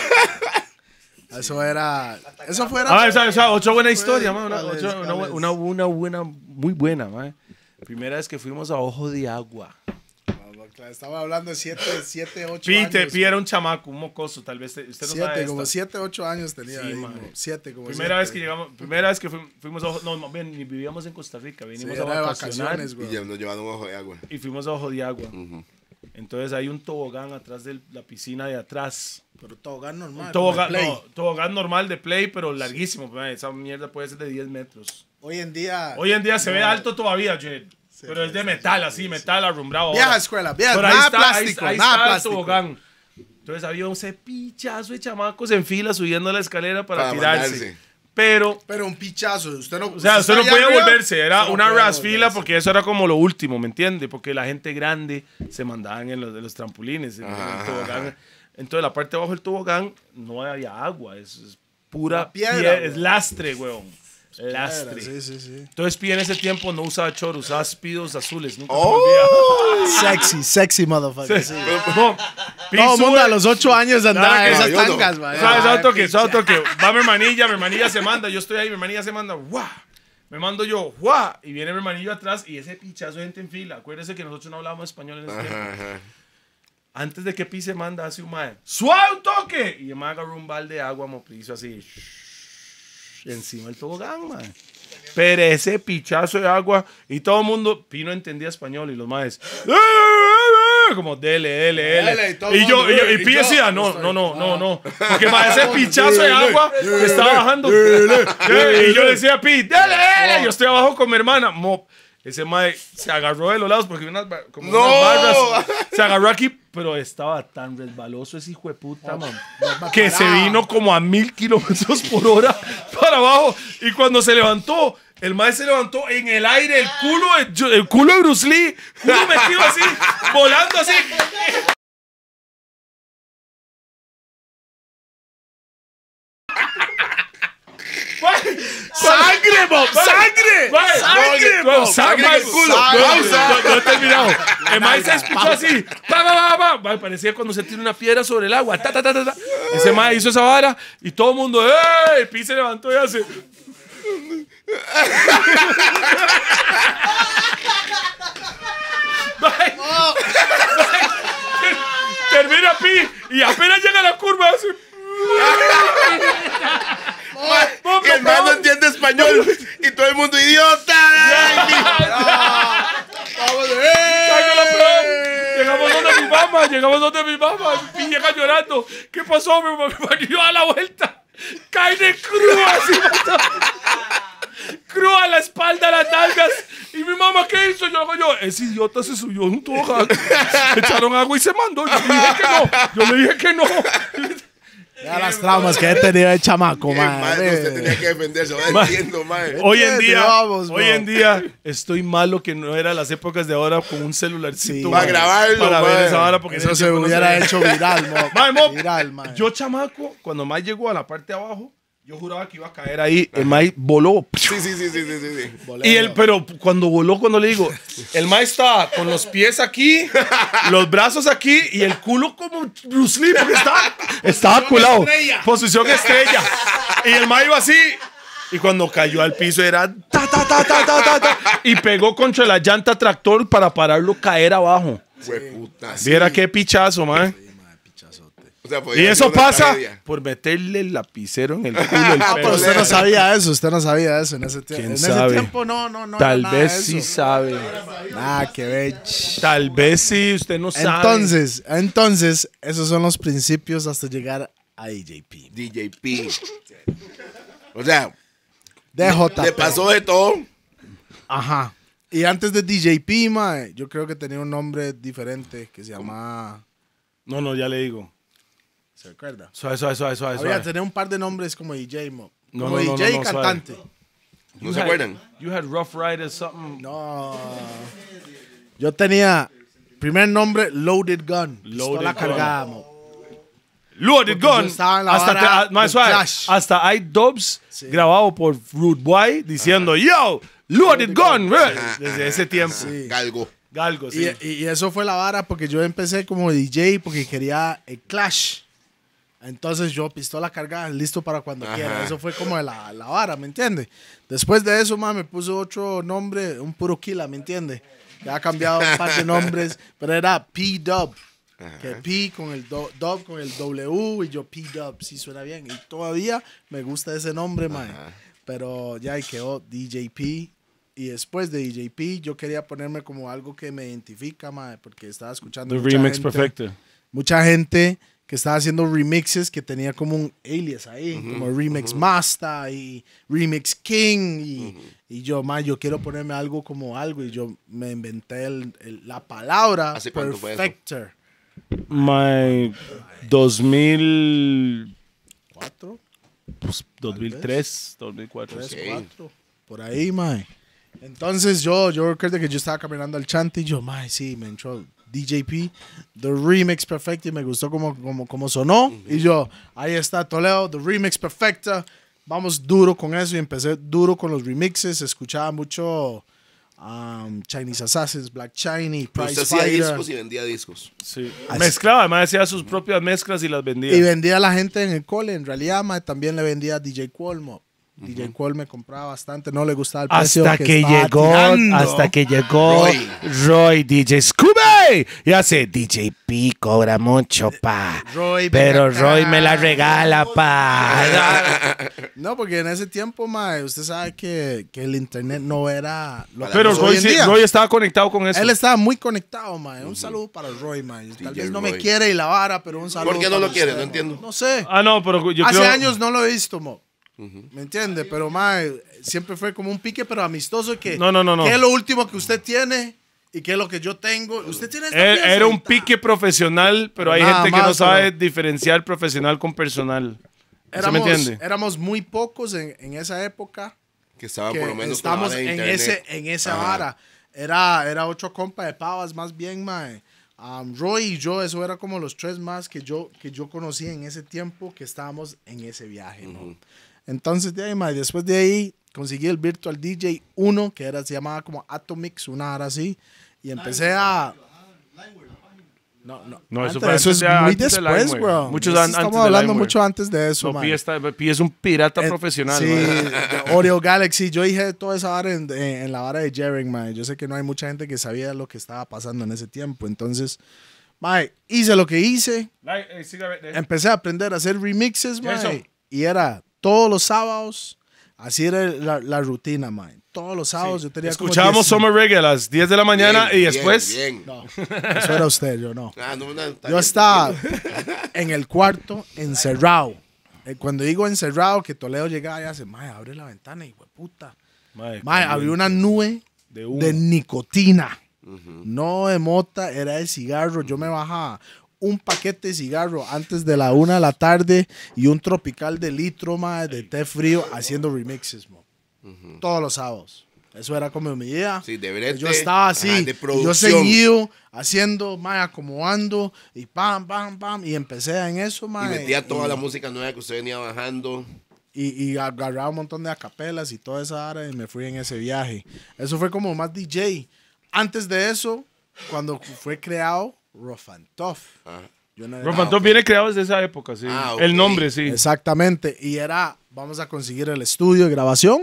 Eso era. Eso fuera.
Ah, esa, esa, otra buena historia, man, una,
¿cuál es?
otra- una,
¿Cuál es?
una, una buena, muy buena, man. Primera vez que fuimos a Ojo de Agua.
Estaba hablando de siete, siete, ocho
Pi, te-
años.
Pi era un chamaco, un mocoso, tal vez te- usted no sabe
Siete, como
esta.
siete, ocho años tenía.
Sí,
ahí,
mae.
mo. Siete, como
Primera
siete.
vez que llegamos, primera vez que fuimos, fuimos a Ojo, no, más bien, ni vivíamos en Costa Rica,
Sí,
vinimos
era
a
de
vacacionar
vacaciones,
Y
güey.
ya nos llevaron un ojo de agua.
y fuimos a Ojo de Agua. Entonces hay un tobogán atrás de la piscina de atrás.
Pero tobogán normal.
Tobogán,
como de play.
no, tobogán normal de play, pero larguísimo. mae, Esa mierda puede ser de diez metros.
Hoy en día.
Hoy en día se ve alto todavía, Jed. Pero es de metal, así, metal arrumbrado.
Vieja
ahora.
escuela, vieja,
Pero ahí
nada
está,
plástico,
ahí, ahí
nada
está el
plástico.
tobogán. Entonces había un cepichazo de chamacos en fila subiendo la escalera para,
Para
tirarse.
mandarse.
Pero,
Pero un pichazo. Usted no.
o sea, usted no
está
podía
allá arriba,
volverse. Era
usted no
una
podía
rasfila
volverse.
porque eso era como lo último, ¿me entiende? Porque la gente grande se mandaban en los, de los trampolines. en el
Ajá,
tobogán.
ajá.
Entonces la parte de abajo del tobogán no había agua. Es, es pura
La piedra,
piedra,
weón.
es lastre, weón. lastre.
Sí, sí, sí.
Entonces, Pi en ese tiempo no usaba choro, usaba speedos azules. Nunca
Oh.
se me olvida.
Sexy, sexy motherfucker. Sí.
No, Pi
Todo el mundo
sube-
a los ocho años andaba
Claro
en
que
esas
no, yo no.
tangas, man.
¿Sabes?
Ay,
Otro que,
pinche.
otro que va mi hermanilla, mi hermanilla se manda, yo estoy ahí, mi hermanilla se manda, ¡guau! Me mando yo, ¡guau! Y viene mi hermanillo atrás y ese pichazo de gente en fila. Acuérdense que nosotros no hablábamos español en ese tiempo.
Ajá, ajá.
Antes de que Pi se manda, hace un mae, ¡suave un toque! Y el mae agarró un balde de agua, moprizo así, encima del tobogán, mae. Pero ese pichazo de agua, y todo el mundo, Pi no entendía español, y los maes, ¡eh, eh, eh! como dele, dele,
Dele,
dele.
y todo
Y
el
yo,
mundo,
y, yo-
y
y Pi
yo,
decía, no,
estoy-
no, no, no,
ah.
no. Porque para ese pichazo de agua que estaba bajando. Y yo le decía a Pi, dele, dele. Yo estoy abajo con mi hermana. Mo- Ese mae se agarró de los lados porque unas, ba- como
¡No!
unas barras. Se agarró aquí, pero estaba tan resbaloso ese hijo de puta, man, que se vino como a mil kilómetros por hora para abajo. Y cuando se levantó, el mae se levantó en el aire, el culo de, el culo de Bruce Lee, culo metido así, volando así.
¡Sangre, Bob! ¡Sangre!
Mae,
¡Sangre,
no,
Bob!
sa-
Sangre
mae,
en el culo.
sa-
Pausa.
No, no he terminado. El mae se escuchó así. Pa, pa, pa, pa. Mae, parecía cuando se tira una piedra sobre el agua. Ta, ta, ta, ta, ta. Ese mae hizo esa vara y todo el mundo, ¡eh! El Pi se levantó y hace. Mae, mae, termina Pi y apenas llega a la curva hace. Bob,
Y el man no entiende español. Y todo el mundo, idiota.
Salga la peor. Llegamos donde mi mamá, llegamos donde mi mamá. Pi llega llorando. ¿Qué pasó? Mi mamá me dio a la vuelta. Cae de crua así. Crua a la espalda, las nalgas. Y mi mamá, ¿qué hizo? Yo hago yo. Ese idiota se subió en un tobogán. Echaron agua y se mandó. Yo le dije que no. Yo le dije que no.
Ya las traumas que he tenido de chamaco,
Man,
man.
usted tenía que defenderse. Ahora
Man.
entiendo, man.
Hoy en
Entiende,
día,
vamos,
hoy
bro.
en día estoy malo que no era las épocas de ahora con un celularcito
Sí.
man,
Para grabarlo,
para
man.
ver esa vara porque en
Eso
ese
se
tiempo no
hubiera
veía.
hecho viral, mo.
Mae, mo,
Viral, man.
yo chamaco, cuando Mike llegó a la parte de abajo, yo juraba que iba a caer ahí. El Mike voló.
Sí, sí, sí, sí, sí, sí, sí.
Y él, pero cuando voló, cuando le digo, el Mike estaba con los pies aquí, los brazos aquí y el culo como Bruce Lee, porque estaba, estaba culado.
estrella.
Posición estrella. Y el Mike iba así. Y cuando cayó al piso era ta, ta, ta, ta, ta, ta, ta, y pegó contra la llanta tractor para pararlo caer abajo.
Hueputa.
Viera qué pichazo, man.
O sea,
Y
podría
eso
ser una
pasa
tragedia.
por meterle el lapicero en el culo. El
Ah, pero
pelo.
usted no sabía eso, usted no sabía eso en ese tiempo.
¿Quién
En
sabe?
ese tiempo no, no, no.
Tal
era nada
vez
de
sí
eso.
sabe.
Nada que ver.
Tal vez sí, usted no sabe.
Entonces, entonces, esos son los principios hasta llegar a D J P.
D J P. O sea,
D J P.
le pasó de todo.
Ajá. Y antes de D J P, mae, yo creo que tenía un nombre diferente que se llamaba...
No, no, ya le digo.
¿Se recuerda?
Suave, suave, suave, suave.
Había,
suave.
tenía un par de nombres como D J, mo.
No,
Como
no, no,
D J
no,
y
no,
cantante.
¿No
You
se
had-
acuerdan?
You had Rough Riders, something.
No. Yo tenía... Primer nombre, Loaded Gun.
Loaded
Pistola
Gun.
cargada, mo.
Loaded
Porque yo
Gun.
estaba en la
Hasta,
vara
te- ah, no,
del
suave.
Clash.
Hasta hay dubs grabado por Rude Boy diciendo, yo, Loaded Gun. right? Desde ese tiempo.
Galgo.
Galgo, sí.
Y, y eso fue la vara porque yo empecé como D J porque quería el Clash. Entonces yo, pistola cargada, listo para cuando
Ajá.
quiera. Eso fue como la, la vara, ¿me entiende? Después de eso, ma, me puso otro nombre, un puro Kila, ¿me entiende? Ya ha cambiado un par de nombres, pero era P-Dub. Que P con el do- Dub con el W y yo P-Dub, sí suena bien. Y todavía me gusta ese nombre, ma. Pero ya ahí quedó D J P. Y después de D J P, yo quería ponerme como algo que me identifica, ma, porque estaba escuchando
The
mucha
Remix
gente-
Perfecto.
mucha gente que estaba haciendo remixes que tenía como un alias ahí, como Remix Master y Remix King. Y, y yo, man, yo quiero ponerme algo como algo. Y yo me inventé el- el- la palabra
¿Hace cuánto fue eso?
Perfector.
My dos mil
¿Cuatro?
pues, dos mil tres, dos mil cuatro.
Tres,
Ok.
cuatro. Por ahí, man. Entonces yo, yo recuerdo que yo estaba caminando al chante y yo, man, sí, me entró D J P, The Remix Perfecta, y me gustó como, como, como sonó. Y yo, ahí está Toledo, The Remix Perfecta, vamos duro con eso y empecé duro con los remixes. Escuchaba mucho um, Chinese Assassins, Black Chiny, Price
Usted hacía
Fighter.
discos y vendía discos.
Sí.
Así-
Mezclaba, además hacía sus propias mezclas y las vendía.
Y vendía a la gente en el cole. En realidad, mae, también le vendía a D J Cuolmo. D J Cuol me compraba bastante, no le gustaba el precio
Hasta
que,
que,
estaba
llegó,
tirando.
hasta que llegó
Roy.
Roy, D J Scooby. Y hace D J P cobra mucho, pa.
Roy,
Pero
ven acá.
Roy me la regala, pa.
No, porque en ese tiempo, mae, usted sabe que, que el internet no era lo que
Pero
es
Roy,
hoy en
sí-
día.
Roy estaba conectado con eso.
Él estaba muy conectado, mae. Un saludo para Roy, mae. Tal
D J
vez no
Roy.
me quiere y la vara, pero un saludo.
¿Por qué no
para
lo quiere?
usted,
No entiendo.
No sé.
Ah, no, pero yo
Hace
creo...
años no lo he visto, mo. ¿Me entiende? Pero, mae, siempre fue como un pique, pero amistoso. Que,
No, no, no, no.
¿Qué es lo último que usted tiene y qué es lo que yo tengo? Usted tiene esta
Era,
pieza
era
y
un
ta.
pique profesional, pero hay
Nada
gente que no
más,
sabe
pero-
diferenciar profesional con personal. ¿Se
Éramos,
me entiende?
éramos muy pocos en, en esa época.
Que estaban
que
por lo menos con la
estamos
vara de
en
internet.
ese en esa
Ajá.
vara. Era, era ocho compas de pavas más bien, mae. Um, Roy y yo, eso era como los tres más que yo, que yo conocí en ese tiempo que estábamos en ese viaje, ¿no? Entonces, de ahí, mae, después de ahí, conseguí el Virtual D J uno, que era, se llamaba como Atomix, una hora así, y empecé a... No, no,
No, eso
antes-
fue
eso
antes
es
de-
muy
antes de
después,
LimeWire.
bro.
Muchos
Eso
an-
estamos
antes de
hablando
LimeWire.
mucho antes de eso,
No,
mae.
Pi, está- Pi es un pirata
Eh,
profesional.
Sí,
man.
de Oreo Galaxy. Yo dije toda esa vara en, en- en la vara de Jaren, man. Yo sé que no hay mucha gente que sabía lo que estaba pasando en ese tiempo. Entonces, mae, hice lo que hice.
Like, eh, cigarette there.
Empecé a aprender a hacer remixes, mae.
Eso.
Y era todos los sábados. Así era la, la rutina, mae. Todos los sábados yo tenía como
Escuchábamos
diez-
Summer Reggae a las diez de la mañana
Bien,
y después...
Bien, bien.
No, eso era usted, yo no.
Ah, no, no, está
Yo
bien,
estaba
entiendo.
en el cuarto encerrado. Eh, Cuando digo encerrado, que Toledo llegaba y hace, mae, abre la ventana, hijo de puta.
Mae,
Mae, había una nube
De
de,
humo.
nicotina. No de mota, era de cigarro. Yo me bajaba un paquete de cigarro antes de la una de la tarde y un tropical de litro, mae, de té frío haciendo remixes, mo. Todos los sábados. Eso era como mi idea.
Sí, de brete,
Yo estaba así.
ajá, de
y yo
producción.
seguido haciendo, mae, acomodando y pam, pam, pam. Y empecé en eso,
Y
mae.
metía toda
y-
la música nueva que usted venía bajando.
y, y agarraba un montón de acapelas y toda esa área y me fui en ese viaje. Eso fue como más D J. Antes de eso, cuando fue creado Rough and Tough.
Ajá.
Yo no era-
Rough and Tough viene creado desde esa época, sí.
Ah, ok.
El nombre, sí.
Exactamente. Y era, vamos a conseguir el estudio de grabación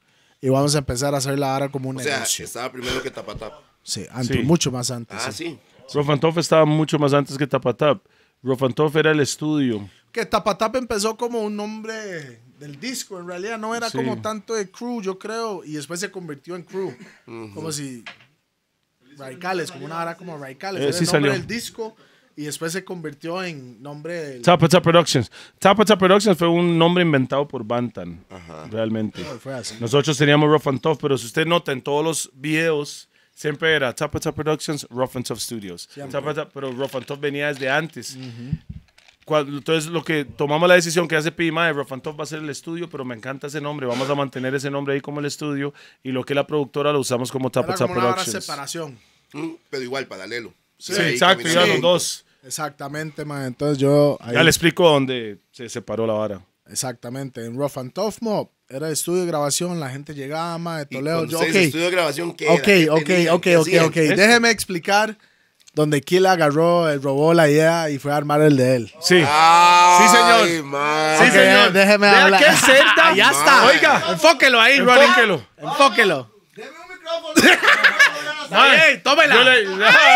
y vamos a empezar a hacer la área como un
O sea,
negocio.
estaba primero que Tapatap.
Sí, antes,
Sí.
mucho más antes.
Ah,
sí.
sí.
Rough and Tough estaba mucho más antes que Tapatap. Rough and Tough era el estudio.
Que Tapatap empezó como un nombre del disco, en realidad no era
Sí.
como tanto de crew, yo creo, y después se convirtió en crew. Como si Radicales, como una hora como Radicales,
Eh,
era
sí
el nombre
salió.
del disco y después se convirtió en nombre del...
Tapatap Productions. Tapatap Productions fue un nombre inventado por Bantan. Realmente.
Fue así.
Nosotros teníamos Rough and Tough, pero si usted nota en todos los videos, siempre era Tapatap Productions, Rough and Tough Studios. Tapatap, pero Rough and Tough venía desde antes. Cuando- entonces, lo que tomamos la decisión que hace Pima de Rough and Tough va a ser el estudio, pero me encanta ese nombre. Vamos a mantener ese nombre ahí como el estudio y lo que es la productora lo usamos como
Era
Tapatap
como una hora
Productions.
separación.
Mm, pero igual, paralelo.
Sí,
Ahí
exacto,
caminando
ya los
juntos.
dos.
Exactamente, man. Entonces yo... ahí-
Ya le explico dónde se separó la vara.
Exactamente. En Rough and Tough Mob era el estudio de grabación, la gente llegaba, man, de
Y
Toledo.
cuando
Yo,
ustedes
ok,
estudio de grabación, ¿qué era?
ok,
¿Qué
ok,
tenían?
ok,
¿Qué
ok,
hacían?
ok. Déjeme explicar donde Kill agarró, eh, robó la idea y fue a armar el de él.
Sí.
Ay,
Sí, señor.
man.
Sí,
Ok,
señor.
Déjeme
Vea
hablar.
qué cerda.
Ya está.
Oiga.
Enfóquelo ahí, Ronnie.
Enfóquelo.
Enfóquelo.
Mae,
Ey, tómela.
yo le-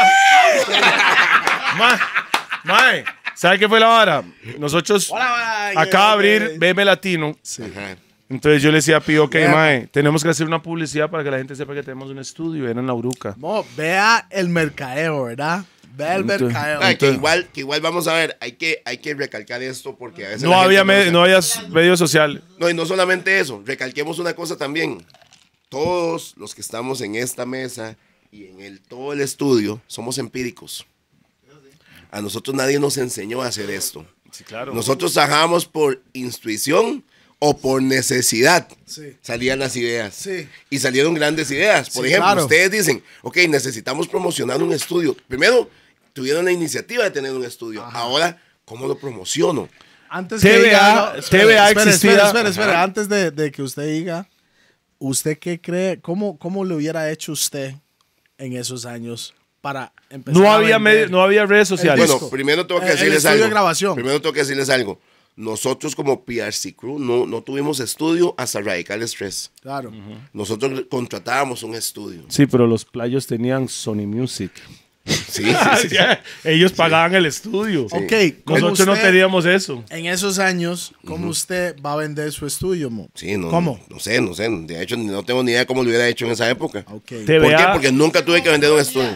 Mae, mae, ¿sabe qué fue la vara? Nosotros
Hola, mae.
acá a abrir B M Latino.
Ajá.
Entonces yo le decía a Pío, ok,
Yeah.
mae, tenemos que hacer una publicidad para que la gente sepa que tenemos un estudio. Era en la Uruca.
Mo, vea el mercadeo, ¿verdad? Vea el
Entonces-
mercadeo.
Ay, que igual, que igual vamos a ver, hay que, hay que recalcar esto porque a veces
No
la gente
había,
lo
me-
sabe.
no había medio social.
No, y no solamente eso, recalquemos una cosa también. Todos los que estamos en esta mesa y en el, todo el estudio somos empíricos. A nosotros nadie nos enseñó a hacer esto.
Sí, claro.
Nosotros trabajamos por intuición o por necesidad.
Sí.
Salían las ideas.
Sí.
Y salieron grandes ideas. Por
Sí,
ejemplo,
claro.
ustedes dicen, ok, necesitamos promocionar un estudio. Primero, tuvieron la iniciativa de tener un estudio. Ahora, ¿cómo lo promociono?
Antes
T V A,
que diga, no,
T V A
espere,
existía.
espere, espere, espere. Antes de, de que usted diga, ¿usted qué cree? ¿Cómo, cómo le hubiera hecho usted en esos años para empezar
No
a
había,
vender?
medio- no había redes sociales.
disco.
Bueno, primero tengo que
El- el
decirles
estudio
algo.
de grabación.
Primero tengo que decirles algo. Nosotros como P R C Crew no, no tuvimos estudio hasta Radical Stress.
Claro.
Nosotros contratábamos un estudio.
Sí, pero los playos tenían Sony Music.
Sí, sí, sí.
Ellos pagaban el estudio.
Ok, ¿cómo
Nosotros no
usted-
teníamos eso.
En esos años, ¿cómo usted va a vender su estudio, mo?
Sí, no,
¿Cómo?
No, no sé, no sé. De hecho, no tengo ni idea de cómo lo hubiera hecho en esa época.
Ok.
Te-
¿Por qué?
T V A.
Porque nunca tuve que vender un estudio.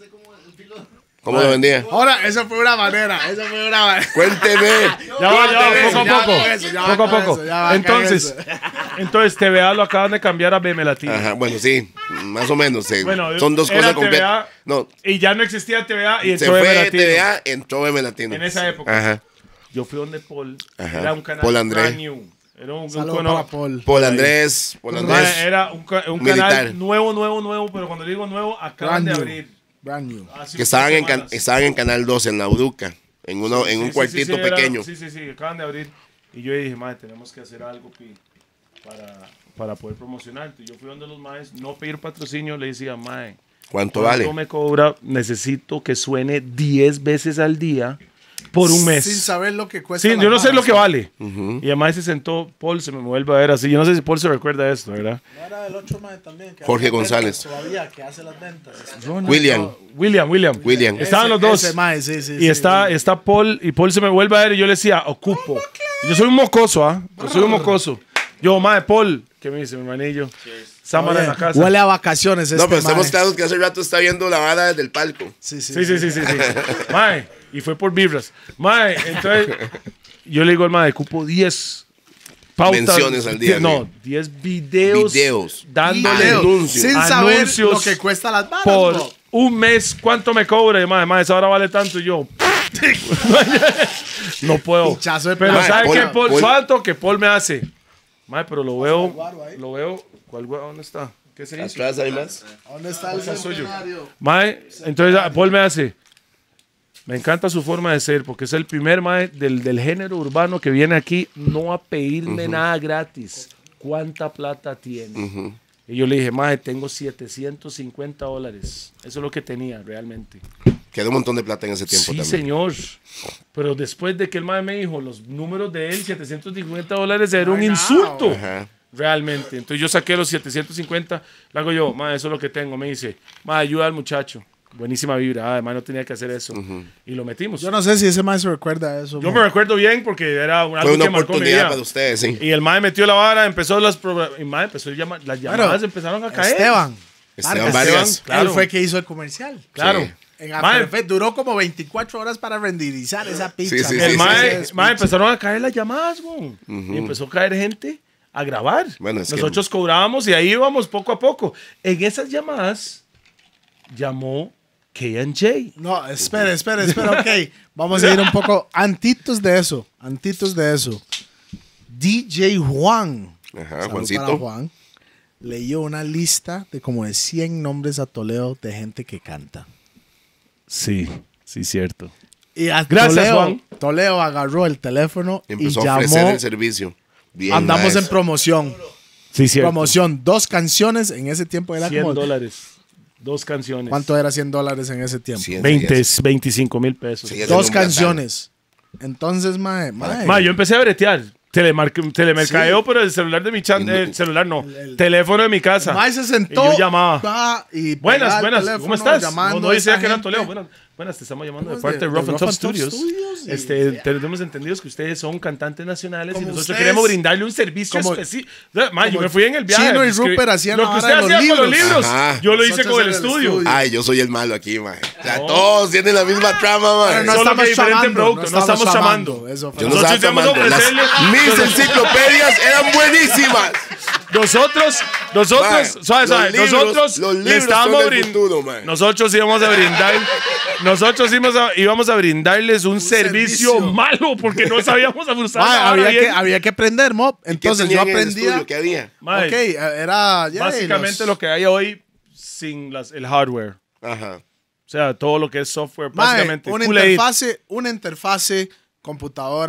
¿Cómo lo vendía?
Ahora, esa fue una manera. Esa fue una manera.
Cuénteme.
Ya va, ya va,
Cuénteme
poco a
eso, ya
poco.
va con eso, ya va
Poco a
con
poco.
eso, ya va con
Entonces,
eso.
entonces T V A lo acaban de cambiar a B M Latino.
Ajá, bueno, sí, más o menos. sí.
Bueno,
Son dos
era
cosas
T V A,
completas. No,
Y ya no existía T V A y
se
entró B M
fue
Latino.
T V A, entró B M Latino.
En esa época.
Ajá.
Yo fui donde Paul.
Ajá.
Era un canal
Paul André.
brand new. Era un, un
Saludos
cono-
para Paul.
Paul Andrés, Paul
Ma,
Andrés.
Era un, ca- un
Militar.
canal nuevo, nuevo, nuevo, pero cuando digo nuevo, acaban
Brand
de
new.
abrir.
Brand new.
Hace
Que estaban
unas
en, can-
semanas.
estaban en Canal dos, en La Uruca, en, uno, en
Sí,
un
sí,
cuartito
sí, sí, era-
pequeño.
sí, sí, sí, acaban de abrir. Y yo dije, madre, tenemos que hacer algo, Pi, para, para poder promocionar. Entonces yo fui donde los maes, no pedir patrocinio, le decía, madre,
¿Cuánto vale?
¿cuánto me cobra? Necesito que suene diez veces al día por un mes.
Sin saber lo que cuesta.
Sí,
la
yo no sé
vara.
lo que vale. Y además se sentó, Paul se me vuelve a ver así. Yo no sé si Paul se recuerda de esto, ¿verdad?
No era el otro mae también. que
Jorge
hace las
González.
ventas Todavía, que hace las ventas.
William.
William, William.
William.
Estaban
Ese-
los dos.
ese mae, sí, sí,
y
sí,
está,
sí.
está Paul, y Paul se me vuelve a ver y yo le decía, ocupo. Yo soy un mocoso, ¿ah? Yo soy un mocoso. Yo, madre, Paul, ¿qué me dice mi hermanillo? Sámara en la casa.
Huele a vacaciones.
No,
este
pero estamos
mae.
claros que hace rato está viendo la vara desde el palco.
Sí, sí,
Sí, sí, sí, sí, sí. Mae, y fue por vibras. Mae, entonces, yo le digo al mae, cupo diez pautas.
Menciones al día,
No,
sí.
diez videos.
Videos.
Dándole
Videos,
anuncios.
Sin saber
Anuncios
lo que cuesta las varas.
por
bro.
un mes. ¿Cuánto me cobra? Y mae, mae, esa hora vale tanto. Y yo, no puedo.
Pinchazo de
Pero
plata.
¿sabe
Paul-
qué, Paul?
Paul-
¿Cuánto que Paul me hace? Mae, pero lo veo, lo veo. ¿Cuál huevo? ¿Dónde está? ¿Qué se hizo?
Atrás hay más.
¿Dónde está el
Ese es suyo.
centenario?
Mae, entonces ah, Paul me hace. Me encanta su forma de ser porque es el primer mae del, del género urbano que viene aquí no a pedirme nada gratis. ¿Cuánta plata tiene? Y yo le dije, mae, tengo setecientos cincuenta dólares. Eso es lo que tenía realmente.
Quedó un montón de plata en ese tiempo
Sí,
también.
señor. Pero después de que el mae me dijo los números de él, setecientos cincuenta dólares era un insulto.
Ajá.
Realmente. Entonces yo saqué los setecientos cincuenta. Le hago yo, mae, eso es lo que tengo. Me dice, mae, ayuda al muchacho. Buenísima vibra. Además no tenía que hacer eso. Y lo metimos.
Yo no sé si ese mae se recuerda de eso.
Yo
mo.
me recuerdo bien porque era un- algo
Fue una
que marcó mi
oportunidad
vida.
para ustedes, sí.
Y el mae metió la vara, empezó las pro- y mae empezó a llamar, las
Bueno,
llamadas empezaron a caer.
Esteban.
Esteban
Vargas.
Vargas.
Claro.
Él fue que hizo el comercial.
Claro.
Sí.
En
Mae,
After Effects duró como veinticuatro horas para renderizar esa picha.
Sí, sí,
mo.
el
sí,
mae,
sí,
mae, empezaron a caer las llamadas, güey. Y empezó a caer gente a grabar.
Bueno, es que-
Nosotros cobrábamos y ahí íbamos poco a poco. En esas llamadas llamó K and J.
No, espere, espere, espere, ok. Vamos a ir un poco antitos de eso. Antitos de eso. D J Juan.
Ajá,
Salud
Juancito.
para Juan. Leyó una lista de como de cien nombres a Toledo de gente que canta.
Sí, sí, cierto.
Y a
Gracias,
Toledo,
Juan.
Toledo agarró el teléfono
Y
y,
empezó a
llamó.
ofrecer el servicio. Bien,
Andamos
nice.
en promoción.
Sí, cierto.
Promoción. Dos canciones en ese tiempo era
cien
como.
dólares. Dos canciones.
¿Cuánto era cien dólares en ese tiempo?
Cien,
veinte,
sí,
veinticinco mil pesos.
Sí, es
Dos
un platal.
canciones. Entonces, mae, mae.
Ma, yo empecé a bretear. Telemarque, telemercadeo, pero el celular de mi chan,
Y no-
el celular no. Teléfono de mi casa.
Mae se sentó.
Y yo llamaba.
va, y
Buenas,
pegaba el
buenas.
teléfono
¿Cómo estás?
llamando
No, no
a
decía
esa
que era
gente.
Toledo. Buenas, buenas, te estamos llamando de
¿Cómo
parte
es
de
de-
Rough
de
and Tough
Rough and Tough
Studios.
Studios? Y-
Este, tenemos entendido que ustedes son cantantes nacionales y
Como
nosotros
ustedes-
queremos brindarle un servicio
como-
específico. Ma, yo
como
me fui en el viaje.
Chino y
escribí-
Rupert hacían
Lo
la
que usted
vara de los
hacía con los
libros.
libros,
Ajá.
yo lo hice
Nosotros
con el
en el
estudio.
estudio.
Ay, yo soy el malo aquí, man. O sea,
No.
todos tienen la misma trama, man.
Pero no
Solo
estamos
que diferente
llamando,
producto, no estamos
llamando.
llamando.
Eso fue.
Yo no
Nosotros
estaba
íbamos a
tomando. Las-
ofrecerle-
mis enciclopedias eran buenísimas.
Nosotros, nosotros,
Man,
suave,
los
suave,
libros-
nosotros
los
le
libros
estábamos
son el
brin-
futuro, man.
nosotros íbamos a brindar, nosotros íbamos a, íbamos a brindarles un, servicio,
servicio.
malo porque no sabíamos usar
Mae,
la vara
había,
bien.
que, había que aprender, mob. Entonces
¿Qué
yo
tenían en el
aprendía.
estudio? ¿Qué había?
Mae,
Ok, era. ya,
básicamente
los-
lo que hay hoy sin las, el hardware.
Ajá.
O sea, todo lo que es software,
Mae,
básicamente.
una
Kool-Aid.
interfase, una interfase, computadora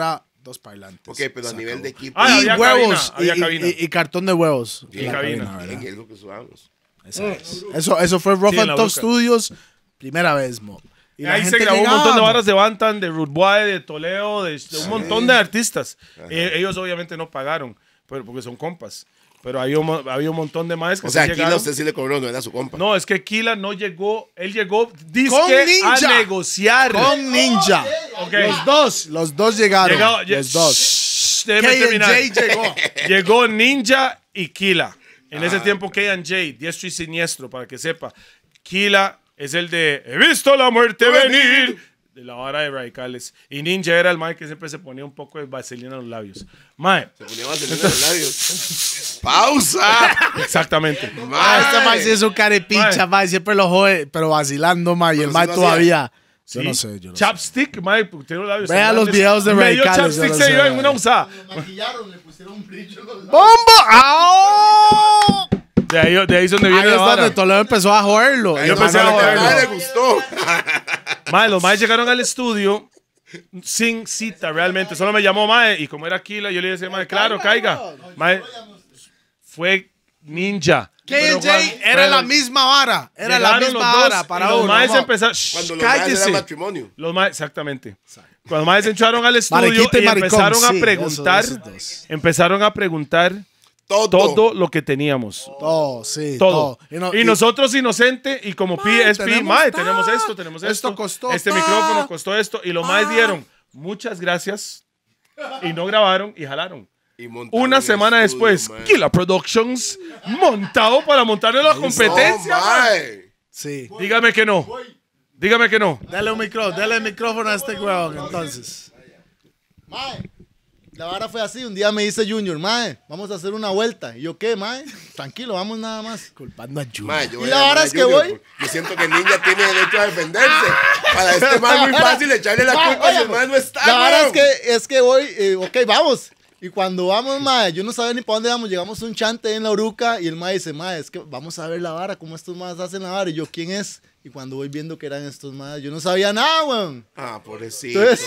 dos parlantes.
Ok, pero a nivel de equipo.
Ah,
y
había
huevos,
cabina, había
y,
cabina.
y- y cartón de huevos.
Y
La
cabina.
¿verdad?
Bien, es lo que usamos.
Esa es. Eso, eso fue Rough
Sí, en
and
la
Tough
Bruca.
Studios, primera vez, mo. Y la
Ahí se
gente
grabó un
llegaba,
montón de
mo.
varas de Bantan, de Rude Boy, de Toledo, de, de un montón de artistas. Eh, ellos obviamente no pagaron, pero, porque son compas. Pero había un, mo- había un montón de maes que
O sea,
sí
Aquila
llegaron.
usted sí le cobró, no era su compa.
No, es que Kila no llegó, él llegó
Con
disque
Ninja.
a negociar.
Con Ninja.
Ok.
Los dos, los dos llegaron.
Llegó-
los dos.
Shh, déjeme
K
terminar.
and J llegó.
Llegó Ninja y Kila. En
Ah,
ese tiempo K and J, diestro y siniestro, para que sepa. Kila es el de He visto la muerte venir, de la vara de Radicales. Y Ninja era el mae que siempre se ponía un poco de vaselina en los labios. Mae,
Se ponía vaselina en los labios. ¡Pausa!
exactamente.
Ah, este mae sí es un carepicha,
Mae.
mae. Siempre lo jode, pero vacilando, mae. Y el
Pero
mae
sí lo
todavía. Yo
Sí.
no sé, yo no sé.
Chapstick, mae, tiene los labios.
Vea
grandes.
los videos de
Medio
Radicales, yo
chapstick
no
se
sé,
dio en
mae.
una usada.
Lo maquillaron, le pusieron un brillo en los labios.
¡Bombo! ¡Au!
De ahí, de ahí es donde
Ahí
viene
es
la vara.
donde Toledo empezó a joderlo.
Ahí
Yo
no,
pensé
no,
a
no,
joderlo.
no le gustó.
Mae, los maes llegaron al estudio sin cita realmente. Solo me llamó mae y como era Aquila, yo le dije, mae, claro, caiga. Mae, fue Ninja.
K
Pero
and J
cuando-
era
pero
la misma vara. Era la
llegaron
misma
los dos
vara
y
para
los
uno.
maes
mo.
empezaron.
Cuando los
cállese.
maes eran matrimonio.
Los maes, exactamente. Cuando maes entraron al estudio
Mariquita y
y
maricón,
empezaron a
sí,
preguntar,
esos- esos dos.
empezaron a preguntar
Todo.
todo lo que teníamos.
Todo, sí.
Todo.
Y, no-
y,
y-
nosotros inocente y como Pi
Mae,
es Pi,
tenemos
mae,
ta,
tenemos esto, tenemos esto.
esto costó
Este
ta,
micrófono costó esto. Y los maes
ah.
dieron muchas gracias y no grabaron y jalaron.
Y montaron
Una
el
semana
estudio,
después,
mae.
Killa Productions montado para montarle la competencia.
No,
mae.
mae.
Sí.
Dígame que no. Dígame que no.
Dale un micrófono, dale el micrófono a este huevón, entonces.
Mae, la vara fue así. Un día me dice Junior, mae, vamos a hacer una vuelta. Y yo, ¿qué, mae? Tranquilo, vamos nada más.
Culpando a Junior.
Mae, yo voy
¿Y
a
la
llamar
vara
a
es que
Junior,
voy?
porque Yo siento que el ninja tiene derecho a defenderse. Para este man es muy fácil echarle la
Mae,
culpa si el
óigame,
man no está.
La vara
weón.
es que, es que voy, eh, ok, vamos. Y cuando vamos, mae, yo no sabía ni para dónde vamos. Llegamos a un chante en la Uruca y el mae dice, mae, es que vamos a ver la vara, cómo estos maes hacen la vara. Y yo, ¿quién es? Y cuando voy viendo que eran estos maes, yo no sabía nada, weón.
Ah, pobrecito.
Entonces,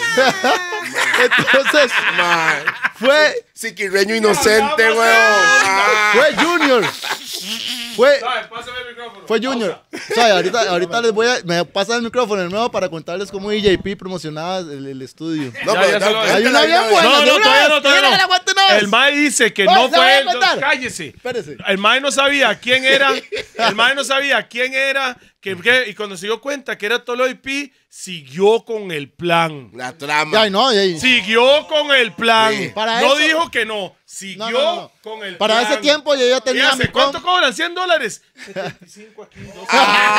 entonces
Mae.
fue,
Siquirreño inocente, weón. Ah.
fue Junior. Fue,
Pásame el micrófono.
Fue Junior. O sea, ahorita, ahorita les voy a. Me pasan el micrófono de nuevo para contarles cómo D J P promocionaba el, el estudio.
No,
Ya,
pero
ya
da-
se lo-
cuéntala
Hay una
de
bien
vez.
buena.
No,
de
no,
una
todavía
vez.
no, todavía
Mira,
no.
la aguante una vez.
El Mae dice que
No,
no
se la voy
fue
a
el...
contar.
Cállese.
Espérese.
El Mae no sabía quién era. El Mae no sabía quién era. Que, que- y cuando se dio cuenta que era Tolo y Pi, siguió con el plan.
La trama.
Ya, no, ya,
Siguió con el plan.
Sí.
Para
no
eso-
dijo que no. Siguió
No, no, no.
con el
Para
plan.
ese tiempo yo ya
¿Y
tenía
hace
mi
cuánto
com-
cobran? ¿cien dólares? setenta y cinco aquí. dos.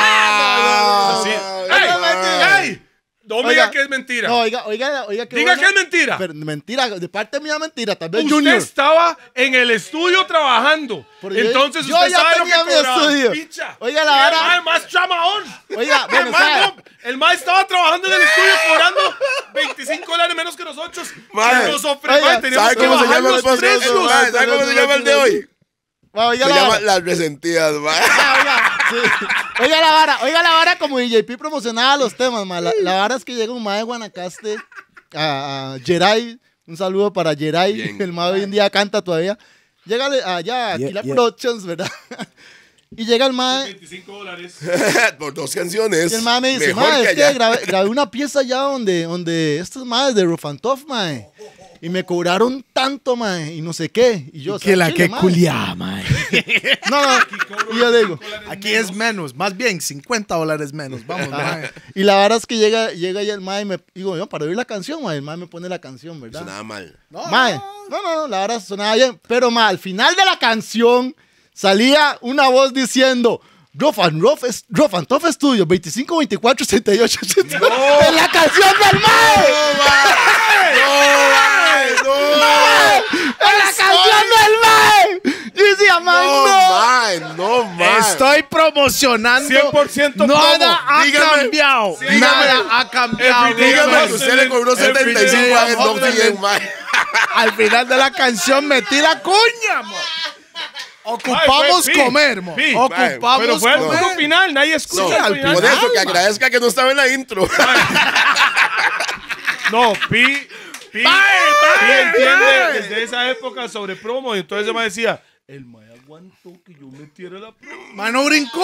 Ah,
Sí.
ay,
¡Ey!
ay.
¡Ey! No me
Oiga,
diga que es mentira.
No, oiga, oiga, oiga. qué
Diga
bueno.
que es mentira.
Pero, mentira, de parte mía mentira, tal vez
Usted
Junior.
estaba en el estudio trabajando.
Porque
Entonces
yo
usted
ya
sabe lo que
tenía mi
cobraba.
estudio.
Picha.
Oiga, la
Y el
vara-
mae más chamaón.
Oiga,
el,
bueno,
mae,
¿sabe?
no, el mae estaba trabajando en el estudio cobrando veinticinco dólares menos que nosotros.
Mae,
Que nos ofre-
oiga,
mae, teníamos
¿Sabe
que
cómo se
bajar
llama el
los
podcast?
precios.
Mae, ¿Sabe cómo se llama el de hoy?
Va, oiga
Se
la
llama
vara.
Las Resentidas, mae.
Ah, oiga, sí. Oiga la vara, oiga la vara como D J P promocionaba los temas, ma. La, la vara es que llega un mae de Guanacaste a, a Jeray. Un saludo para Jeray.
Bien.
El mae hoy en día canta todavía. Llega allá a
Yeah,
Aquila
yeah.
Productions, ¿verdad? Y llega el mae.
veinticinco dólares.
Por dos canciones.
Y el mae me dice,
Mejor
mae, es que
allá.
grabé, grabé una pieza allá donde, donde estos maes de Rough and Tough, mae. Y me cobraron tanto, mae, y no sé qué. Y yo,
Que la
"Chile,
que
mae".
culiá, mae.
No, no. Y yo digo,
Aquí es menos, más bien cincuenta dólares menos. Vamos, mae.
y la vara es que llega, llega ya el mae y me digo, yo, para oír la canción, mae, el mae me pone la canción, ¿verdad?
Sonaba mal.
Mae, no, no, no, la vara sonaba bien. Pero, mae, al final de la canción salía una voz diciendo, Rough and, Rough es, Rough and Tough Studio, veinticinco, veinticuatro, sesenta y ocho, ochenta. ¡En la canción del mae! ¡En la canción del mae! Yo decía, mae,
No,
no.
mae, no, mae.
Estoy promocionando.
cien por ciento
Nada
promo.
ha
Dígame,
cambiado.
dígame.
Nada ha cambiado.
Everyday
Dígame
Dígame,
que usted le cobró
everyday
setenta y cinco a no
hustling.
cien, mae.
Al final de la canción metí la cuña, mo. Ocupamos
Ay, fue,
comer, mo.
pi,
Ocupamos
Pero fue al
comer.
punto final, nadie
No,
escucha al final.
por eso que
alma.
agradezca que no estaba en la intro.
No, Pi, Pi, Pi entiende desde esa época sobre promo y entonces me decía, el mae aguantó que yo metiera la promo.
Mae, no brincó.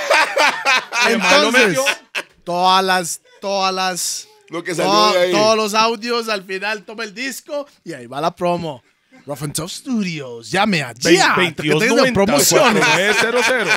El mae lo
Entonces,
metió.
todas las, todas las,
Lo que salió
to-
de ahí.
todos los audios, al final toma el disco y ahí va la promo. Rough and Tough Studios, llame a Gia.
veintidós
Tengo
noventa,
promociones.
cero cero.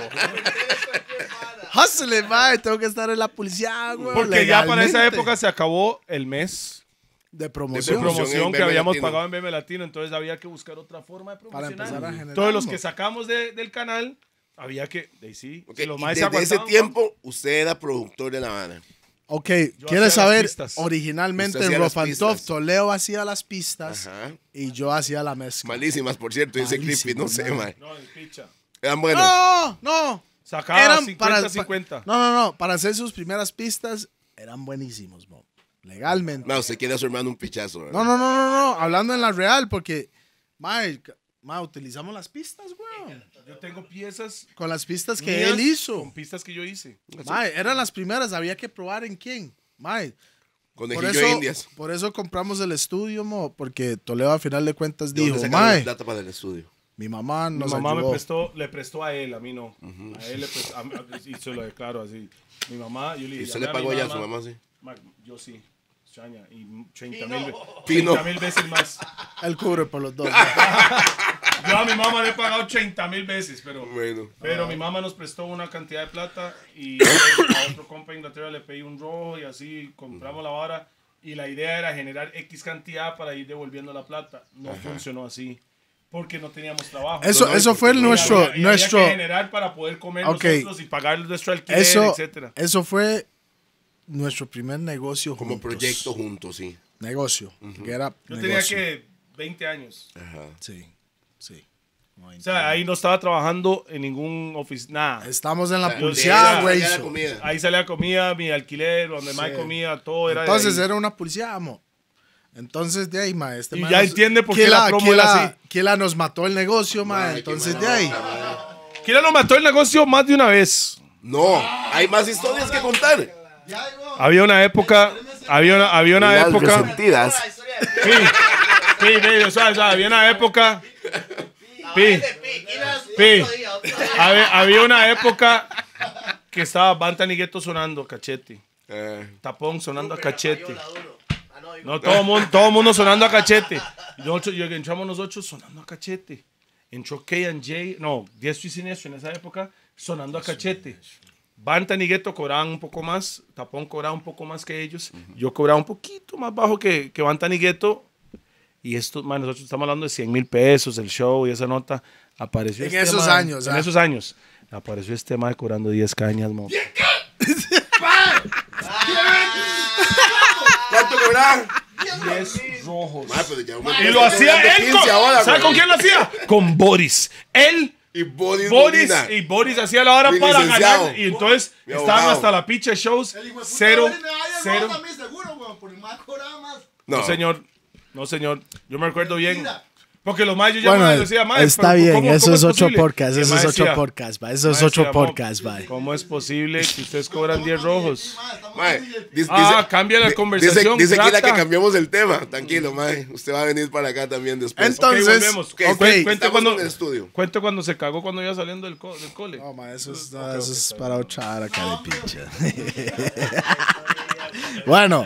Hustle, mae, tengo que estar en la policía, güey.
Porque ya para esa
legalmente.
época se acabó el mes
de
de
promoción.
promoción.
promoción
en
que
B M
habíamos
Latino.
pagado en B M Latino, entonces había que buscar otra forma de
Para
promocionar.
empezar a generar
Todos los
algo.
que sacamos de- del canal, había que, de ahí sí,
Ok,
si los
y
maes se
desde ese
aguantaban,
tiempo, usted era productor de La Habana.
Ok,
hacía
¿quieres
las
saber?
pistas.
Originalmente
Usted
en
hacía las
Rough and
pistas.
Tough, Toledo hacía las pistas
Ajá.
y yo hacía la mezcla.
Malísimas, por cierto, ese creepy, no
Malísimas,
sé,
man.
man.
No, el picha.
Eran buenos.
No, no.
Sacaba
Eran
cincuenta
para-
cincuenta.
No, no, no. Para hacer sus primeras pistas, eran buenísimos, mo. Legalmente.
No, usted quiere a su hermano un pichazo, ¿verdad?
No, no, no, no, no. Hablando en la real, porque, mae, ca- mae, utilizamos las pistas, güey.
Yo tengo piezas
Con las pistas que
mías
él hizo.
con pistas que yo hice.
Mae, eran las primeras. Había que probar en quién. Mae. Por
Conejillo
eso,
de Indias.
por eso compramos el estudio, mo, porque Toledo al final de cuentas
¿De dónde
dijo,
sacaron la
mae,
plata para el estudio?
mi mamá
Mi
nos
mamá me
ayudó.
prestó, le prestó a él, a mí no. A él le prestó, a mí- y se lo declaro así. Mi mamá, yo le
¿Y
dije.
usted
"Llamé
le
a
pagó
mi
ya a su mamá, sí?
Ma- Yo sí, extraña. Y treinta mil ve-
Pino.
treinta mil veces más.
Él cubre por los dos.
Yo a mi mamá le he pagado treinta mil veces, pero,
Bueno.
pero mi mamá nos prestó una cantidad de plata y a otro compa en Inglaterra le pedí un rojo y así compramos la vara. Y la idea era generar X cantidad para ir devolviendo la plata. No funcionó así. Porque no teníamos trabajo.
Eso,
No, no,
eso fue
porque
Y
nuestro,
había- y había
nuestro,
que generar para poder comer
Ok.
nosotros y pagar nuestro alquiler,
eso,
etcétera.
eso fue nuestro primer negocio
Como
juntos.
proyecto juntos, sí.
Negocio, que era
Yo
negocio.
tenía que veinte años.
Ajá.
Sí, sí.
O sea, ahí no estaba trabajando en ningún oficina. Nada.
Estamos en la
Yo
publicidad,
decía,
güey.
Ya la comida.
Ahí salía comida, mi alquiler, donde más comía, todo era de
Entonces
ahí.
era una publicidad, amo. Entonces de ahí, ma, este
Y
ma
ya
nos-
entiende por qué
Kila-
la promo
Kila-
era así.
Kila nos mató el negocio, ma.
Ay, qué
Entonces
mala
de ahí.
onda, madre.
Kila nos mató el negocio más de una vez.
No, hay más historias que contar.
Había una época, había una, había una
Las
época.
resentidas.
Sí, sí, baby, suave, suave, había una época. Pi, Pi, había, había una época que estaba Bantan y Gueto sonando a cachete.
Eh,
Tapón sonando a cachete. No, todo mundo, todo mundo sonando a cachete. Y nosotros, y entramos nosotros sonando a cachete. Entró K and J, no, diez y Siniestro en esa época, sonando a cachete. Bantan y Gueto cobraban un poco más, Tapón cobraba un poco más que ellos. Yo cobraba un poquito más bajo que, que Bantan y Gueto. Y esto, man, nosotros estamos hablando de cien mil pesos, el show y esa nota. Apareció
En
este
esos
man-
años,
En
ah.
esos años. Apareció este man cobrando diez cañas, mo.
¿Cuánto cobraban?
diez rojos.
Ah, pero ya
Y lo hacía él con,
quince ahora,
¿sabe
güey.
con quién lo hacía? Con Boris. Él,
Y Boris,
Boris
Molina.
y Boris hacía la hora
Mi
para
licenciado.
ganar. Y entonces
Mi
estaban
abogado.
hasta la picha de shows. Cero, cero.
No,
No, señor. No, señor. Yo me recuerdo bien. Porque los mayos ya
Bueno,
me decían, "Mae,
está
pero
bien,
¿cómo-
eso
cómo
es otro
posible?"
podcast,
Y el
eso
mae
es otro
decía,
podcast, va, eso es
mae
otro
decía,
podcast,
"Mo,
va.
¿Cómo es posible que ustedes cobran diez rojos?
mae, dice-
Ah,
dice-
cambia la
di-
conversación,
Dice, dice Kila
rata.
que cambiamos el tema. Tranquilo, mae. Usted va a venir para acá también después.
Entonces-
Ok, volvemos.
Ok,
Cu- Cuente
estamos
cuando,
en el estudio.
cuente cuando se cagó cuando iba saliendo del, co- del cole.
No, ma, eso es, no, eso es para otra hora, cara de pinche. Bueno,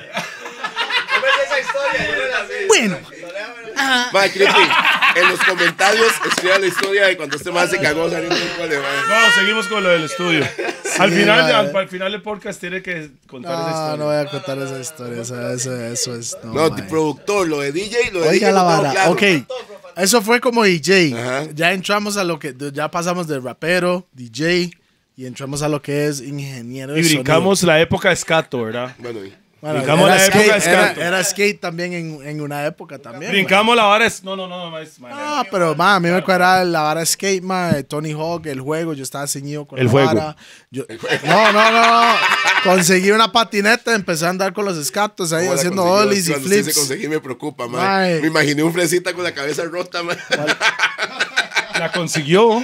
bueno.
Mae, Creepy, en los comentarios escriba la historia de cuando este man se cagó saliendo del cole, mae.
No, seguimos con lo del estudio. al, final,
vale.
al, al final del podcast tiene que contar esa
No,
historia.
no voy a contar esa historia, eso, eso, eso es... No,
No,
ma.
tu productor, lo de D J, lo de
Oiga
D J
la
lo tengo
vara,
claro.
ok. Eso fue como D J.
Ajá.
Ya entramos a lo que, ya pasamos de rapero, D J, y entramos a lo que es ingeniero de
Y brincamos la época de Scato, ¿verdad?
Bueno, y-
sonido. Bueno,
brincamos
era
la época
skate,
de Scanto.
era, era skate también en, en una época también.
Brincamos la vara. es- No, no, no, no. es-
Ah, pero ma, a mí me cuadra la vara skate, ma, de Tony Hawk, el juego, yo estaba ceñido con
El
la
juego.
vara. Yo- no, no, no, conseguí una patineta, empecé a andar con los escatos ahí
¿cómo la
haciendo
consiguió?
ollies y
Cuando sí se
flips.
conseguí me preocupa, mae.
Mae.
Me imaginé un fresita con la cabeza rota, mae.
La consiguió.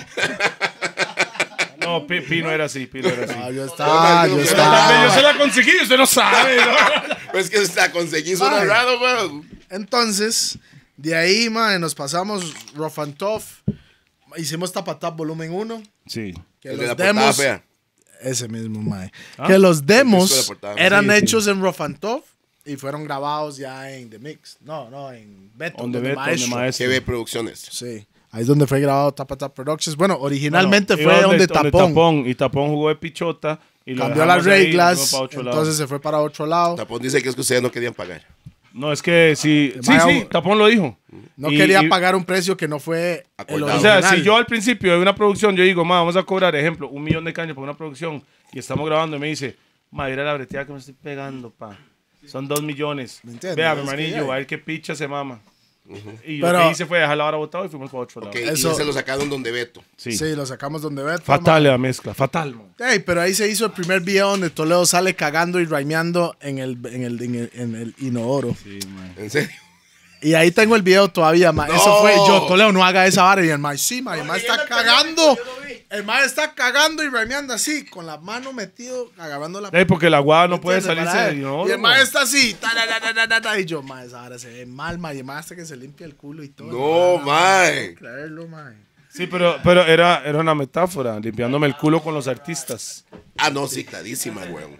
No, Pi, Pi no era así. Pi no era así.
Ah, yo estaba, yo
Pero
Pero tal vez yo se
estaba.
la conseguí, usted no sabe. ¿no?
Pues que la conseguí suena
Mae.
raro, weón.
Entonces, de ahí, mae, nos pasamos Rough and Tough. Hicimos Tapatap volumen uno.
Sí.
Que
El de
los
la portada
demos...
fea.
Ese mismo, mae.
¿Ah?
Que los
El disco de
demos
la portada.
eran
Sí, sí.
hechos en Rough and Tough y fueron grabados ya en The Mix. No, no, en Beto,
Donde
donde
Beto, donde
Maestro.
Maestro.
G B Producciones.
Sí. Ahí es donde fue grabado Tapatap Productions. Bueno, originalmente
Bueno,
fue
iba
donde, Tapón,
Y Tapón jugó de pichota. Y lo
cambió las
dejamos ahí y nos
reglas.
fuimos para otro lado.
Entonces se fue para otro lado.
Tapón dice que es que ustedes no querían pagar.
No, es que sí. Sí,
Vaya,
sí, Tapón lo dijo.
No
Y-
quería
y-
pagar un precio que no fue el
Acordado.
O sea,
original.
si yo al principio de una producción, yo digo, ma, vamos a cobrar, ejemplo, un millón de cañas por una producción y estamos grabando y me dice, ma, mira la breteada que me estoy pegando, pa. Son dos millones.
¿Me entiendes?
Vea, mi
Es que
hermanillo,
ya-
a ver qué picha se mama. Y
Pero-
lo que hice fue dejar la vara botada y fuimos para otro lado.
Ok,
Eso-
y ese lo sacaron donde Beto.
Sí.
Sí, lo sacamos donde Beto.
Fatal la mezcla, fatal, man.
Ey, pero ahí se hizo el primer video donde Toledo sale cagando y raimeando en el, en el, en el, en el inodoro.
Sí, man.
¿En serio?
Y ahí tengo el video todavía, ma.
No.
Eso fue yo, Toledo, no haga esa vara. Y el ma, sí, ma, el ma está cagando. El ma está cagando y raimeando así, con la mano metido, agarrando la...
Ey, porque la guada no
¿Me
puede
entiendes?
salirse
Para
de
él.
inodoro,
Y el ma
man.
está así, ta, ta, ta, ta, ta, ta, ta, y yo, ma, esa vara se ve mal, ma. Y el ma hasta que se limpia el culo y todo.
No,
ma.
mae.
No puedo creerlo, ma.
Sí, pero, pero era, era una metáfora, limpiándome el culo con los artistas.
Ah, no, sí, clarísima, weón.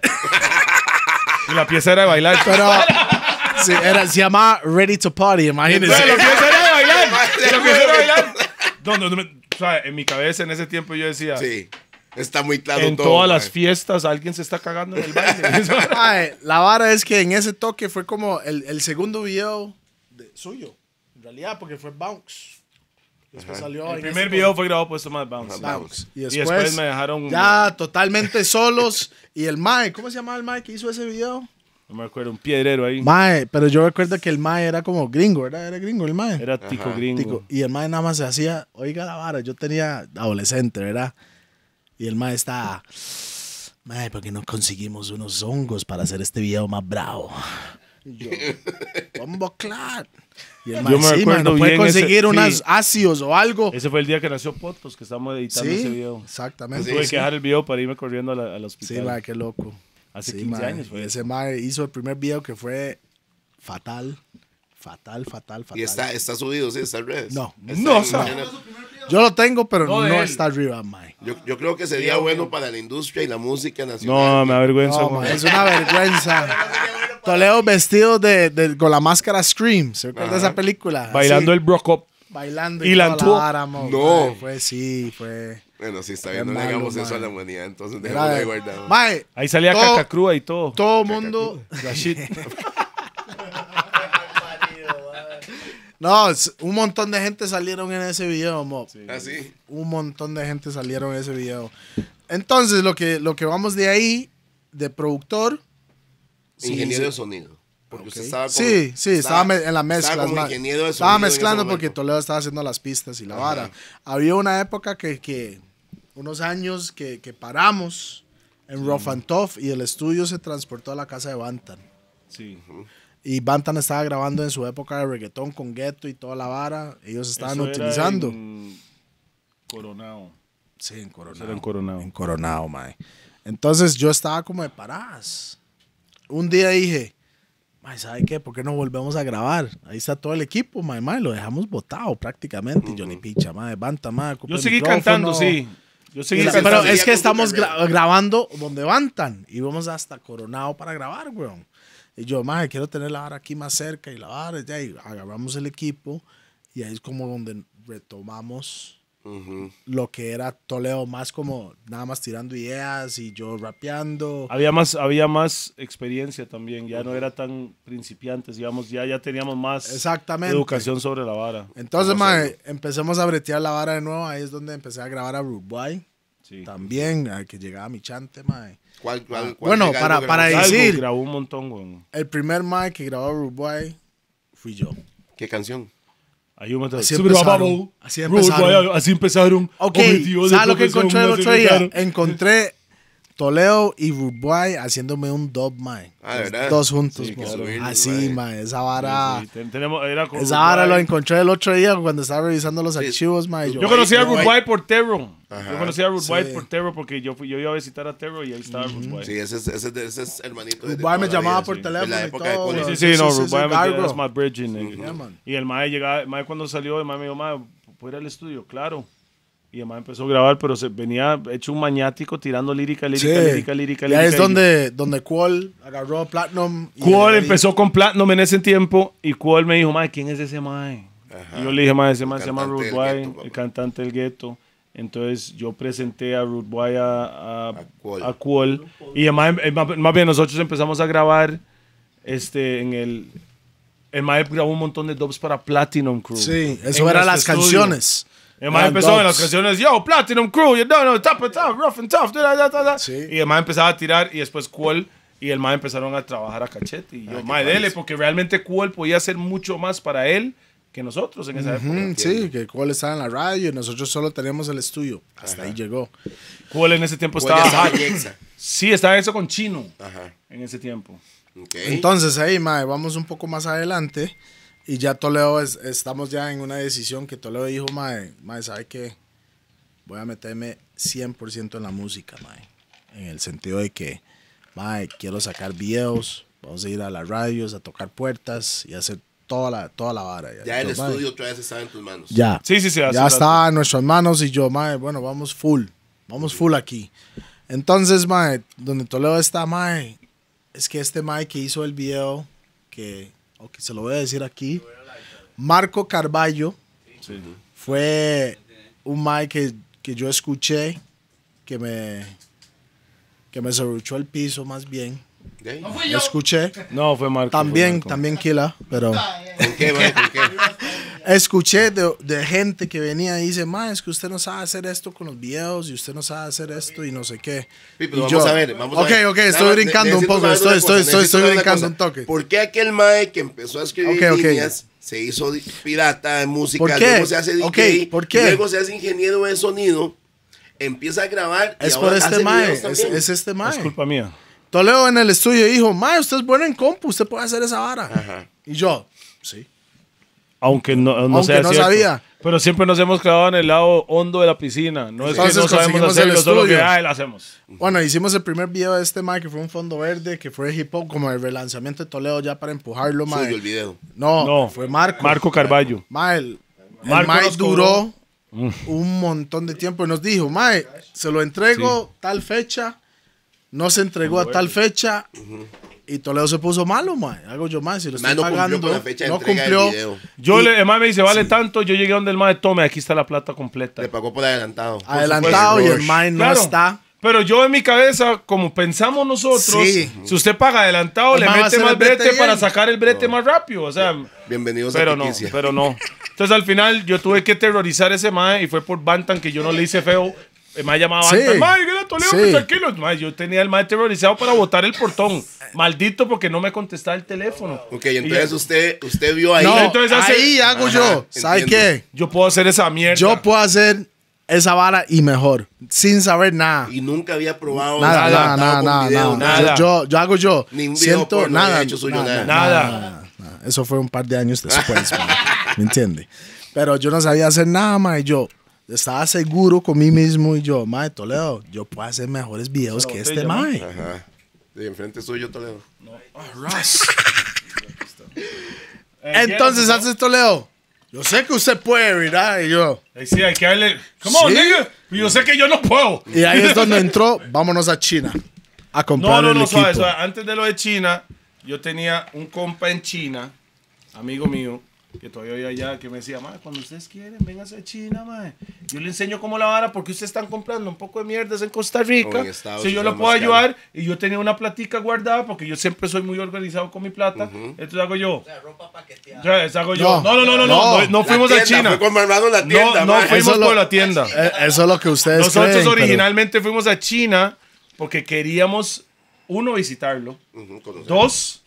Y la pieza era de bailar.
Pero... Sí, era, se llama Ready to Party, imagínense.
Pero la pieza era de bailar. La pieza era de bailar. No, no, no me- o sea, en mi cabeza en ese tiempo yo decía,
Sí, está muy claro
en
todo.
todas
mae.
las fiestas alguien se está cagando en el baile.
Mae, la vara es que en ese toque fue como el, el segundo video de- suyo, en realidad, porque fue Bounce. Después salió
El
en
primer
ese
video fue grabado por este más Bounce.
Ajá.
Bounce. Y
Y
después,
después me dejaron.
ya totalmente solos. Y el Mae, ¿cómo se llamaba el Mae que hizo ese video?
No me acuerdo, un piedrero ahí.
Mae, pero yo recuerdo que el Mae era como gringo, ¿verdad? Era gringo el Mae.
Era tico
Ajá.
gringo.
Tico. Y el Mae nada más se hacía, oiga la vara, yo tenía adolescente, ¿verdad? Y el Mae está, Mae, ¿por qué no conseguimos unos hongos para hacer este video más bravo? Y yo, bombo claro. Y el Mae,
Yo me
sí, Mae,
acuerdo
no puede
bien ese-
conseguir
sí.
unos ácidos o algo.
Ese fue el día que nació Potos, que estábamos editando ese
Sí,
video.
exactamente.
Tuve
sí.
que dejar el video para irme corriendo a la- al hospital.
Sí, Mae, qué loco.
Hace
Sí,
quince
mae.
años fue
Y
eso.
ese Mae hizo el primer video que fue fatal. Fatal, fatal, fatal.
Y está, está subido, sí, está en redes.
No.
Está
No,
en-
o sea,
en-
Yo lo tengo, pero
No
no,
de él.
está arriba, Mae.
yo, yo creo que sería bueno para la industria y la música nacional.
No, me avergüenza.
No,
man.
ma, es una vergüenza. Toledo vestido de, de- con la máscara Scream. ¿Se recuerda
Ajá.
esa película?
Bailando
Así,
el Brock Up.
Bailando
y
y,
la
toda
entró.
la vara, mo,
No.
mae, Fue, sí, fue...
Bueno, sí, está
Qué
bien. No le
malo,
hagamos eso
mae.
a la humanidad. Entonces,
Era
dejémoslo ahí
de-
guardado.
Mae,
Ahí salía
todo-
caca crua y todo.
todo mundo...
La shit.
No, es- un montón de gente salieron en ese video, mo.
Así.
Un montón de gente salieron en ese video. Entonces, lo que, lo que vamos de ahí, de productor... sí,
Ingeniero
sí.
de sonido. Porque usted
Ok.
estaba como,
Sí, sí, estaba, me- en la mezcla.
Estaba como ingeniero de sonido.
Estaba
en ese
mezclando
momento.
porque Toledo estaba haciendo las pistas y la
Ajá.
vara. Había una época que, que unos años que, que paramos en Rough and Tough y el estudio se transportó a la casa de Bantan.
Sí.
Y Bantan estaba grabando en su época de reggaetón con Ghetto y toda la vara. Ellos estaban
Eso era
utilizando.
en Coronado.
Sí, en
Eso
Coronado.
era en Coronado.
En Coronado, mae. Entonces yo estaba como de paradas. Un día dije, mae, ¿sabe qué? ¿Por qué no volvemos a grabar? Ahí está todo el equipo, mae, mae. Lo dejamos botado prácticamente. Yo ni picha, mae. Banta, mae. ocupa
Yo
el
seguí
micrófono.
cantando, sí. Yo seguí
Y la-
cantando.
pero es que
con tu
estamos
carrera.
gra- grabando donde Bantan. Y vamos hasta Coronado para grabar, weón. Y yo, mae, quiero tener la vara aquí más cerca. Y la vara, ya, y agarramos el equipo. Y ahí es como donde retomamos
Ujú.
lo que era Toledo, más como nada más tirando ideas y yo rapeando.
Había más, había más experiencia también. Ya no era tan principiantes, digamos. Ya, ya teníamos más
Exactamente.
educación sobre la vara.
Entonces,
¿Cómo
mae,
hacerlo?
empezamos a bretear la vara de nuevo. Ahí es donde empecé a grabar a Uruguay.
Sí.
También, a que llegaba mi chante, mae.
¿Cuál, cuál, cuál
Bueno,
regalo
para-
grabó?
para
Algo,
decir-
grabó un montón, güey.
El primer mae que grabó a Uruguay fui yo.
¿Qué canción?
Ahí un momento-
Así empezaron. Así empezaron.
Así empezaron.
Ok,
Objetivos de
¿sabes lo que
profesión
encontré el
no
otro
se
día?
lograron.
Encontré Toledo y Rude Boy haciéndome un dub, mae.
Ah,
Los
¿verdad?
dos juntos,
Sí,
mo.
que subirlos,
Así,
mae.
mae. Esa vara.
Sí, ten- tenemos, era con
Esa
Rude
vara
Boy.
lo encontré el otro día cuando estaba revisando los
Sí.
archivos, mae. Yo,
Yo conocí a
Rude
Rude
Boy.
Boy por Terro.
Ajá.
Yo conocí a Rude
Sí.
Boy por Terro porque yo, fui, yo iba a visitar a Terro y ahí estaba Rude Boy.
Sí, ese es, ese es, ese es hermanito.
Rude
de
Boy me
toda la
llamaba
vida,
por
sí.
teléfono
En la
y
época de
todo,
Cole.
Sí,
Sí,
sí, no,
sí,
Rude
sí,
Boy me
Gargo.
that's my bridging. nigga.
Yeah, man.
Y el mae llegaba, el mae cuando salió, el mae me dijo, mae, ¿puedo ir al estudio? Claro. Y el mae empezó a grabar, pero se venía hecho un maniático tirando lírica, lírica,
Sí.
lírica, lírica,
Y ahí
lírica.
es donde, donde Qual agarró Platinum. y-
Qual
y-
empezó con Platinum en ese tiempo y Qual me dijo, mae, ¿quién es ese mae?
Ajá.
Y yo le dije, mae, ese mae
El
se llama
cantante
Rude
del
Boy,
gueto, papá.
el cantante del gueto. Entonces yo presenté a Rude Boy a, a,
Qual.
a Qual. Y el mae- el mae- más bien nosotros empezamos a grabar este, en el... El mae grabó un montón de dubs para Platinum Crew.
Sí, eso
En
eran
nuestro
las
estudio.
canciones.
El mae
Eran
empezó en
dubs.
las canciones, yo, Platinum Crew, you don't know, tough and tough, rough and tough, da, da, da, da.
Sí.
Y el mae empezaba a tirar y después Qual y el mae empezaron a trabajar a cachete. Y yo, mae, dele, porque realmente Qual podía hacer mucho más para él que nosotros en esa época.
Mm, sí, que Qual estaba en la radio y nosotros solo teníamos el estudio. Hasta ahí llegó.
Qual en ese tiempo
Qual
estaba...
ya estaba
hot.
en Exa.
Sí, estaba eso con Chino
Ajá.
en ese tiempo.
Ok.
Entonces ahí, mae, vamos un poco más adelante y ya Toledo, es- estamos ya en una decisión que Toledo dijo, mae, mae, ¿sabe qué? Voy a meterme cien por ciento en la música, mae. En el sentido de que, mae, quiero sacar videos, vamos a ir a las radios, a tocar puertas y hacer toda la, toda la vara.
Ya el
Yo, mae,
estudio otra vez estaba en tus manos.
Ya.
Sí, sí, sí. hace
Ya
rato.
estaba en nuestras manos y yo, mae, bueno, vamos full. Vamos full aquí. Entonces, mae, donde Toledo está, mae, es que este mae que hizo el video, que, ok, se lo voy a decir aquí, Marco Carballo,
Sí.
fue un mae que, que yo escuché, que me, que me serruchó el piso más bien.
¿Ok?
Lo escuché.
No, fue Marco.
También,
fue Marco.
también Kila, pero...
¿Con qué, mae? ¿Con qué?
Escuché de, de gente que venía y dice, ma, es que usted no sabe hacer esto con los videos y usted no sabe hacer esto y no sé qué.
Sí, pero
Y
vamos a ver, vamos a
ok,
ver.
ok,
Nada
estoy
más,
brincando
ne-
un
necesito
poco,
saber
estoy,
una
estoy,
cosa,
estoy,
necesito
estoy
saber una
brincando
cosa.
un toque.
¿Por qué aquel mae que empezó a escribir
Ok, ok.
líneas se hizo di- pirata de música,
¿Por qué?
luego se hace D J,
Ok, ¿por qué?
y luego se hace ingeniero de sonido, empieza a grabar y
Es
ahora
por este
hace
mae,
videos
es,
también?
es este
Es
mae.
culpa mía.
Toledo en el estudio dijo, ma, usted es bueno en compu, usted puede hacer esa vara.
Ajá.
Y yo, sí.
Aunque no, no,
Aunque
sea
no
cierto.
sabía.
Pero siempre nos hemos clavado en el lado hondo de la piscina. No es que
Entonces
no sabemos
conseguimos el
hacerlo, solo que
estudio.
ah, lo hacemos.
Bueno, hicimos el primer video de este mae que fue un fondo verde, que fue hip hop, como el relanzamiento de Toledo ya para empujarlo, mae.
Suyo el video.
No,
No,
fue Marco.
Marco Carballo.
Mae, el, el
Marco
mae
nos
duró un montón de tiempo y nos dijo, mae, se lo entrego tal fecha, no se entregó a tal fecha y Toledo se puso malo, mae. Hago yo, mae, si lo
Mae
estoy
no cumplió
pagando,
con la fecha de
no
entrega del
cumplió.
video.
Yo
Y-
le, el mae me dice, vale tanto. Yo llegué donde el mae, tome, aquí está la plata completa.
Le pagó por adelantado.
Adelantado y el
Rush.
mae no
Claro.
está.
Pero yo en mi cabeza, como pensamos nosotros,
Sí.
si usted paga adelantado,
El
le
mae va a
mete
hacer
más
el brete
brete para
bien.
sacar el brete más rápido. O sea,
Bienvenidos
pero
a
no,
Tiquicia.
pero no. Entonces al final yo tuve que terrorizar a ese mae y fue por Bantan que yo no le hice feo. El mae llamaba
Sí.
Bantan, mae, que era Toledo,
Sí.
que tranquilo. Mae, yo tenía el mae terrorizado para botar el portón. Maldito porque no me contestaba el teléfono.
Ok,
Y
entonces
ya-
usted, usted vio ahí.
No,
entonces hace-
ahí hago
Ajá,
yo. ¿Sabe
entiendo.
qué?
yo puedo hacer esa mierda.
Yo puedo hacer esa vara y mejor, sin saber nada.
Y nunca había probado
Nada,
nada,
nada, nada,
con
nada,
video,
nada.
nada.
Yo, yo hago yo.
Ni un video
Siento
porno
nada,
había hecho suyo, nada.
Nada.
nada. Eso fue un par de años después, man, ¿me entiende? Pero yo no sabía hacer nada, ma, y yo estaba seguro con mí mismo y yo, mae, Toledo, yo puedo hacer mejores videos que este,
botella, ma.
mae.
Ajá. De enfrente suyo, Toledo.
Entonces haces Toledo. Yo sé que usted puede, ¿verdad? Y yo.
Ahí sí, hay que darle. Come on,
Sí.
nigga. Yo sé que yo no puedo.
Y ahí es donde entró, vámonos a China a comprar
No, no,
el
no,
equipo.
suave, suave. Antes de lo de China, yo tenía un compa en China, amigo mío, que todavía había allá, que me decía, mae, cuando ustedes quieren, vénganse a China, mae. Yo le enseño cómo la vara, porque ustedes están comprando un poco de mierdas en Costa Rica.
O en Estados
Si yo
Unidos
lo puedo
más caro.
ayudar, y yo tenía una platica guardada, porque yo siempre soy muy organizado con mi plata. Entonces hago yo. O sea, eso hago yo.
No,
No, no, no, no, no.
no.
No, no
La
fuimos a
tienda,
China.
Fue con Bernardo en la
No,
tienda,
no
mae.
fuimos
Eso lo-
por la tienda.
Eh, Eso es lo que ustedes
Nosotros
creen, pero-
originalmente fuimos a China porque queríamos, uno, visitarlo.
Ujú, conocer.
Dos,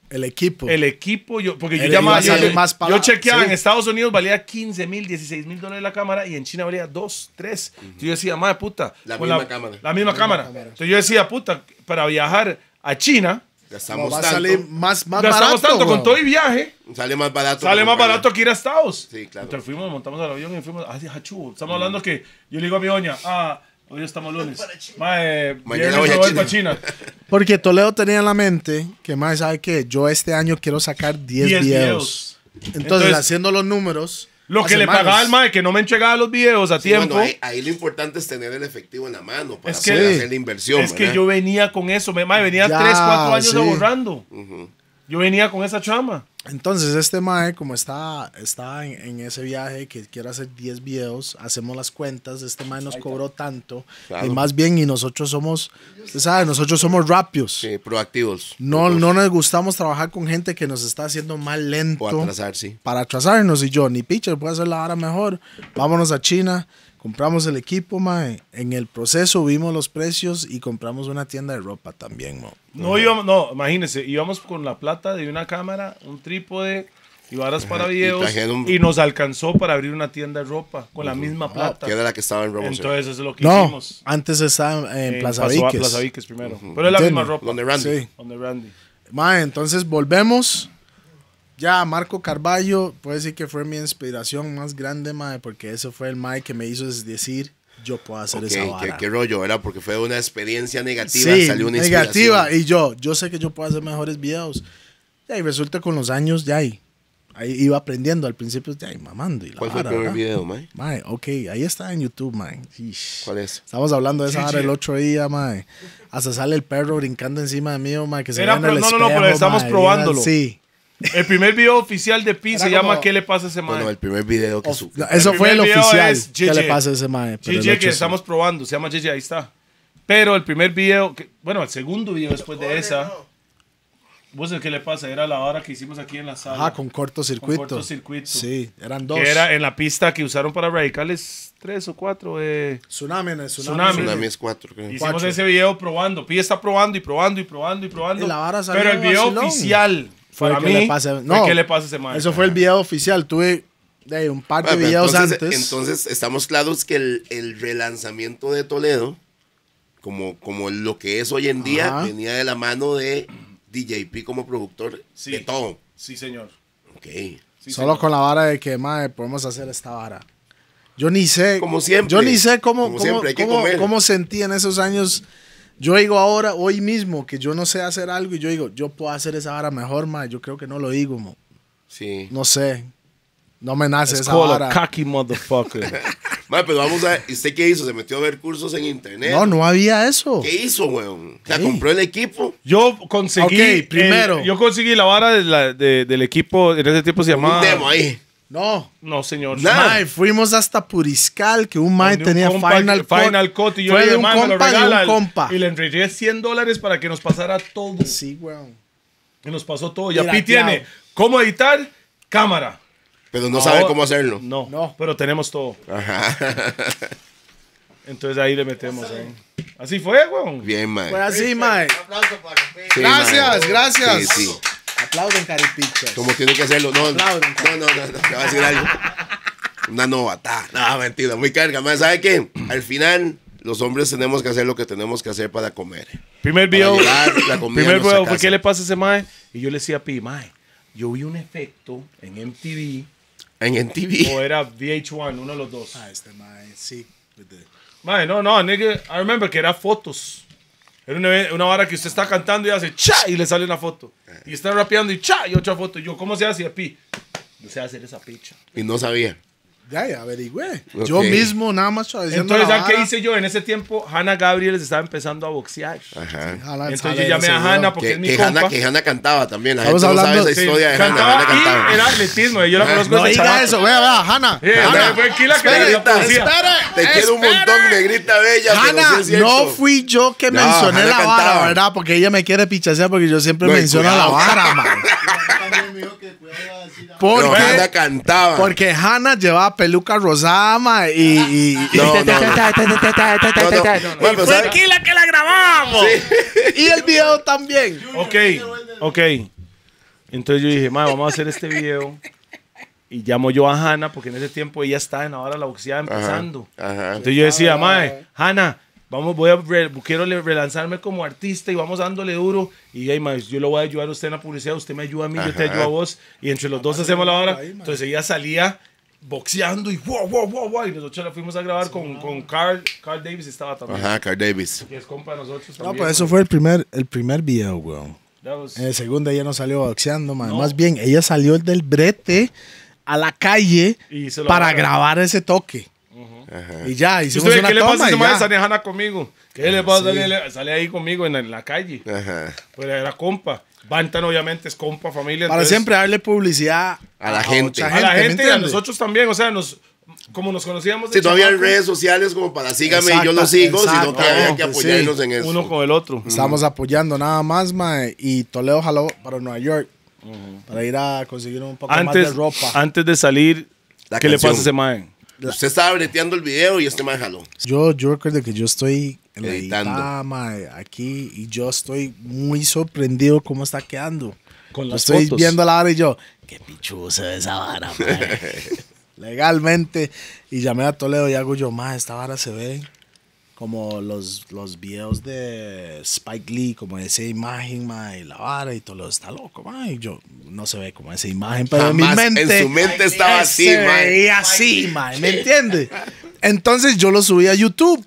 El equipo.
El equipo, yo, porque yo
Él
llamaba,
iba a
yo,
salir
yo-
más
yo
para-
chequeaba,
sí.
en Estados Unidos valía quince mil, dieciséis mil dólares la cámara y en China valía dos, tres. Entonces yo decía, madre puta.
La
con
misma cámara.
La misma cámara. Entonces yo decía, puta, para viajar a China,
Gastamos
va a
tanto.
salir más, más
gastamos
barato.
tanto con
weón.
todo y viaje.
Sale más barato.
Sale
que
más
comprarla.
barato que ir a Estados.
Sí, claro.
Entonces fuimos, montamos al avión y fuimos. Ay, Hachu, estamos hablando que yo le digo a mi doña, ah, hoy estamos lunes. Mae,
Mañana
viernes
voy a
me voy
China.
para China.
Porque Toledo tenía en la mente que, más ¿sabe qué? Yo este año quiero sacar diez
diez
videos.
videos.
Entonces,
Entonces,
haciendo los números.
Lo que
hace
le
manos.
pagaba al mae que no me entregaba los videos a
Sí,
tiempo.
bueno, ahí, ahí lo importante es tener el efectivo en la mano para
Es que-
poder
Sí.
hacer la inversión.
Es que
¿verdad?
yo venía con eso, me- mae, venía
Ya,
tres, cuatro años
sí.
ahorrando. Yo venía con esa chama.
Entonces, este mae, como está, está en, en ese viaje que quiere hacer diez videos, hacemos las cuentas. Este mae nos cobró tanto.
Claro.
Y más bien, y nosotros somos, usted sabe, nosotros somos rápidos.
Sí, proactivos.
No,
Los
no
dos.
nos gustamos trabajar con gente que nos está haciendo más lento.
O atrasar, sí.
Para atrasarnos. Y yo, ni picha, puede hacer la hora mejor. Vámonos a China, compramos el equipo, mae. En el proceso vimos los precios y compramos una tienda de ropa también, mo.
No íbamos, no, imagínense, íbamos con la plata de una cámara, un trípode y varas para
y
videos y,
trajeron-
nos alcanzó para abrir una tienda de ropa con la misma plata.
Que era la que estaba en Robo
Entonces eso es lo que
No,
hicimos.
antes estaba en,
En
Plaza
Pasó a
Víquez.
Plaza Víquez primero. Pero es la
¿Entiende?
misma ropa.
Donde Randy.
Sí.
Donde Randy.
Mae, entonces volvemos. Ya, Marco Carballo, puede decir que fue mi inspiración más grande, mae, porque ese fue el mae que me hizo decir, yo puedo hacer
Ok,
esa
qué,
vara.
qué rollo, ¿verdad? Porque fue una experiencia negativa,
Sí,
salió una
negativa.
inspiración.
Y yo, yo sé que yo puedo hacer mejores videos. Ya, y resulta con los años, ya, ahí, ahí iba aprendiendo. Al principio, ya, y mamando. Y la
¿Cuál fue el
vara,
primer
¿verdad?
video, mae?
Mae, ok, ahí está en YouTube, mae. Ish.
¿Cuál es?
Estamos hablando de esa
Sí,
vara
sí.
el otro día, mae. Hasta sale el perro brincando encima de mí, mae, que se
Era
ve en el
pro- no, no, no,
espejo,
pero estamos
mae,
probándolo.
Sí.
El primer video oficial de Pi
Era
se llama
como-
¿Qué le pasa a ese mae?
Bueno, el primer video que su...
No, eso
El
fue el
primer video
oficial.
es
¿Qué
G G.
le pasa a ese mae? Pero el
G G
otro
que
sí.
estamos probando, se llama G G, ahí está. Pero el primer video, que- bueno, el segundo video después de esa, ¿vos sabés qué le pasa? Era la hora que hicimos aquí en la sala.
Ajá, con cortocircuito.
Con cortocircuito.
Sí, eran dos.
Que era en la pista que usaron para Radicales tres o cuatro. Eh.
Tsunami, en el tsunami.
Tsunami.
Tsunami es cuatro, creo.
Hicimos
Cuatro.
ese video probando. Pi está probando y probando y probando y probando.
Y la vara salió
Pero el video
vacilón.
oficial
Fue
para
el
mí
que le pasa-
fue
no,
¿Qué le pasa a ese mae?
Eso fue el video oficial. Tuve de, un par de
Bueno, pero
videos
entonces,
antes.
entonces, estamos claros que el, el relanzamiento de Toledo, como, como lo que es hoy en día,
Ajá.
venía de la mano de D J P como productor
Sí.
de todo.
Sí, señor.
Ok.
Sí,
Solo
señor.
con la vara de que, madre, podemos hacer esta vara. Yo ni sé.
Como siempre.
Yo ni sé cómo,
Como
cómo,
siempre, hay que
cómo,
comer.
cómo sentí en esos años. Yo digo ahora, hoy mismo, que yo no sé hacer algo y yo digo, yo puedo hacer esa vara mejor, madre. Yo creo que no lo digo, mo.
Sí.
No sé. No me nace
It's
esa
called
vara.
a cocky motherfucker.
Mae, pero vamos a ver, ¿y usted qué hizo? ¿Se metió a ver cursos en internet?
No, no había eso.
¿Qué hizo, weón? O sea,
Sí.
compró el equipo.
Yo conseguí.
Ok, primero.
el- yo conseguí la vara de la- de- del equipo. En ese tiempo se
Un
llamaba.
demo ahí.
No.
No, señor.
Nada.
Mae, fuimos hasta Puriscal, que un mae
Donde un
tenía
compa-
Final Cut.
Final Cut. Y yo
Fue
le
de
dije,
un
"Man, me lo
compa y un
regala".
compa.
Y le entregué cien dólares para que nos pasara todo.
Sí, weón.
Y nos pasó todo. Ya
Mira,
Pi
claro.
tiene cómo editar, cámara.
Pero no sabe
Ahora-
cómo hacerlo.
No,
No.
pero tenemos todo.
Ajá.
Entonces ahí le metemos. ¿eh? Así fue, weón.
Bien, mae.
Fue así, mae.
Sí,
Gracias,
mae.
gracias.
Sí, sí.
Aplauden, caripichas.
Como tiene que hacerlo. No, no,
Aplauden.
no, no, no, te voy a decir algo. Una novata. No, mentira, muy carga. Mae, ¿sabe qué? Al final, los hombres tenemos que hacer lo que tenemos que hacer para comer.
Primer
Para
video.
llevar la comida a
Primer
nuestra
video fue
casa.
¿qué le pasa a ese mae? Y yo le decía a Pi, mae, yo vi un efecto en M T V
En M T V.
o era V H uno, uno de los dos.
Ah, este mae, sí.
Mae, no, no, nigga, I remember que era fotos. Era una, una vara que usted está cantando y hace cha y le sale una foto. Y está rapeando y cha y otra foto. Y yo, ¿cómo se hace? Pi, no sé hacer esa picha.
Y no sabía.
Ya, ya averigüé.
Ok.
Yo mismo nada más suaveciendo
Entonces,
la
¿ya qué
vara.
hice yo? En ese tiempo, Hannah Gabriel estaba empezando a boxear.
Ajá.
Jala,
Entonces
sale
yo llamé
ese
a
video.
Hannah porque
Que,
es mi
que,
compa.
Hannah, que Hannah cantaba también. La
Estamos
gente no
hablando-
sabe esa
Sí,
historia de Hannah.
cantaba
Hannah
y
cantaba.
era atletismo. Yo la conozco
No
desde
diga
chamaco.
eso, vea, vea, Hanna.
Eh,
Hanna,
fue aquí la que
espere,
la conocía.
espere,
Te quiero un
espere.
montón, negrita bella. pero
Hanna,
sí es cierto.
no fui yo que
No,
mencioné
Hannah
la vara,
cantaba.
¿verdad? Porque ella me quiere pichasear porque yo siempre
No, y
menciono
cuidado.
la vara, man.
También me dijo que cuidado iba a decir, ah,
Pero
¿Por
Hannah
qué?
cantaba.
Porque Hanna llevaba peluca rosada, ma, y... y, y-
No, no, no. No, no. Bueno, pero
fue
¿sabe?
aquí la que la grabamos. Y el video también.
Ok, ok. Entonces yo dije, mae, vamos a hacer este video. Y llamo yo a Hanna, porque en ese tiempo ella estaba en ahora la boxeada empezando.
Ajá, ajá.
Entonces yo decía, mae, Hanna, vamos, voy a re- quiero le- relanzarme como artista y vamos dándole duro. Y hey, mae, yo lo voy a ayudar a usted en la publicidad, usted me ayuda a mí, yo te
Ajá.
ayudo a vos. Y entre los dos hacemos la hora. Entonces ella salía boxeando y wow, wow, wow, wow. Y nosotros la fuimos a grabar con, con Carl. Carl Davis estaba también.
Ajá, Carl Davis.
Que es compa de nosotros
No,
también.
pues eso
mae.
fue el primer, el primer video, weón.
That was-
En el segundo ella no salió boxeando, man.
No.
Más bien, ella salió del brete a la calle
Y hizo la
para
vara.
grabar ese toque.
Ajá.
Y ya,
¿Y
hicimos
usted
una
qué le
toma
pasa a
y
ese mae?
ya.
Sale Hanna conmigo. ¿Qué le pasa? Sale, sale ahí conmigo en, en la calle.
Ajá.
Pues era compa. Bantan obviamente es compa, familia.
Para
entonces-
siempre darle publicidad
A la gente.
otra
A la
¿me
gente y a
entiendes?
nosotros también. O sea, nos, como nos conocíamos de
Si no había
chamaco,
redes sociales como para sígame y yo
Exacto,
lo sigo, sino
exacto.
que había que
No, pues
apoyarnos
sí.
en eso.
uno con el otro.
Estamos apoyando nada más, mae. Y Toledo jaló para Nueva York. Para ir a conseguir un poco más
Antes,
de ropa.
antes de salir,
La
¿qué le
canción.
pasa a ese mae?
Usted estaba breteando el video y este man jaló.
Yo, yo recuerdo que yo estoy en la
Editando.
editada, mae, aquí, y yo estoy muy sorprendido cómo está quedando.
Con
Yo
las
estoy
fotos.
viendo la vara y yo, qué pichudo se ve esa vara, mae. Legalmente. Y llamé a Toledo y hago yo, mae, esta vara se ve como los, los videos de Spike Lee, como esa imagen, mae, y la vara, y Toledo está loco, mae. Y yo, no se ve como esa imagen, pero en mi
Jamás
mente.
en su mente estaba así,
se
man.
veía así, mae, ¿me entiendes? Entonces yo lo subí a YouTube.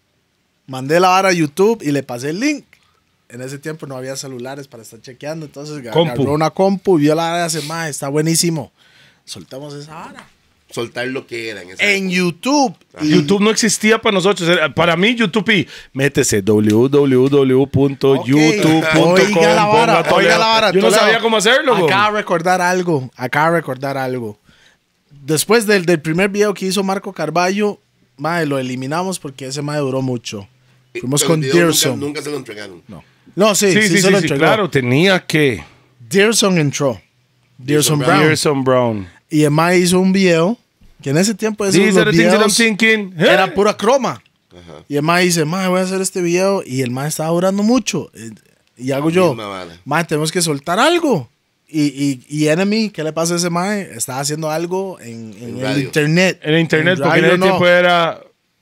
Mandé la vara a YouTube y le pasé el link. En ese tiempo no había celulares para estar chequeando, entonces
Compu.
agarró una compu y vio la vara y dice, mae, está buenísimo. Soltamos esa vara.
Soltar lo que era en esa
En YouTube. Y
YouTube no existía para nosotros. Era- Para mí, YouTube, y métese w w w punto youtube punto com.
Oiga la vara,
ponga Toledo.
oiga la vara.
Yo no
Toledo.
sabía cómo hacerlo, güey.
Acaba de recordar algo. Acaba de recordar algo. Después del, del primer video que hizo Marco Carballo, mae, lo eliminamos porque ese mae duró mucho. Fuimos
El
con
video nunca,
Dearson.
nunca se lo entregaron.
No. No, sí,
Sí,
sí,
sí,
se
sí,
lo
sí,
entregó.
claro, tenía que.
Dearson entró. Dearson
Dearson
Brown.
Pearson Brown.
Y el mae hizo un video que en ese tiempo esos
These
los
are the things that I'm
videos
thinking.
era pura croma. Y el mae dice, mae, voy a hacer este video. Y el mae estaba durando mucho. Eh, Y hago yo,
Misma vara.
mae, tenemos que soltar algo. Y, y, y Enemy, ¿qué le pasa a ese mae? Estaba haciendo algo en, en
En
el
radio.
internet.
En internet,
En
porque en
radio
ese
no.
tiempo era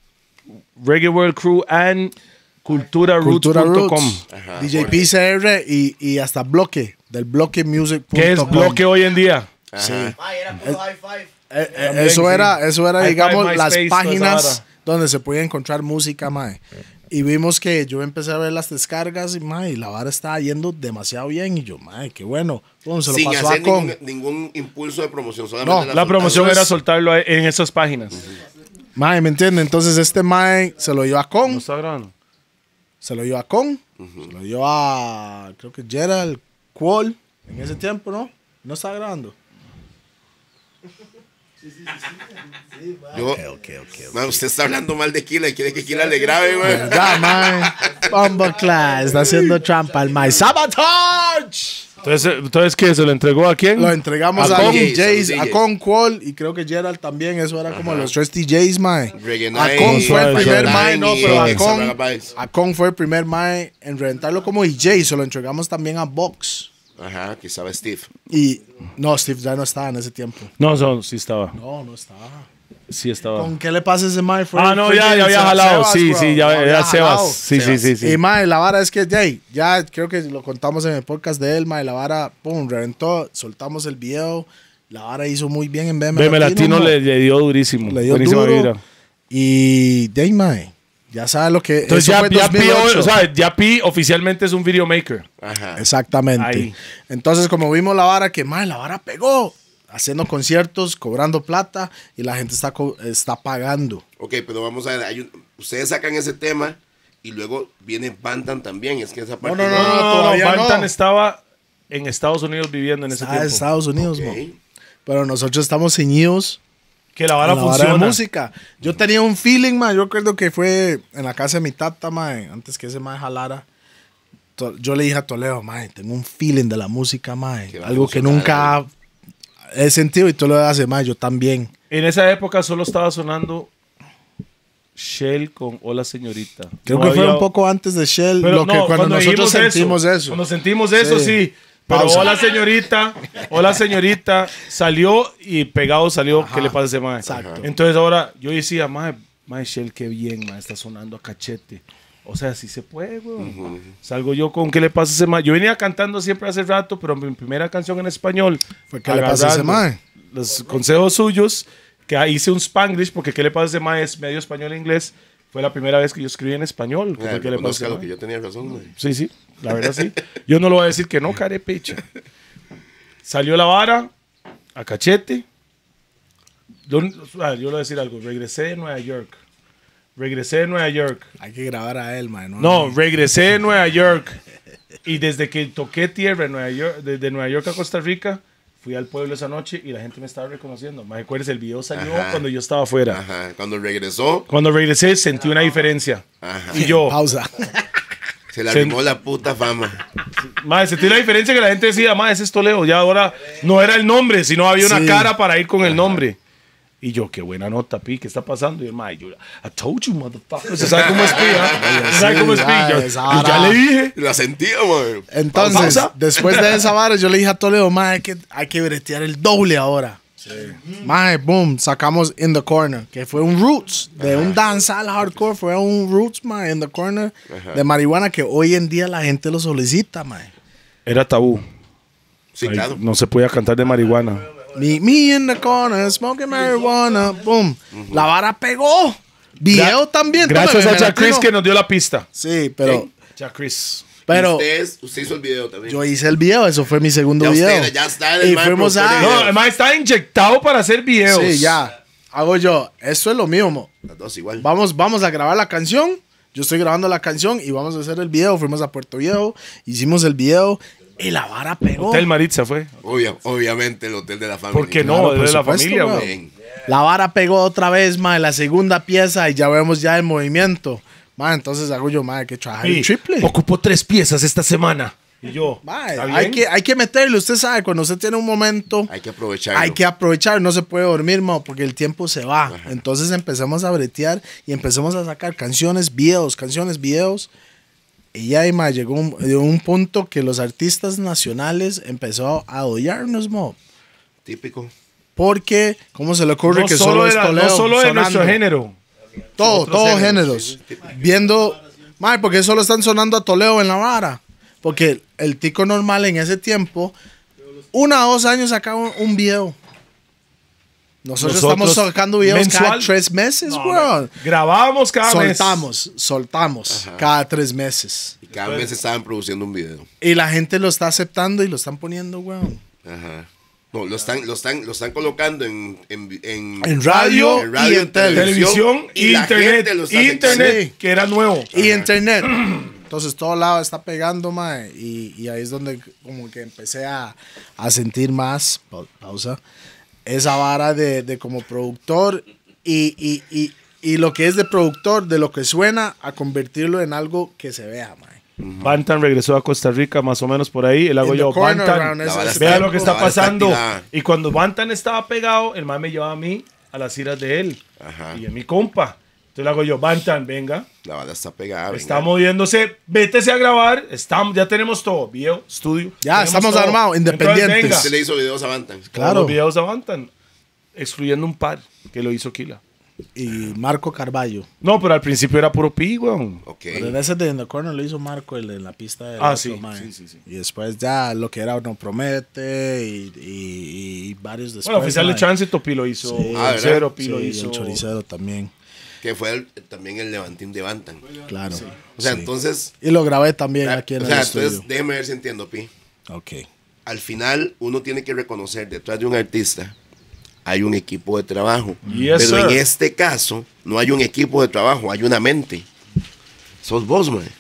Reggae World Crew and cultura roots
Cultura
punto com.
Roots,
Ajá,
D J P C R y, y hasta Bloque, del bloque music punto com.
¿Qué es bloque hoy en día?
Sí.
Ay, era puro high five.
Eh, eh,
También,
eso,
sí.
era, eso era,
High
digamos,
Five,
las
MySpace, toda esa
páginas
vara.
donde se podía encontrar música, mae. Y vimos que yo empecé a ver las descargas y, mae, y la vara estaba yendo demasiado bien. Y yo, mae, qué bueno. Pum, se lo
Sin
pasó a
hacer
Con.
ningún, ningún impulso de promoción. Solamente
No,
la
La
soltaron.
promoción
Entonces-
era soltarlo en esas páginas.
Mae, ¿me entiende? Entonces este mae se lo dio a
¿No
Con.
está grabando?
Se lo dio a Con. Se lo dio a, creo que Gerald Qual. En ese tiempo, ¿no? No está grabando.
Yo,
Ok, ok, ok.
man, usted está hablando mal de Kila y quiere que Kila le grabe, güey.
¿Verdad, mae? Bombo Class está haciendo trampa al mae. ¡Sabotage!
Entonces, entonces, ¿qué? ¿Se lo entregó a quién?
Lo entregamos
A
a,
Con.
D Js,
A
a
los D Js.
Con Qual y creo que Gerald también. Eso era como los tres D Js, mae.
Reggae
A
Night,
Con fue el
Suave,
primer
suave.
mae, no,
y
pero a
Extra
Con,
Vibes.
a Con fue el primer mae en reventarlo como D J. Se lo entregamos también a Vox.
Ajá, que estaba Steve.
Y no, Steve ya no estaba en ese tiempo.
No, no, sí estaba.
No, no estaba.
Sí estaba.
¿Con qué le pasa a ese mae? Fue-
Ah, no,
fue
ya,
de
ya había
Sebas,
jalado. Sí,
bro.
sí,
No,
ya
había
era
jalado.
Sebas. Sí, sí, sí, sí.
Y mae, la vara es que Jay, ya creo que lo contamos en el podcast de él, mae, la vara, pum, reventó, soltamos el video, la vara hizo muy bien en B M,
B M Latino
mo.
le, le dio durísimo.
le dio
Buenísima
duro.
vibra.
Y Jay, mae, ya sabe lo que
Entonces
eso
ya,
fue
ya, Pi,
dos mil ocho.
o sea, ya Pi oficialmente es un videomaker.
Ajá.
Exactamente.
Ahí.
Entonces, como vimos la vara, que mae, la vara pegó, haciendo conciertos, cobrando plata y la gente está, co- está pagando.
Ok, pero vamos a ver. hay un- ustedes sacan ese tema y luego viene Bantan también. Es que esa parte.
no, no,
No, no, no,
todavía
Bantan
no.
estaba en Estados Unidos viviendo en ese
Está en
tiempo.
Estados Unidos,
Ok.
mo. Pero nosotros estamos ceñidos
Que la
a
vara
la vara
funciona.
de música. Yo tenía un feeling, man. Yo recuerdo que fue en la casa de mi tata, man, antes que ese man jalara. To- Yo le dije a Toledo, man, tengo un feeling de la música, man.
Que va a
Algo que
funcionar,
nunca he sentido y Toledo hace, man, yo también.
En esa época solo estaba sonando Shell con Hola Señorita.
Creo
No
que fue
había-
un poco antes de Shell,
Pero
lo que
no,
cuando, nosotros
dijimos
sentimos eso.
Cuando sentimos eso,
Sí.
sí. Pero
Pausa.
hola señorita, hola señorita, salió y pegado salió, ¿qué le pasa a ese mae?
Exacto.
Entonces ahora yo decía, mae, mae Shell, qué bien, mae, está sonando a cachete. O sea, sí se puede, güey. Salgo yo con ¿qué le pasa a ese mae? Yo venía cantando siempre hace rato, pero mi primera canción en español.
Fue ¿Qué le pasa a ese
agarrando
mae?
Los consejos suyos, que ahí hice un Spanglish, porque ¿qué le pasa a ese mae? Es medio español e inglés. Fue la primera vez que yo escribí en español.
Ah,
Fue ¿qué le pasa a ese
reconozca lo
mae?
que yo tenía razón, mae.
Sí, sí, la verdad sí. Yo no lo voy a decir que no, carepicha. Salió la vara a cachete. Yo, ah, yo le voy a decir algo. Regresé de Nueva York. Regresé de Nueva York.
Hay que grabar a él, man. No,
No, regresé de Nueva York. Y desde que toqué tierra en Nueva York, desde Nueva York a Costa Rica, fui al pueblo esa noche y la gente me estaba reconociendo. Me acuerdas, el video salió
Ajá.
cuando yo estaba afuera.
Ajá. Cuando regresó,
Cuando regresé sentí una diferencia.
Ajá.
Y yo,
Pausa.
se le
Se-
arrimó la puta fama.
madre, sentí la diferencia que la gente decía, madre, ese es Toledo. Ya ahora no era el nombre, sino había una
Sí.
cara para ir con el nombre. Y yo, qué buena nota, Pi, ¿qué está pasando? Y el mae, yo, I told you, motherfucker. ¿Se sabe cómo es Pi? ¿ah? ¿Se sabe
sí,
cómo es Pi?
ya,
Yo,
esa
yo ya
vara.
le dije.
La sentía, man.
Entonces,
Pausa.
después de esa vara, yo le dije a Toledo, mae, hay que, hay que bretear el doble ahora. Mae, boom, sacamos In The Corner, que fue un Roots, de un dancehall hardcore, fue un Roots, mae, In The Corner, de marihuana, que hoy en día la gente lo solicita, mae.
Era tabú.
Sí,
Ahí
claro.
no se podía cantar de marihuana.
Me, me in the corner, smoking marijuana, boom. La vara pegó. Video también.
Gracias
tome,
a
me
Jack Chris
latino.
que nos dio la pista.
Sí, pero,
Jack Chris.
pero
usted, es- usted hizo el video también.
yo hice el video, eso fue mi segundo
Ya usted
video.
era- ya está en el
y
mae
fuimos
productor
a...
de
No,
videos.
el mae está inyectado para hacer videos.
Sí, ya. Hago yo, esto es lo mío, mo.
Las dos igual.
Vamos, vamos a grabar la canción. Yo estoy grabando la canción y vamos a hacer el video. Fuimos a Puerto Viejo, hicimos el video y la vara pegó.
Hotel Maritza fue.
Obvia- obviamente el hotel de la familia.
¿Por qué
Claro,
no?
por
de la
supuesto,
familia,
weón.
güey.
Bien.
La vara pegó otra vez, ma, la segunda pieza y ya vemos ya el movimiento. Ma, entonces hago yo, ma, hay que trabajar el
Y
triple.
ocupó tres piezas esta semana. Y yo,
Ma,
¿está bien?
hay que, hay que meterle, usted sabe, cuando usted tiene un momento,
Hay que aprovecharlo.
hay que aprovechar, no se puede dormir, ma, porque el tiempo se va. Entonces empezamos a bretear y empezamos a sacar canciones, videos, canciones, videos. Y ya, ma, llegó un, llegó un punto que los artistas nacionales empezó a odiarnos, mo.
Típico.
Porque, ¿cómo se le ocurre
no
que
solo,
solo es
era,
Toledo
no solo de
sonando?
nuestro género.
Todo,
Otros
todos
géneros,
géneros. Viendo, mae, porque solo están sonando a Toledo en la vara. Porque el tico normal en ese tiempo, una o dos años sacaba un, un video. Nosotros,
Nosotros,
estamos sacando videos cada
mensual.
tres meses,
No,
weón.
Grabábamos cada mes.
Soltamos, soltamos cada tres meses.
Y cada vez estaban produciendo un video.
Y la gente lo está aceptando y lo están poniendo, weón.
Ajá. No, lo están, lo están, lo están colocando en, en, en,
En radio,
en radio,
y
en
en tele.
Televisión
y
y
la
internet.
gente lo está
Internet,
aceptando.
que era nuevo.
Y internet. Entonces todo lado está pegando, mae. Y, y ahí es donde como que empecé a, a sentir más, pa- pausa, esa vara de, de como productor y, y, y, y lo que es de productor, de lo que suena, a convertirlo en algo que se vea, mae.
Bantan regresó a Costa Rica más o menos por ahí. El hago
In the
yo,
corner
Bantan.
around ese-
La vara
ese
Vea
está-
lo que
tiempo.
está
la vara está
pasando.
activada.
Y cuando Bantan estaba pegado, el man me llevaba a mí a las iras de él.
Ajá.
Y a mi compa. Entonces le hago yo, Bantan, venga.
La bala está pegada.
Está
venga.
moviéndose, vétese a grabar. Estamos, ya tenemos todo. Video, estudio.
Ya,
tenemos
estamos
todo.
armados,
Entonces,
independientes.
venga.
Usted le hizo videos a Bantan.
Todos
Claro.
los videos a Bantan. Excluyendo un par que lo hizo Kila.
Y Marco Carballo.
No, pero al principio era puro pi, weón.
Ok.
Pero en ese de In The Corner lo hizo Marco, el de la pista de
Ah,
otro,
sí,
mae.
sí, sí, sí.
Y después ya lo que era No Promete y, y, y varios después.
Bueno, Oficial de
mae.
Tránsito, Pi lo hizo.
Sí.
Ah, ¿verdad?
Cero, Pi
Sí,
lo
y
hizo.
el Choricero también,
Que fue el- también el levantín de Bantan.
claro.
O sea,
Sí.
entonces.
Y lo grabé también aquí en
o sea,
el estudio.
entonces, déjeme ver si entiendo, Pi.
Ok.
Al final, uno tiene que reconocer detrás de un artista hay un equipo de trabajo.
Yes,
Pero en
sir.
este caso, no hay un equipo de trabajo, hay una mente. Sos vos, man.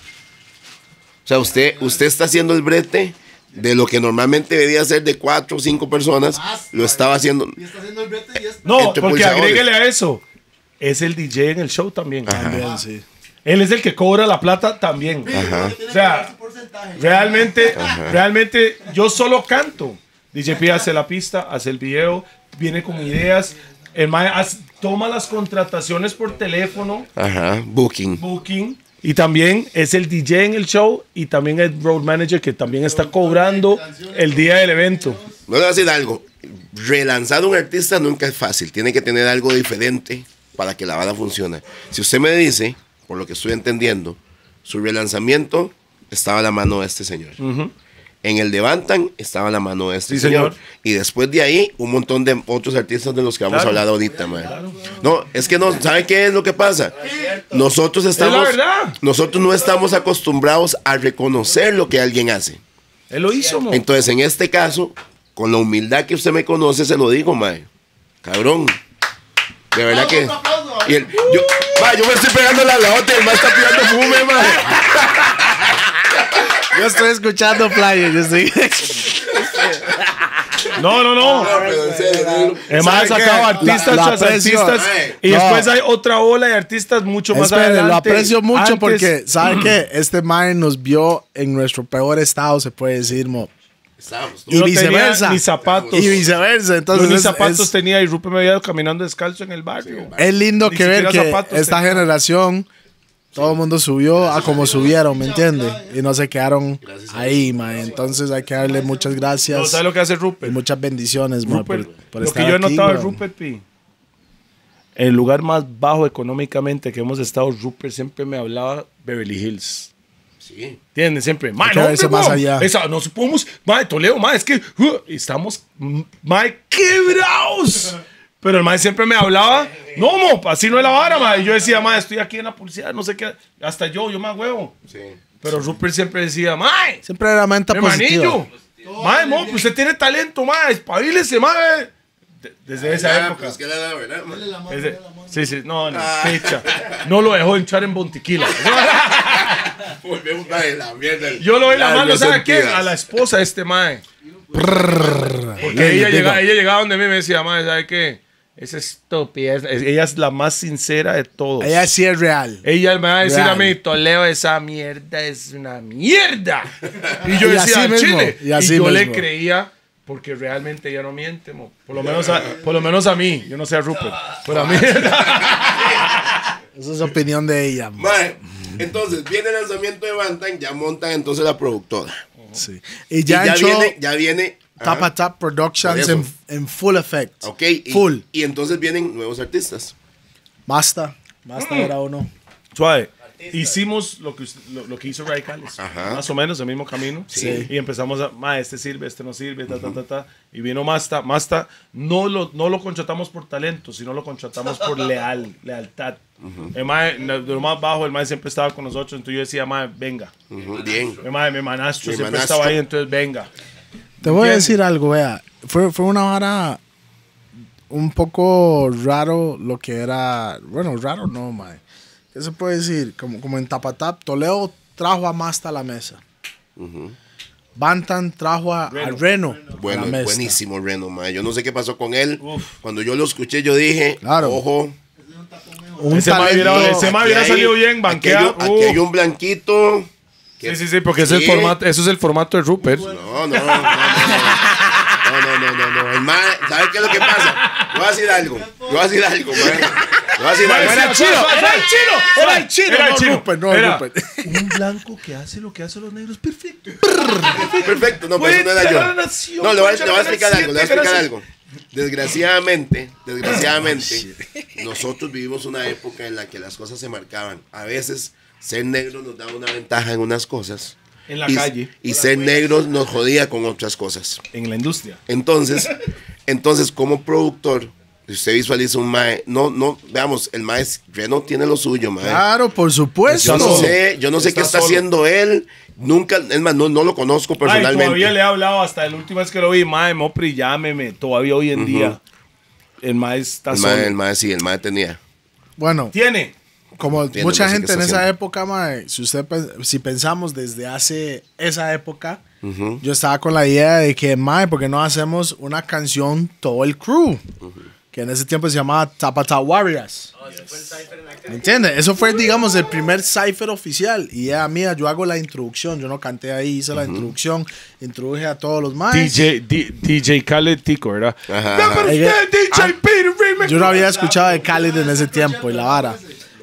O sea, usted, usted está haciendo el brete de lo que normalmente debería ser de cuatro o cinco personas, lo estaba haciendo.
Y está haciendo el brete y es...
No,
entre
porque
pulsadores.
agréguele a eso. Es el D J en el show también.
También, sí.
Él es el que cobra la plata también.
Ajá.
O sea, realmente, realmente yo solo canto. D J P hace la pista, hace el video, viene con ideas. El mae hace- toma las contrataciones por teléfono,
Ajá, booking.
booking. Y también es el D J en el show y también el road manager que también está cobrando el día del evento.
No le voy a decir algo. Relanzar un artista nunca es fácil. Tiene que tener algo diferente para que la banda funcione. Si usted me dice, por lo que estoy entendiendo, su relanzamiento estaba a la mano de este señor. Uh-huh. En el de Bantam estaba a la mano de este
sí,
señor.
señor.
Y después de ahí, un montón de otros artistas de los que vamos
claro.
a hablar ahorita, man. Claro. No, es que no, ¿sabe qué es lo que pasa? Nosotros estamos,
es la verdad.
nosotros no estamos acostumbrados a reconocer lo que alguien hace.
Él lo hizo, man.
Entonces, en este caso, con la humildad que usted me conoce, se lo digo, man. Cabrón. De verdad que... Y el, yo, ma, yo me estoy pegando la laota y el man está tirando fume, man.
Yo estoy escuchando Flyer, yo estoy...
No, no, no. Es más, ha sacado artistas
La- la
tras
aprecio.
artistas.
Ay.
Y
No.
después hay otra ola de artistas mucho más
Espere,
adelante.
lo aprecio mucho
Antes-
porque, ¿sabe qué? Este man nos vio en nuestro peor estado, se puede decir, mo.
Estamos,
Y
Yo no tenía
viceversa.
ni zapatos.
Y viceversa.
Yo
Entonces,
ni
es-
zapatos
es,
tenía y Rupert me veía caminando descalzo en el barrio.
es lindo
Ni
que ver
siquiera
que
zapatos
esta
tenía.
generación, todo el mundo subió a como subieron, ¿me entiendes? Y no se quedaron ahí, man. Entonces hay que darle muchas
No,
gracias
¿sabes lo que hace
y
Rupert?
muchas bendiciones, man, por,
Rupert,
por
lo
estar
que yo he
aquí,
notado de
man.
Rupert, Pi, el lugar más bajo económicamente que hemos estado, Rupert siempre me hablaba Beverly Hills.
Sí.
¿Entiendes? Siempre, mae,
que
no,
verse
hombre,
más
weón.
allá.
Esa, no podemos, mae, Toledo, mae, es que uh, estamos, mm, mae, quebrados. Pero el mae siempre me hablaba, no, mo, así no es la vara, mae. Y yo decía, mae, estoy aquí en la publicidad, no sé qué. Hasta yo, yo me huevo.
Sí.
Pero Rupert siempre decía, mae,
Siempre era mente positiva.
hermanillo, mae, mo, pues usted tiene talento, mae, espabilese, mae. De- Desde esa
Ah,
época.
pues es que la la verdad, man.
Ese- sí, sí, no, no, fecha. No lo dejó entrar en Bontiquila.
Volvemos a la mierda.
Yo lo vi la mano,
Largas
¿sabe a quién?
sentidas.
A la esposa de este mae.
Porque
Porque ella llegaba, ella llegaba donde mí y me decía, mae, ¿sabe qué? Esa estupidez. Es- Ella es la más sincera de todos.
Ella sí es real.
Ella me va a decir
Real.
a mí, Toledo, esa mierda es una mierda. Y yo
Y
decía,
así
"Al
mismo,
Chile.
y
Y,
así
yo le
mismo.
creía porque realmente ella no miente, mo. Por lo menos a, por lo menos a mí. Yo no sé a Rupert. Pero a mí.
Esa es opinión de ella, man.
Mae, entonces viene el lanzamiento de Bantam, ya montan entonces la productora.
Sí. Y
Y
ya,
ya
entró
viene, ya viene.
Tap
ajá,
a Tap Productions
Por eso.
en, en full effect.
Ok, y,
Full.
y entonces vienen nuevos artistas.
Basta. Basta era uno.
Suave. Hicimos lo que, usted- lo, lo que hizo Radicales.
Ajá.
Más o menos el mismo camino.
Sí.
Y empezamos a, ma, este sirve, este no sirve, ta, ta, ta, ta. Y vino Masta. Masta no lo, no lo contratamos por talento, sino lo contratamos por leal, lealtad. El mae, de lo más bajo, el mae siempre estaba con nosotros. Entonces yo decía, mae, venga.
Ujú, bien.
Mi mae, mi manastro
Mi
siempre
manastro.
estaba ahí, entonces venga.
Te voy a
¿Entiendes?
decir algo, vea. Fue, fue una vara un poco raro lo que era. Bueno, raro no, mae. ¿Qué se puede decir? Como, como en Tapatap, Toledo trajo a Masta a la mesa. Bantam trajo a Reno, a, Reno
Bueno,
a la mesa.
buenísimo Reno, mae. Yo no sé qué pasó con él.
Uf.
Cuando yo lo escuché, yo dije,
Claro.
ojo.
Un
Ese mae
talento-
hubiera- ese mae
aquí
hubiera
hay-
salido bien,
aquí
banquea.
hay un- Aquí
Uh.
hay un blanquito. que-
Sí, sí, sí, porque ese es el
Sí.
formato, eso es el formato de Rupert.
No, no, no, no, no, no, no, no, no, no. El mae, ¿sabes qué es lo que pasa? Yo voy a decir algo. Yo voy a decir algo, mae. Yo voy a decir algo.
Era el chino, era el chino, era el chino,
Era
no
chino.
Rupert,
no
Era
Rupert.
un blanco que hace lo que hacen los negros, perfecto.
Perfecto, no, pero
Puede
eso no era
ganar
yo.
la nación,
No, le voy, a-
puede
le voy a
ganar
explicar algo, le voy a
siete,
explicar
gracias.
algo. Desgraciadamente, desgraciadamente, nosotros vivimos una época en la que las cosas se marcaban. A veces, ser negro nos daba una ventaja en unas cosas.
En la
y,
calle.
Y ser negros nos jodía con otras cosas.
En la industria.
Entonces, entonces como productor, si usted visualiza un mae, no, no, veamos, el mae es- Reno tiene lo suyo, mae.
Claro, por supuesto.
Yo no
solo.
sé, yo no sé
Está
qué está
solo.
haciendo él. Nunca, es más, no, no lo conozco
Ay,
personalmente.
todavía le he hablado hasta la última vez que lo vi, mae, Mopri, llámeme. Todavía hoy en día, el mae está
el
solo.
mae, el mae sí, el mae tenía.
Bueno,
Tiene.
como
Entiendo,
mucha
no sé
gente
qué
en
está
esa
haciendo.
época, mae, si usted pe- si pensamos desde hace esa época, yo estaba con la idea de que, mae, ¿por qué no hacemos una canción todo el crew? Que en ese tiempo se llamaba Tapata Warriors. ¿Me entiendes? Eso fue, digamos, el primer cipher oficial. Y ya, mía, yo hago la introducción. Yo no canté ahí, hice la introducción, introduje a todos los
D
maes.
J, D- DJ Khaled Tico, ¿verdad?
Ajá,
Remember
ajá.
Ella-
usted, D J
Ah,
Peter Remix.
Yo no había escuchado de Khaled en ese tiempo y la vara.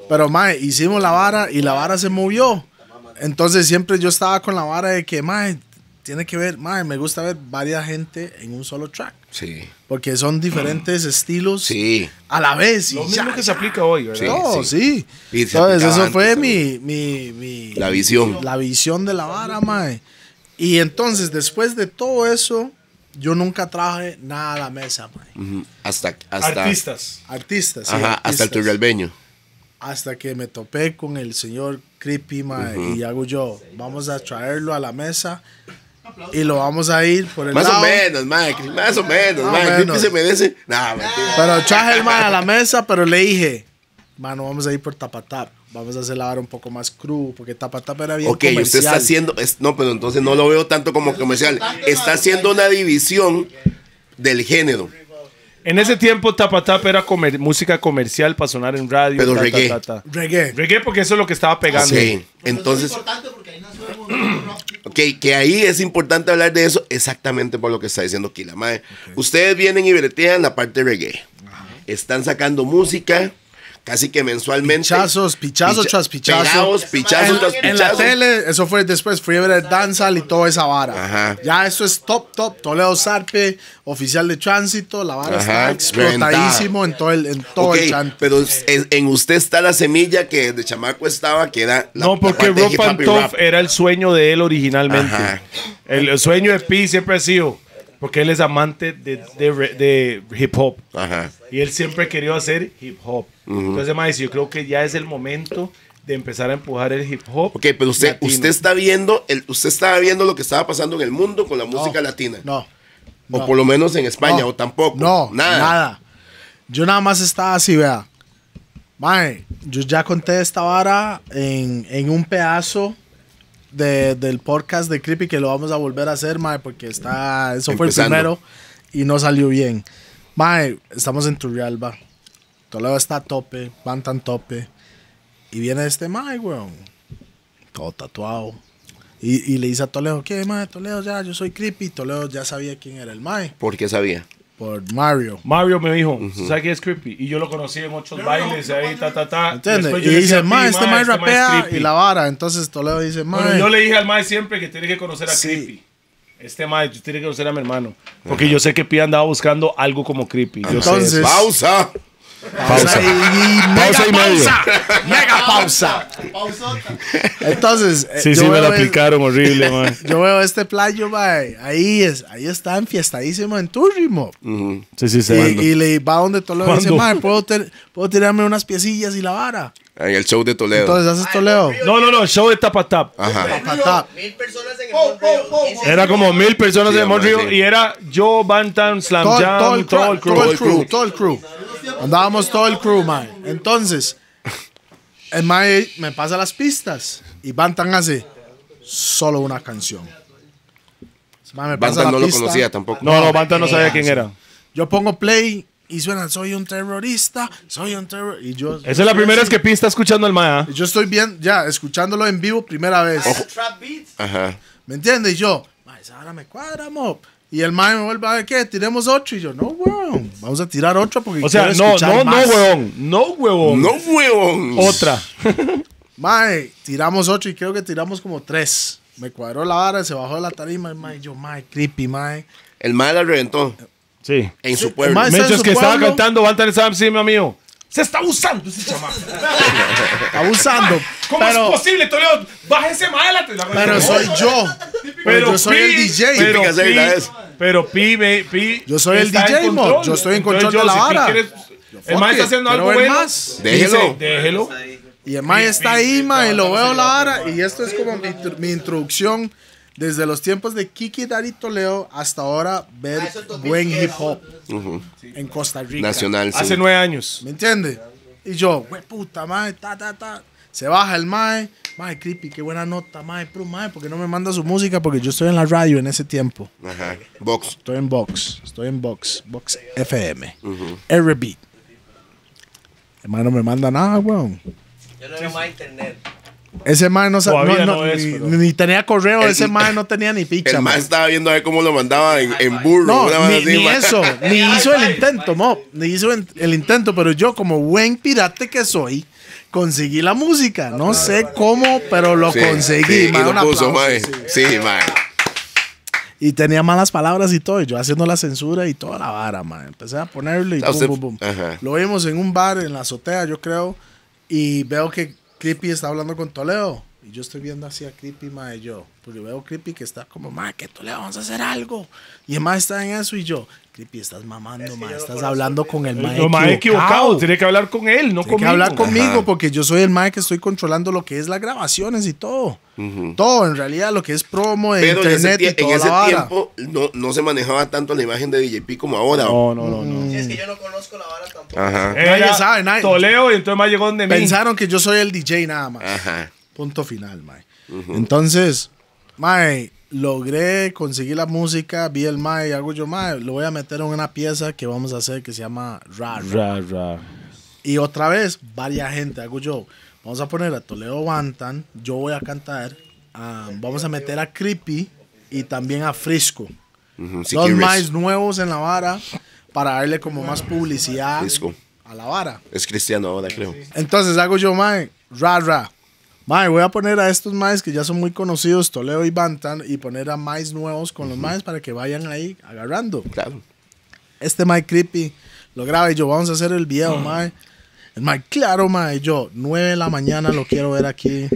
Pero, mae, hicimos la vara y la vara se movió. Entonces siempre yo estaba con la vara de que, mae, tiene que ver, mae, me gusta ver varias gente en un solo track.
Sí.
Porque son diferentes estilos
Sí.
a la vez. Y
Lo
ya,
mismo que se
ya.
aplica hoy, ¿verdad?
Sí.
No, sí.
Y se
Entonces,
aplicaba
eso fue
antes
mi, mi, mi...
La visión.
La visión de la vara, mae. Y entonces, después de todo eso, yo nunca traje nada a la mesa, mae.
Ujú. Hasta, hasta,
Artistas.
Artistas, sí,
ajá, hasta el
artistas.
turrialbeño.
Hasta que me topé con el señor Creepy, mae, y hago yo, vamos a traerlo a la mesa y lo vamos a ir por el
Más
lado.
o menos, mae. Más o menos,
Más o
mae.
menos.
Creepy se merece. Nah, mentira.
Pero traje el mae a la mesa, pero le dije, mano, vamos a ir por Tapatap. Vamos a hacer la vara un poco más crudo, porque Tapatap era bien
Ok,
comercial.
usted está haciendo. es- no, pero entonces no lo veo tanto como comercial. Está haciendo una división del género.
En ese tiempo, Tapa Tapa era comer- música comercial para sonar en radio.
Pero
ta, ta,
reggae.
ta, ta.
Reggae.
Reggae porque eso es lo que estaba pegando.
Ok, entonces. Ok, que ahí es importante hablar de eso exactamente por lo que está diciendo Kila. Mae. Ustedes vienen y bretean la parte de reggae. Están sacando música casi que mensualmente.
Pichazos, pichazo
Picha-
tras pichazo.
pegados, pichazo
en,
tras
en la
pichazo.
tele, eso fue después, Fiebre Danzal y toda esa vara.
Ajá.
Ya esto es top, top. Toledo Sarpe, oficial de tránsito, la vara
Ajá,
está explotadísimo en todo el, en todo
Ok,
el chante.
pero en, en usted está la semilla que de chamaco estaba, que era la,
No, porque
la parte de
Rock
hip hop
and
y
Tough
rap.
era el sueño de él originalmente.
Ajá.
El, el sueño de Pi siempre ha sido, porque él es amante de, de, re- de hip hop.
Ajá.
Y él siempre quería hacer hip hop. Entonces, maestro, yo creo que ya es el momento de empezar a empujar el hip hop.
Ok, pero usted,
latino.
usted está viendo, el, usted estaba viendo lo que estaba pasando en el mundo con la música latina.
No.
O
no.
por lo menos en España,
No.
o tampoco.
No,
nada.
nada. Yo nada más estaba así, vea. Mae, yo ya conté esta vara en, en un pedazo de, del podcast de Creepy que lo vamos a volver a hacer, mae, porque está, eso fue el
Empezando.
primero y no salió bien. Mae, estamos en Turrialba. Toledo está a tope, van tan tope. Y viene este mae, weón. Todo tatuado. Y, y le dice a Toledo, ¿qué, mae? Toledo, ya, yo soy Creepy. Toledo ya sabía quién era el mae.
Porque sabía.
Por Mario.
Mario me dijo, ¿sabes quién es Creepy? Y yo lo conocí en otros bailes ahí, ta, ta, ta.
¿Entiendes?
Después
Y
yo le
dice,
decía,
ma,
"Pi,
este
ma,
mae
este mae es
rapea
Creepy".
y la vara. Entonces Toledo dice,
Bueno,
mae.
yo le dije al mae siempre que tiene que conocer a
Sí.
Creepy. Este mae tiene que conocer a mi hermano. Porque yo sé que Pi andaba buscando algo como Creepy. Yo sé
Entonces-
eso.
Pausa.
Pausa. Y, y mega
Pausa y medio.
pausa. Mega pausa. Entonces, eh,
Sí,
yo
sí, me
veo
lo
el-
aplicaron horrible, mae.
Yo veo este playo, mae. Ahí, es, ahí está enfiestadísimo en Turrimo.
Sí, sí, sí.
Y, y le va donde Toledo y dice,
¿Cuándo?
mae, ¿puedo, ter- ¿puedo tirarme unas piecillas y la vara?
En el show de Toledo.
Entonces haces Toledo.
No, no, no, show de Tapa Tap.
Ajá.
Patá.
Mil personas en el Montreal. Ese-
Era como mil personas
Sí,
de
hombre,
Montreal
sí.
y era yo, Bantam, Slam
Todo,
Jam,
todo el,
todo el
crew,
crew.
todo el crew, todo el crew. Andábamos todo el crew, mae. Entonces, el mae me pasa las pistas y Bantam hace solo una canción. Mae, me pasa
Bantam
la
no lo
pista.
conocía tampoco.
No, no, Bantam no sabía quién era.
Yo pongo play y suena, soy un terrorista, soy un terrorista. Y yo,
Esa es la primera vez que Pi está escuchando al mae. ¿ah?
Yo estoy bien, ya, escuchándolo en vivo primera vez.
Trap beats.
Ajá.
¿Me entiendes? Y yo, mae, esa hora me cuadra, mo. Y el mae me vuelve a ver, ¿qué? Tiremos otro. Y yo, no, weón, vamos a tirar otro porque
O sea,
quiero
no,
escuchar
no, no,
más.
huevón. No, huevón.
No, huevón.
Otra.
Mae, tiramos ocho y creo que tiramos como tres. Me cuadró la vara, se bajó de la tarima. Y mae, yo, mae, creepy, mae.
El mal la reventó
Sí.
en
Sí,
su pueblo.
el mae- está en
Mientras
su
que estaba
pueblo.
cantando, Bantam estaba encima mío. Se está abusando ese chamaco.
Abusando.
¿Cómo
pero,
es posible, Toledo? Baja ese mae la tela.
pero soy yo. Pero yo soy
Pi-
el D J.
Pero
Típica
Pi,
verdad es.
pero Pi, me- Pi
Yo soy el
está
D J,
en
mo.
control.
Yo estoy en
Entonces,
control
yo,
de la
si Pi
vara.
quiere- el
fuck
mae está
it,
haciendo
quiero
algo
ver
bueno.
más.
Déjelo.
Dice, déjelo.
Y el mae está ahí, mae, y lo veo la vara. Y esto es como mi, intro- mi introducción desde los tiempos de Kiki Daddy Toledo hasta ahora ver
Ah, eso es
buen hip hop en Costa Rica.
Nacional, sí.
Hace nueve años.
¿Me entiendes? Y yo, güey, puta, mae, ta, ta, ta. Se baja el mae. Mae, creepy, qué buena nota, mae. Pero, mae, ¿por qué no me manda su música? Porque yo estoy en la radio en ese tiempo.
Ajá. Box.
Estoy en Vox. Estoy en Vox. Vox F M. R B. El mae no me manda nada, weón.
Yo no veo más internet.
Ese mae no sabía.
Todavía
No,
no
no,
es,
ni,
pero-
ni tenía correo.
El-
ese mae no tenía ni picha.
El
mae.
mal estaba viendo a ver cómo lo mandaba en, en burro.
No,
una vara
ni,
así,
ni
ma.
eso, ni hizo el intento, mo, ni hizo el, el intento, pero yo como buen pirate que soy, conseguí la música. No sé cómo, pero lo
Sí,
conseguí.
sí,
mae,
y lo
un
puso,
aplauso,
mae.
sí.
Sí, mae.
Y tenía malas palabras y todo. Y yo haciendo la censura y toda la vara, man. Empecé a ponerlo y
Ah,
boom,
usted-
boom, boom.
ajá.
Lo vimos en un bar en la azotea, yo creo. Y veo que Creepy está hablando con Toledo. Y yo estoy viendo así a Creepy, ma, y yo. Porque veo Creepy que está como, ma, que Toledo, vamos a hacer algo. Y el ma está en eso y yo. Creepy, estás mamando, ma. Estás hablando con el ma
Lo más equivocado.
equivocado.
Tiene que hablar con él, no
Tiene
conmigo.
que hablar conmigo
Ajá.
porque yo soy el mae que estoy controlando lo que es las grabaciones y todo. Todo, en realidad, lo que es promo de
Pero en ese,
internet y
tie- en
toda
ese
la vara.
tiempo no, no se manejaba tanto la imagen de D J P como ahora.
No, no, no, no.
Si es que yo no conozco la vara tampoco.
Ajá.
Era
Nadie sabe, nadie-
Toledo y entonces más llegó donde mí.
Pensaron que yo soy el D J nada más.
Ajá.
Punto final, mae. Entonces, mae, logré conseguir la música, vi el mae y hago yo, mae, lo voy a meter en una pieza que vamos a hacer que se llama Ra. Ra.
Ra, ra.
Y otra vez, varias gente, hago yo. Vamos a poner a Toledo Bantan, yo voy a cantar, ah, vamos a meter a Creepy y también a Frisco.
Ujú, sí,
Dos
Kiris.
más nuevos en la vara para darle como más publicidad
Frisco.
a la vara.
Es cristiano ahora, creo.
Entonces hago yo, mae, Ra Ra. Mae, voy a poner a estos maes que ya son muy conocidos, Toledo y Bantan, y poner a maes nuevos con los maes para que vayan ahí agarrando.
Claro.
Este mae Creepy lo graba y yo, vamos a hacer el video, mae. El mae, claro, mae. Yo, nueve de la mañana lo quiero ver aquí.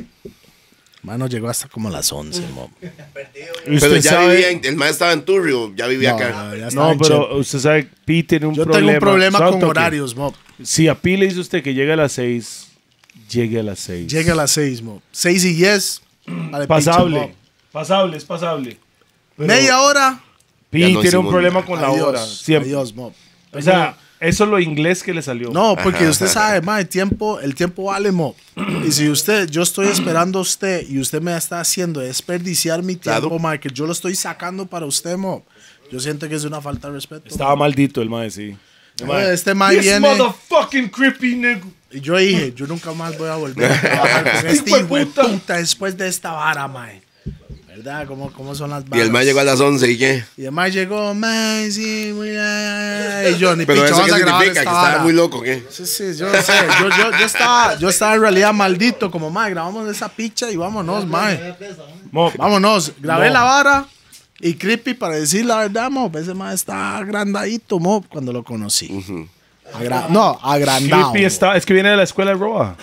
Mae, no llegó hasta como las once, mo.
Y
Pero
usted
ya
sabe-
vivía, en- el maestro estaba en Turrio, ya vivía
No,
acá.
no, ya estaba
No,
en
pero
Chepe.
usted sabe, Pi tiene un
Yo
problema.
tengo un problema
¿Sabe
con
toque?
horarios, mo.
Si a Pi le dice usted que llegue a las seis, llegue a las seis.
Llega a las seis, mo. Seis y diez. vale,
Pasable.
pinche,
Pasable, es pasable.
mo. Media hora.
Pi
Ya no
tiene un
hicimos
problema
nada.
con la
Adiós,
hora. Siempre.
Adiós, mo.
O sea, eso es lo inglés que le salió.
No, porque
Ajá,
usted
ajá.
sabe, ma, el tiempo, el tiempo vale, mo. Y si usted, yo estoy esperando a usted y usted me está haciendo desperdiciar mi tiempo,
Claro.
ma, que yo lo estoy sacando para usted, mo. Yo siento que es una falta de respeto.
Estaba maldito el mae, sí. El
mo.
mae,
Este ma
"This
viene
motherfucking creepy nigga".
y yo dije, yo nunca más voy a volver a trabajar con este
Hijo de
hijo de
puta.
puta después de esta vara, ma. ¿Verdad? ¿Cómo, cómo son las
Y
varas?
el maestro llegó a las once y qué.
Y el ma llegó, ma, sí, muy bien. Y yo, ni
Pero
picha,
eso
vamos
qué
a grabar
significa,
esta
que estaba
vara.
muy loco, ¿qué?
Sí, sí, yo sé. Yo, yo, yo, estaba, yo estaba en realidad maldito, como, mae, grabamos esa picha y vámonos, mae.
Mo,
Vámonos. Grabé
No.
la vara y Creepy, para decir la verdad, mo, ese mae está agrandadito, mo, cuando lo conocí. Agra- no, agrandado.
Creepy está, es que viene de la escuela de Roa.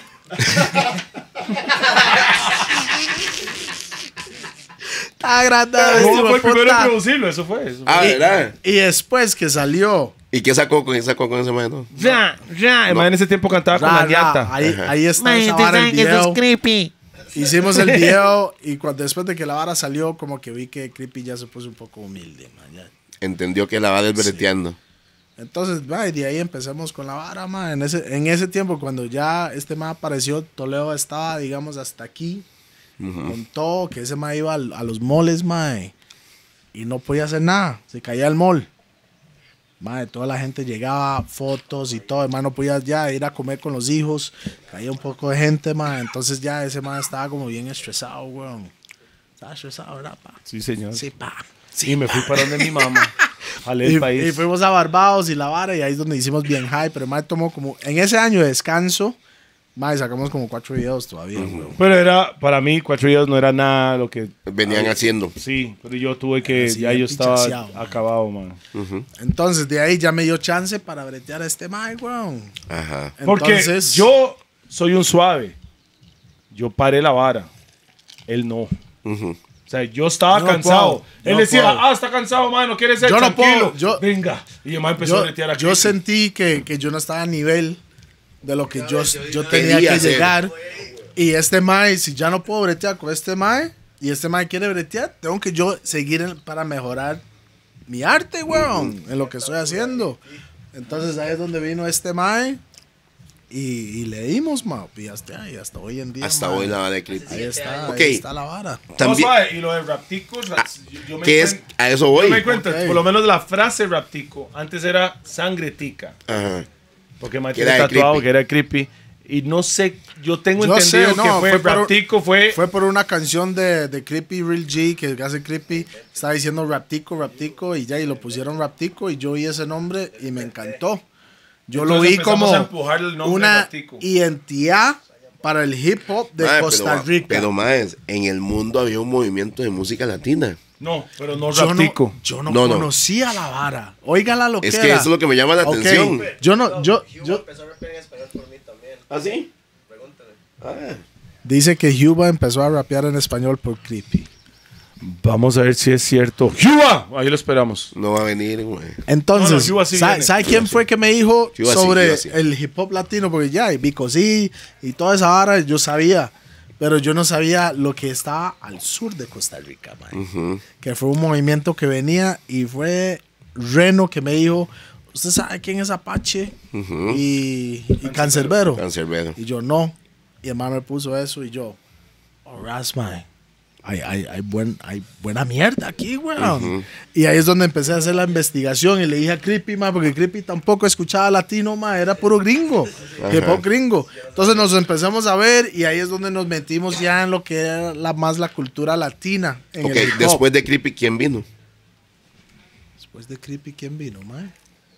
Está agrandado. este
Roa
hijo
fue
de
el primero en
puta.
producirlo, eso fue. Eso fue.
Ah, ¿verdad?
Y después que salió,
¿Y qué sacó con, qué sacó con ese maestro?
Ya, ya. El mae en ese tiempo cantaba con
ra,
la
ra,
ñata.
ahí,
Ajá.
ahí está
Man,
esa
ustedes
vara, el
saben que eso es
video.
creepy.
Hicimos el video y cuando, después de que la vara salió, como que vi que Creepy ya se puso un poco humilde, man. Ya.
Entendió que la va desbreteando.
Entonces, va, y de ahí empezamos con la vara, ma. En ese, en ese tiempo, cuando ya este ma apareció, Toledo estaba, digamos, hasta aquí. Con todo, que ese ma iba al- a, los moles, ma. Y no podía hacer nada. Se caía el mall. Ma, toda la gente llegaba, fotos y todo. El ma no podía ya ir a comer con los hijos. Caía un poco de gente, ma. Entonces ya ese ma estaba como bien estresado, weón. Estaba estresado, ¿verdad, pa?
Sí, señor.
Sí, pa.
Sí, me fui para donde mi mamá. Jalé el
Y,
país.
y fuimos a Barbados y la vara y ahí es donde hicimos bien high, pero mae tomó como, en ese año de descanso, mae sacamos como cuatro videos todavía, weón.
Pero era, para mí, cuatro días no era nada lo que...
Venían haciendo.
Sí, pero yo tuve que...
Sí,
ya
bien
yo estaba
pichaseado, man.
acabado, man.
Entonces de ahí ya me dio chance para bretear a este mae, weón.
Ajá.
Porque
Entonces,
yo soy un suave. Yo paré la vara. Él no.
Ujú.
O sea, yo estaba
Yo no
cansado.
puedo, yo
Él
no
decía,
puedo.
ah, está cansado, man, no quiere ser
Yo no
tranquilo.
puedo, yo-
Venga. Y el man empezó a
yo,
bretear aquí.
yo sentí que, que yo no estaba a nivel de lo que yo, yo tenía
Quería
que
hacer.
llegar. Y este mae, si ya no puedo bretear con este mae, y este mae quiere bretear, tengo que yo seguir en- para mejorar mi arte, weón, en lo que estoy haciendo. Entonces ahí es donde vino este mae y, y le dimos, ma, y hasta, ahí, hasta hoy en día.
Hasta
mae.
hoy la va de clip.
Ahí está,
Ok.
ahí está la vara.
No,
También,
suave, y lo de Raptico, ra- yo, yo me
¿qué es?
cuen-
A eso
Yo
voy.
me di cuenta,
Ok.
por lo menos la frase Raptico, antes era sangre tica.
Ajá.
Porque me
Que
tiene
era de
tatuado
creepy.
que era creepy. Y no sé, yo tengo
Yo
entendido
sé, no,
que fue,
fue por-
Raptico fue,
Fue por una canción de, de Creepy Real G que hace Creepy. Estaba diciendo Raptico, Raptico y ya, y lo pusieron Raptico y yo oí ese nombre y me encantó. Yo lo
Entonces
vi
empezamos
como
a empujar el nombre
una
Raptico.
identidad para el hip hop de
Mae,
Costa
pero,
Rica.
Pero, más, en el mundo había un movimiento de música latina.
No, pero no
yo
ratico.
no, yo no,
No, no.
conocía la vara. Óigala lo que
Es
era.
que eso es lo que me llama la
Ok,
atención.
Yo no, yo,
Hugo
yo.
empezó a rapear en español por mí también.
¿Ah, sí?
Pregúntale.
Ah.
Dice que Huba empezó a rapear en español por Creepy.
Vamos a ver si es cierto. ¡Juba! Ahí lo esperamos.
No va a venir, güey.
Entonces,
No, no, Huba sí
¿sabe,
viene.
sabe quién fue que me dijo
Huba sí,
sobre
Huba sí.
el hip hop latino? Porque ya, y Vico sí, y toda esa vara yo sabía. Pero yo no sabía lo que estaba al sur de Costa Rica, man. Que fue un movimiento que venía y fue Reno que me dijo, ¿usted sabe quién es Apache? Y, y Cancerbero.
Cancerbero.
Y yo, no. Y el man me puso eso y yo, oh, ras, man. Hay, hay, hay, buen, hay buena mierda aquí, weón. Y ahí es donde empecé a hacer la investigación y le dije a Creepy, man, porque Creepy tampoco escuchaba latino, man, era puro gringo, hip hop gringo. Entonces nos empezamos a ver y ahí es donde nos metimos ya en lo que era la, más la cultura latina. En
Ok,
el hip hop.
después de Creepy, ¿quién vino?
Después de Creepy, ¿quién vino, man?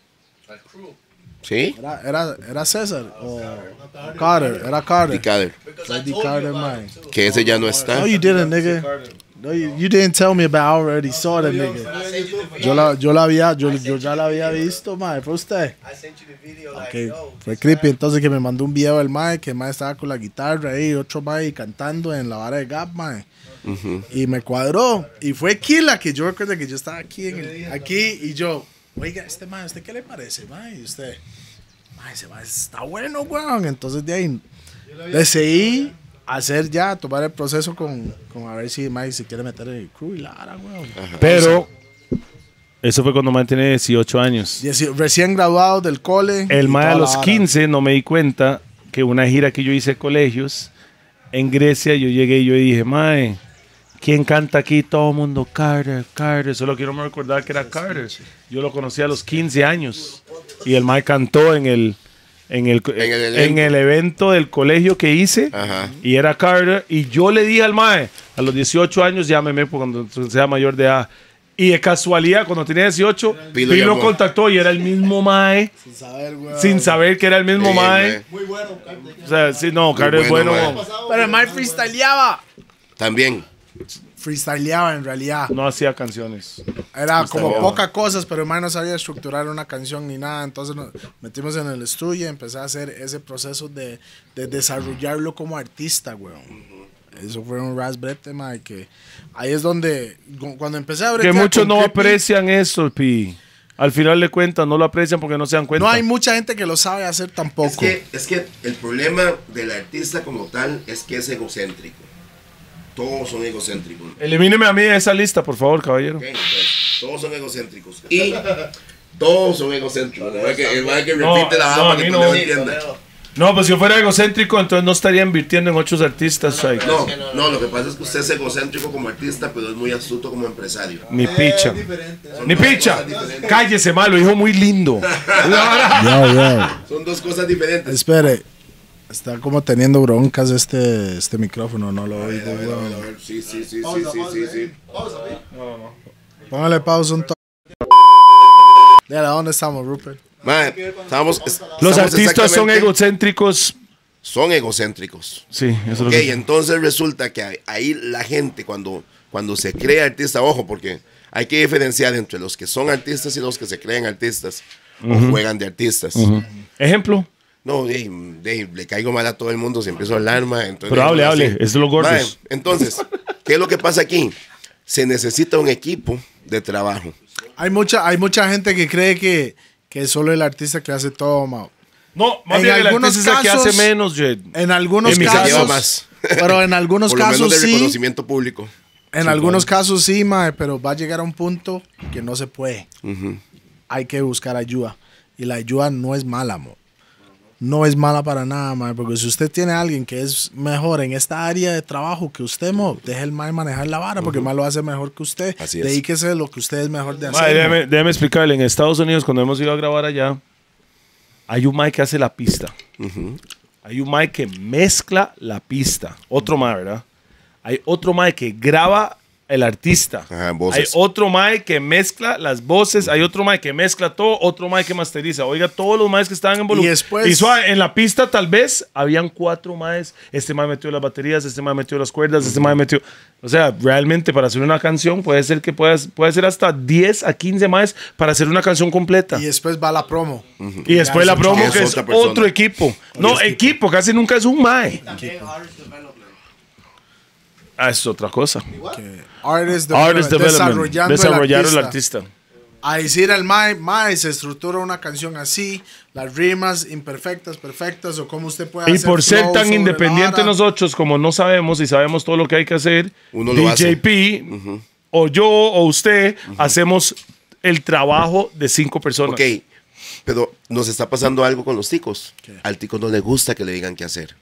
¿Sí?
Era, era, era César o Carter, era Carter.
Y Kader.
Fue D. Carter, man.
Que ese ya no está.
No, you didn't, nigga. No, you, you didn't tell me about. I already saw that nigga. Yo la, yo la había, yo, yo ya la había visto, mae. ¿Fue usted?
I sent you the video like,
Okay.
yo.
Fue creepy. Entonces que me mandó un video del mae, que el mae estaba con la guitarra ahí, otro mae cantando en la vara de Gap, mae. Y me cuadró. Y fue Kila, que yo recuerdo que yo estaba aquí, en el- aquí y yo, oiga, este mae, ¿usted qué le parece, mae? Y usted, mae, ese mae está bueno, weón. Entonces de ahí decidí hacer ya, tomar el proceso con, con a ver si Mike se quiere meter en el crew y la vara, weón.
Pero eso fue cuando Mae tenía dieciocho años.
Dieci- Recién graduado del cole.
El
y
Mae a
toda la
los
vara.
quince no me di cuenta que una gira que yo hice de colegios en Grecia, yo llegué y yo dije, Mae, ¿quién canta aquí? Todo el mundo, Carter, Carter. Solo quiero me recordar que era Carter. Yo lo conocí a los quince años. Y el Mae cantó en el, en el,
En el
en el evento del colegio que hice.
Ajá.
Y era Carter. Y yo le dije al Mae, a los dieciocho años, llámeme cuando sea mayor de edad. Y de casualidad, cuando tenía dieciocho,
Pilo
Pilo
llamó.
contactó y era el mismo Mae.
Sin saber, weón.
Sin saber que era el mismo
Sí,
Mae.
mae.
O sea, sí, no, Carter es
bueno,
bueno.
mae.
Pero el Mike freestyleaba.
También.
Freestyleaba en realidad.
No hacía canciones.
Era como
Freestyleaba.
pocas cosas, pero el Mike no sabía estructurar una canción ni nada. Entonces nos metimos en el estudio y empecé a hacer ese proceso de, de desarrollarlo como artista, weón. Eso fue un rasbrete, Mike, que ahí es donde, cu- cuando empecé a
Que
bretear
muchos
con
no
Creepy,
aprecian eso, Pi. Al final de cuentas, no lo aprecian porque no se dan cuenta.
No hay mucha gente que lo sabe hacer tampoco.
Es que, es que el problema del artista como tal es que es egocéntrico. Todos son egocéntricos.
Elimíneme a mí de esa lista, por favor, caballero.
Ok, entonces, todos son egocéntricos. Y todos son egocéntricos. El mae que, el mae que
No,
repite la
no,
dama
a
que
mí
tú
no.
no
Sí,
entiendas.
Toledo.
No, pues si yo fuera egocéntrico, entonces no estaría invirtiendo en otros artistas. like,
No, no, lo que pasa es que usted es egocéntrico como artista, pero es muy astuto como empresario.
Ni picha.
Son
Ni
dos
picha.
cosas diferentes.
Cállese, malo, hijo muy lindo.
Yo, yo.
Son dos cosas diferentes.
Espere. Está como teniendo broncas este, este micrófono, no lo oigo,
A ver, a ver, a
weón.
ver. Sí, sí, sí, sí, sí, sí, sí.
Póngale pausa un toque. Mira, ¿dónde estamos, Rupert?
Mae, estamos, es-
Los
estamos
artistas son
exactamente-
egocéntricos.
Son egocéntricos.
Sí, eso es lo
Ok,
que...
entonces resulta que ahí- ahí la gente cuando, cuando se cree artista, ojo, porque hay que diferenciar entre los que son artistas y los que se creen artistas o juegan de artistas.
Ejemplo.
No, de, de- le caigo mal a todo el mundo si empiezo a hablar, mae, entonces,
Pero hable,
así.
hable, es de los gordos.
Mae, entonces, ¿qué es lo que pasa aquí? Se necesita un equipo de trabajo.
Hay mucha, hay mucha gente que cree que, que es solo el artista que hace todo, mao.
No, más
En
bien el
algunos
artista es el que
casos-
hace menos, Jed.
En algunos
En mi
Se
caso-
lleva
casos,
más.
pero en algunos
Por lo menos
casos
de
sí,
reconocimiento público.
en algunos casos sí, mae, pero va a llegar a un punto que no se puede. Hay que buscar ayuda. Y la ayuda no es mala, mo. No es mala para nada, mae, porque si usted tiene a alguien que es mejor en esta área de trabajo que usted, mo, deje el mae manejar la vara, porque el mae lo hace mejor que usted.
Así es.
Dedíquese a lo que usted es mejor de hacer.
Mae,
mo.
déjeme, déjeme explicarle. En Estados Unidos, cuando hemos ido a grabar allá, hay un Mike que hace la pista. Hay un Mike que mezcla la pista. Otro Mike, ¿verdad? Hay otro Mike que graba el artista.
Ajá, voces.
Hay otro mae que mezcla las voces, hay otro mae que mezcla todo, otro mae que masteriza. Oiga, todos los maes que estaban en volumen.
Y después-
Y suave, en la pista tal vez habían cuatro maes. Este mae metió las baterías, este mae metió las cuerdas, este mae metió... O sea, realmente para hacer una canción puede ser que puedas, puede ser hasta diez a quince maes para hacer una canción completa.
Y después va la promo.
Y después la promo
Es
que es
otra persona.
otro equipo. No, equipo, casi nunca es un mae.
También artist development.
Ah, es otra cosa.
Que artist,
Artist
development,
development.
desarrollando
Desarrollar
el
el
artista.
artista.
A decir al Mae, Mae, se estructura una canción así, las rimas imperfectas, perfectas, o cómo usted puede
Y
hacer
por ser
flow
tan
sobre la
independientes
vara.
nosotros, como no sabemos y sabemos todo lo que hay que hacer,
Uno lo
D
hace.
J P o yo o usted hacemos el trabajo de cinco personas.
Ok, pero nos está pasando algo con los ticos. Al tico no le gusta que le digan qué hacer.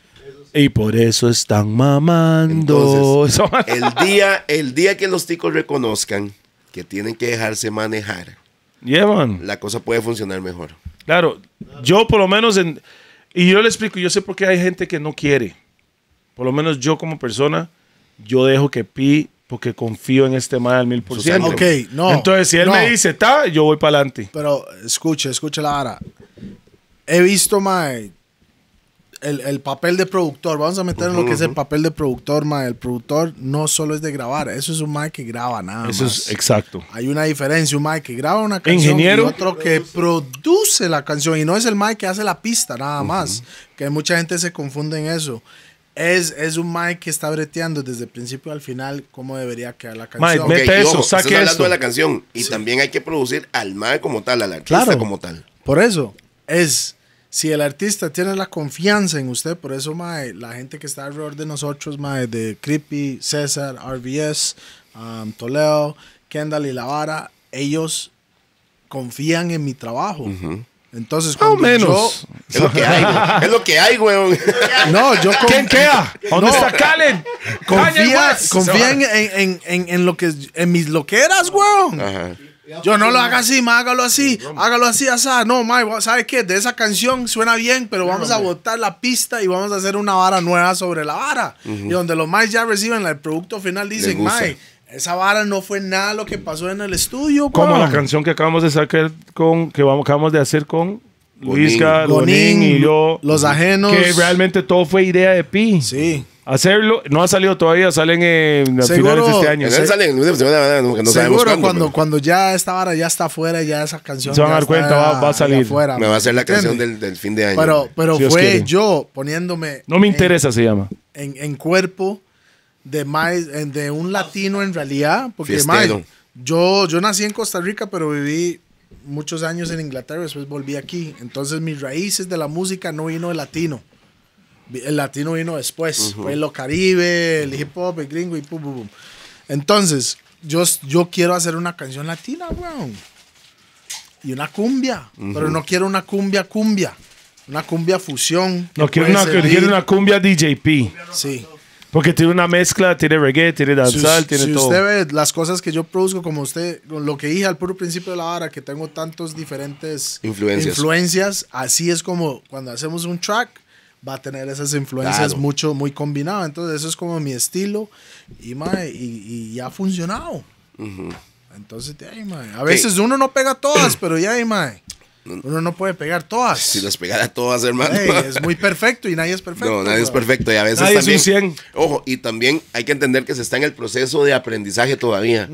Y por eso están mamando.
Entonces,
Eso-
el día, el día que los ticos reconozcan que tienen que dejarse manejar,
Yeah, man.
la cosa puede funcionar mejor.
Claro, yo por lo menos, en, y yo le explico, yo sé por qué hay gente que no quiere. Por lo menos yo como persona, yo dejo que Pi, porque confío en este man al mil por ciento.
Ok, no,
Entonces, si él
no.
me dice, ta, yo voy para adelante.
Pero escuche, escuche la vara. He visto, Mae, el, el papel de productor. Vamos a meter en lo que es el papel de productor, Mae. El productor no solo es de grabar, eso es un Mae que graba nada
Eso
más.
es exacto.
Hay una diferencia, un Mae que graba una canción
Ingeniero.
y otro que produce la canción. Y no es el Mae que hace la pista, nada más. Que mucha gente se confunde en eso. Es, es un Mae que está breteando desde el principio al final cómo debería quedar la
Mae,
canción.
me- Meta
Ok, y
eso,
ojo,
saque
estás hablando
esto.
de la canción. Y también hay que producir al mae como tal, al artista
Claro.
como tal.
Por eso, es, si el artista tiene la confianza en usted, por eso, mae, la gente que está alrededor de nosotros, mae, de Creepy, César, R V S, um, Toledo, Kendall y La Vara, ellos confían en mi trabajo. Entonces,
Más o
cuando
menos.
Es lo que hay, güey. Es lo que hay, weón.
yo- no, yo con-
¿Quién queda? ¿Dónde
No.
está Calen?
confía,
Kanye West.
confía en, en, en, en lo que, en mis loqueras, weón.
Ajá.
Yo no lo haga así, ma, hágalo así, hágalo así, así. No, ma, ¿sabe qué? De esa canción suena bien, pero vamos a botar la pista y vamos a hacer una vara nueva sobre la vara. Y donde los más ya reciben el producto final dicen,
gusta.
ma, esa vara no fue nada lo que pasó en el estudio.
Como
weón".
la canción que acabamos de sacar con, que vamos, acabamos de hacer con Luisca,
Gonín,
Gonín y yo.
Los Ajenos.
Que realmente todo fue idea de Pi.
Sí.
Hacerlo, no ha salido todavía, salen en a
Seguro.
finales de este año.
En él salen, no sabemos
Seguro
cuándo,
cuando,
pero
cuando ya esta vara ya está afuera, ya esa canción
Se van a
ya
dar
está
cuenta, va- va a
allá
salir.
afuera,
me va a hacer la
¿entiende?
canción del, del fin de año.
Pero, pero
Si Dios
fue
quiere.
yo poniéndome
No me
en-
interesa, se llama.
en, en cuerpo de más de un latino en realidad, porque
Fiestero.
mae, yo yo nací en Costa Rica, pero viví muchos años en Inglaterra, después volví aquí. Entonces mis raíces de la música no vino el latino. Vi- El latino vino después, fue lo caribe, el hip hop, el gringo y pum pum pum. Entonces, yo yo quiero hacer una canción latina, weón. Y una cumbia, pero no quiero una cumbia cumbia, una cumbia fusión. que
No, quiero
puede
una,
servir-
quiero una cumbia D J P.
Sí.
Porque tiene una mezcla, tiene reggae, tiene
Si,
danzal, tiene
si
todo.
usted ve las cosas que yo produzco, como usted, con lo que dije al puro principio de la hora, que tengo tantos diferentes
Influencias.
influencias, así es como cuando hacemos un track, va a tener esas influencias
Claro.
mucho, muy combinadas. Entonces, eso es como mi estilo y, mae, y, y ya ha funcionado. Entonces, de ahí, mae. A veces uno no pega todas, pero ya, ahí, mae, uno no puede pegar todas.
si las pegara todas, hermano.
Ey, es muy perfecto y nadie es perfecto.
No, nadie es
bro.
perfecto. Y a veces
Nadie es un
también.
cien.
Ojo, y también hay que entender que se está en el proceso de aprendizaje todavía.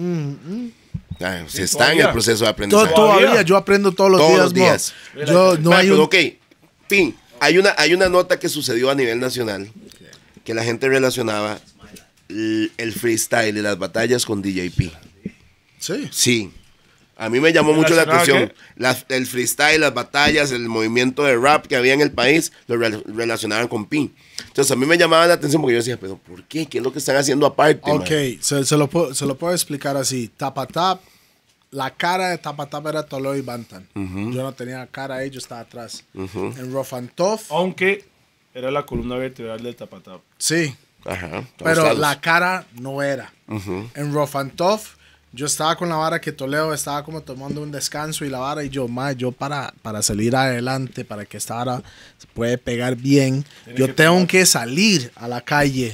Ah, se está en
todavía.
el proceso de
To-
aprendizaje.
Todavía.
Todavía.
yo aprendo todos los
Todos
días.
los días.
mo. Yo no
Vea,
hay
pero
un...
ok, fin. Hay una, hay una nota que sucedió a nivel nacional que la gente relacionaba el, el freestyle y las batallas con D J P.
Sí.
Sí. A mí me llamó mucho la
¿Relacionado
atención.
qué?
Las- el freestyle, las batallas, el movimiento de rap que había en el país, lo re- relacionaban con Pi. Entonces a mí me llamaba la atención porque yo decía, pero ¿por qué? ¿Qué es lo que están haciendo aparte?
Ok,
man?
se, se lo puedo, se lo puedo explicar así. Tapatap, la cara de Tapatap era Toledo y Bantan. Yo no tenía cara ahí, yo estaba atrás. En Rough and Tough,
Aunque era la columna vertebral del Tapatap.
sí,
Ajá. a los
pero
lados.
la cara no era. En Rough and Tough, yo estaba con la vara que Toledo estaba como tomando un descanso y la vara y yo, ma, yo para, para salir adelante, para que esta vara se puede pegar bien, yo tengo que salir a la calle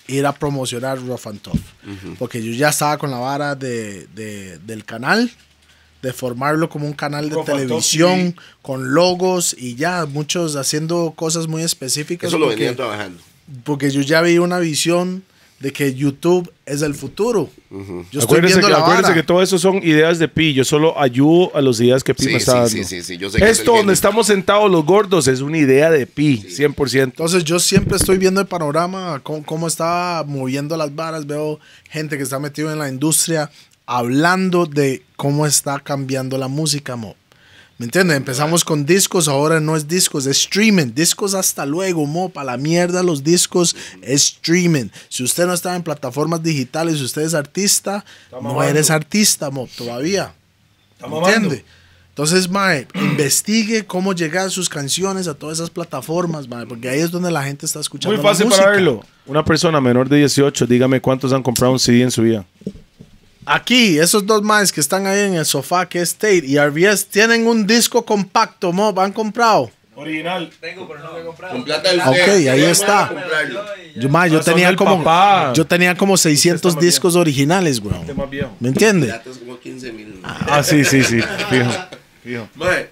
ir a promocionar Rough and Tough. Porque yo ya estaba con la vara de, de- del canal, de formarlo como un canal de
Rough and Tough
televisión,
T V.
con logos y ya, muchos haciendo cosas muy específicas.
Eso lo
porque-
venían trabajando.
porque yo ya vi una visión de que YouTube es el futuro. Yo estoy
Acuérdese,
viendo
que,
la
acuérdese
vara.
que todo eso son ideas de Pi. Yo solo ayudo a las ideas que Pi
Sí,
me está
sí,
dando.
sí, sí, sí, yo sé que es el
Esto donde
genio.
estamos sentados los gordos es una idea de Pi, cien por ciento.
Entonces yo siempre estoy viendo el panorama, cómo, cómo está moviendo las varas, veo gente que está metido en la industria hablando de cómo está cambiando la música, mo. ¿Me entiendes? Empezamos con discos, ahora no es discos, es streaming. Discos hasta luego, mo. Para la mierda los discos es streaming. Si usted no está en plataformas digitales, si usted es artista, no
mamando.
eres artista, mo, todavía.
Está
¿Me
mamando.
entiende? Entonces, mae, investigue cómo llegar sus canciones a todas esas plataformas, mae, porque ahí es donde la gente está escuchando
Muy fácil
la
para
música.
verlo. Una persona menor de dieciocho, dígame cuántos han comprado un C D en su vida.
Aquí, esos dos maes que están ahí en el sofá, que es Tate y R V S, tienen un disco compacto, mo, ¿han comprado?
Original.
Tengo, pero no lo he comprado.
Con plata del
Ok,
usted,
ahí
yo
está.
voy a comprarlo.
Yo, mae, yo
Ah, son
tenía
del
como
papá.
yo tenía como seiscientos
Está más
discos originales, weón.
Este más viejo.
¿Me entiende?
Plata es como quince mil.
Ah, sí, sí, sí. Fijo. Fijo.
Mae,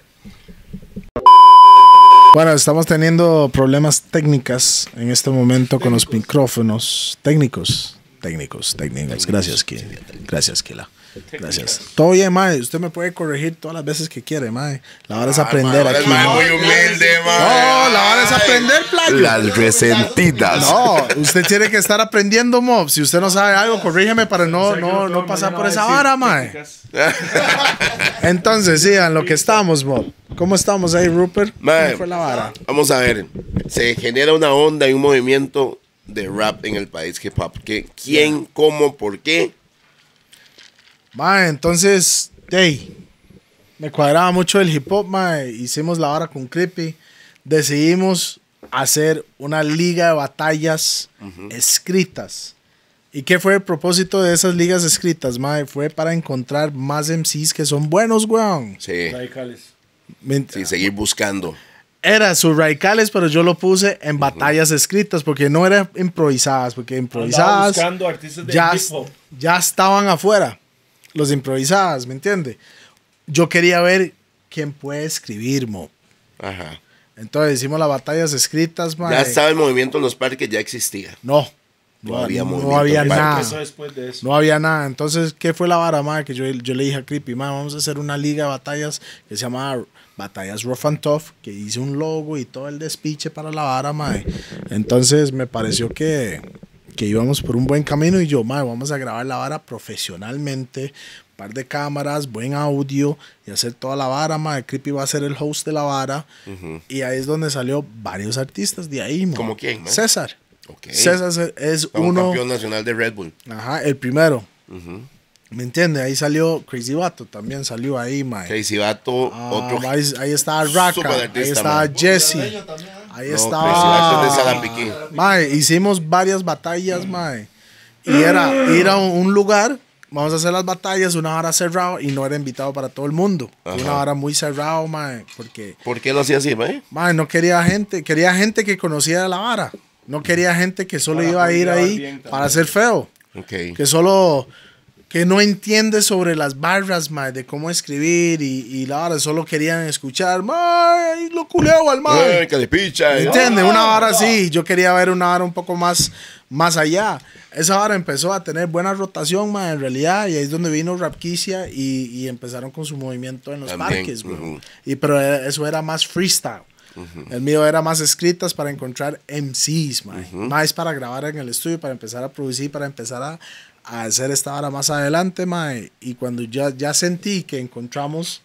Bueno, estamos teniendo problemas técnicas en este momento con los micrófonos técnicos. Técnicos, técnicos. Gracias, Kila. Gracias, Kila. Gracias. Todo bien, mae. Usted me puede corregir todas las veces que quiere, mae. La hora es aprender
ahora
aquí,
el mae
¿no?
muy humilde, mae.
No, la hora es aprender, playo.
Las resentidas.
No, usted tiene que estar aprendiendo, mob. Si usted no sabe algo, corrígeme para no, no, no pasar por esa vara, mae. Entonces, sigan lo que estamos, mob. ¿Cómo estamos ahí, Rupert?
Mae,
¿Cómo fue la vara?
Vamos a ver. Se genera una onda y un movimiento de rap en el país hip hop. ¿Qué, ¿Quién, cómo, por qué?
Mae, entonces, hey, me cuadraba mucho el hip hop, mae. Hicimos la vara con Creepy. Decidimos hacer una liga de batallas escritas. ¿Y qué fue el propósito de esas ligas escritas, mae? Fue para encontrar más M Cs que son buenos, weón.
Sí,
Radicales.
Me-
sí, seguir buscando.
Era sus radicales, pero yo lo puse en batallas escritas porque no eran improvisadas, porque
Andaba
improvisadas
buscando artistas de
ya,
hip hop.
ya estaban afuera, los improvisadas, ¿me entiende? Yo quería ver quién puede escribir, mo.
Ajá.
Entonces hicimos las batallas escritas, mae.
Ya estaba el movimiento en los parques, ya existía.
No,
No
no,
había
no
movimiento
había
en
nada.
Eso después de eso.
No había nada. Entonces, ¿qué fue la vara, mae? Que yo, yo le dije a Creepy, mae, vamos a hacer una liga de batallas que se llamaba Batallas Rough and Tough, que hice un logo y todo el despiche para la vara, mae. Entonces, me pareció que, que íbamos por un buen camino y yo, mae, vamos a grabar la vara profesionalmente, un par de cámaras, buen audio y hacer toda la vara, mae. Creepy va a ser el host de la vara y ahí es donde salió varios artistas de ahí, mae.
¿Cómo quién, mae?
César.
Ok.
César es
Fue un
uno...
campeón nacional de Red Bull.
Ajá, el primero. ¿Me entiendes? Ahí salió Crazy Vato, también salió ahí, mae.
Crazy Vato,
Ah,
otro.
ahí, ahí estaba Raka,
super artista,
ahí estaba
man.
Jesse, ahí
No, Crazy Vato
estaba...
es de Salampiquí.
Mae, hicimos varias batallas, mae. Y era ir a un, un lugar, vamos a hacer las batallas, una hora cerrado y no era invitado para todo el mundo. Fue
Ajá.
una hora muy cerrado, mae, porque,
¿Por qué lo hacía así, mae?
mae, no quería gente, quería gente que conociera la vara. No quería gente que solo
Para
iba a ir
poder
ahí
bien también.
para ser feo.
Ok.
Que solo que no entiende sobre las barras, mae, de cómo escribir y, y la hora solo querían escuchar, mae, lo culeo al mae.
Ay, que le picha.
¿Me
eh.
entiende? Una vara así. Yo quería ver una vara un poco más, más allá. Esa vara empezó a tener buena rotación, mae, en realidad, y ahí es donde vino Rapquicia y, y empezaron con su movimiento en los
También,
parques, güey.
ujú.
Y pero eso era más freestyle. El mío era más escritas para encontrar M Cs, mae. Más para grabar en el estudio, para empezar a producir, para empezar a, a hacer esta vara más adelante, mae. Y cuando ya, ya sentí que encontramos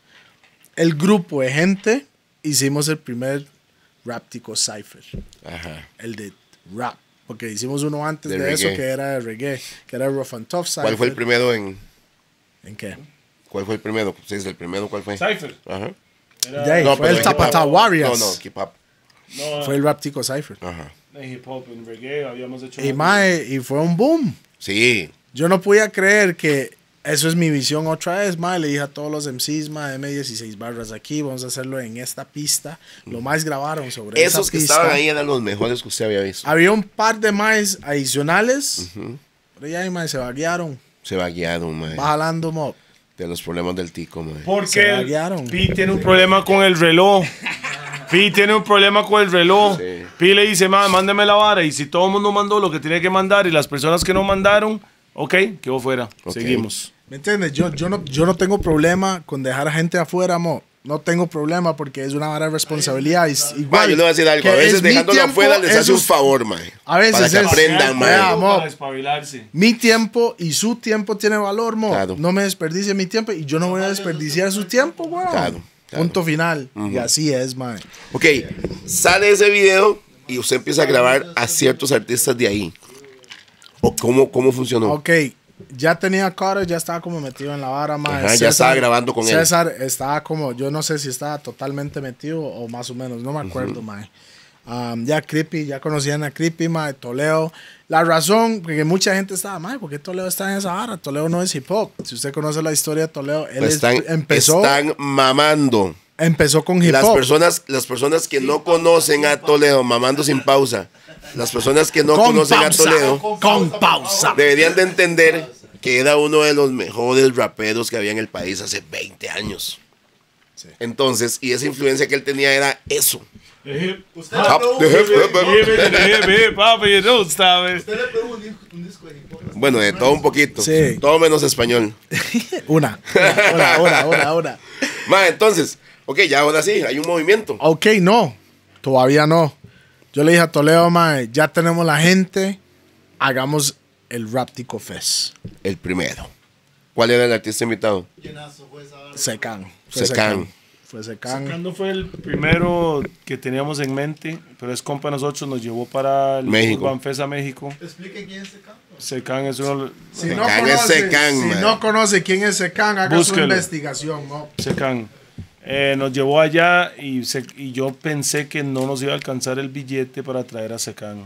el grupo de gente, hicimos el primer Raptico Cypher,
Ajá.
el de rap. Porque hicimos uno antes
De
de, eso
reggae.
que era de reggae, que era Rough and Tough Cypher.
¿Cuál fue el primero en...?
¿En qué?
¿Cuál fue el primero? Sí, es el primero, ¿cuál fue?
Cypher.
Ajá.
Era
De ahí,
No,
fue
pero
el
en hip hop.
Tapata Warriors.
No, no, hip hop.
no,
Fue el Raptico Cypher.
Ajá.
en hip hop, en reggae, habíamos hecho.
Y, mae, y fue un boom.
Sí.
Yo no podía creer que eso es mi visión otra vez, mae. Le dije a todos los M Cs, mae, M dieciséis barras aquí, vamos a hacerlo en esta pista. Lo más grabaron sobre
Esos
esa
que
pista.
estaban ahí eran los mejores que usted había visto.
Había un par de más adicionales, pero ya mae, se vaguearon.
Se va guiado, mae.
Va jalando, mo.
De los problemas del tico, mae.
Se
Porque
laguearon.
Pi tiene un problema con el reloj. Pi tiene un problema con el reloj.
Sí.
Pi le dice, "Ma, mándeme la vara." Y si todo el mundo mandó lo que tiene que mandar y las personas que no mandaron, ok, quedó fuera.
Ok.
Seguimos.
¿Me entiendes? Yo, yo, no, yo no tengo problema con dejar a gente afuera, mo. No tengo problema porque es una vara de responsabilidad. Es
Ma,
igual
yo le voy a decir algo.
que
A veces
es mi
dejándolo
tiempo,
afuera les hace
eso
un
es-
favor, mae.
A veces
Para que
es-
aprendan,
Vea,
mae.
mo.
Para espabilarse.
Mi tiempo y su tiempo tiene valor, mo.
Claro.
No me desperdicie mi tiempo y yo no voy a desperdiciar su tiempo, weón.
Claro, claro.
Punto final. Y así es, man.
Ok, sale ese video y usted empieza a grabar a ciertos artistas de ahí. ¿O cómo, cómo funcionó?
Ok, ya tenía Carter, ya estaba como metido en la vara, man.
Ajá, ya estaba grabando con él.
César estaba como, yo no sé si estaba totalmente metido o más o menos, no me acuerdo, man. Um, ya Creepy, ya conocían a Creepy, man, Toledo. La razón, porque mucha gente estaba, man, ¿por qué Toledo está en esa vara? Toledo no es hip hop. Si usted conoce la historia de Toledo, él es-
Están,
empezó,
están mamando.
empezó con hip
Las
hop.
personas, las personas que no conocen a Toledo, mamando sin pausa. Las personas que no
Con
conocen
pausa,
a Toledo
con pausa.
deberían de entender que era uno de los mejores raperos que había en el país hace veinte años. Entonces, y esa influencia que él tenía era eso.
Usted
Ah,
le pegó un-
Papi, no sabes.
usted le pegó un disco- un disco de hip hop.
Bueno, de todo un poquito.
Sí.
Todo menos español.
Una, una, una, una, una.
Ma, entonces, ok, ya ahora sí, hay un movimiento.
Ok, no, todavía no. Yo le dije a Toledo, mae, ya tenemos la gente, hagamos el Raptico Fest.
El primero. ¿Cuál era el artista invitado?
Llenazo fue esa vara.
Secan. Fue
Secan.
Fue Secan.
Cuando fue el primero que teníamos en mente, pero es compa de nosotros, nos llevó para el
México.
Urban Fest a México.
Explique quién es ese campo.
Secan es uno.
Si no
Secan es
conoce,
Secan,
si
mae.
no conoce quién es Secan, haga
Búsquelo.
su investigación. ¿No?
Secan. Eh, nos llevó allá y, se- y yo pensé que no nos iba a alcanzar el billete para traer a Secan.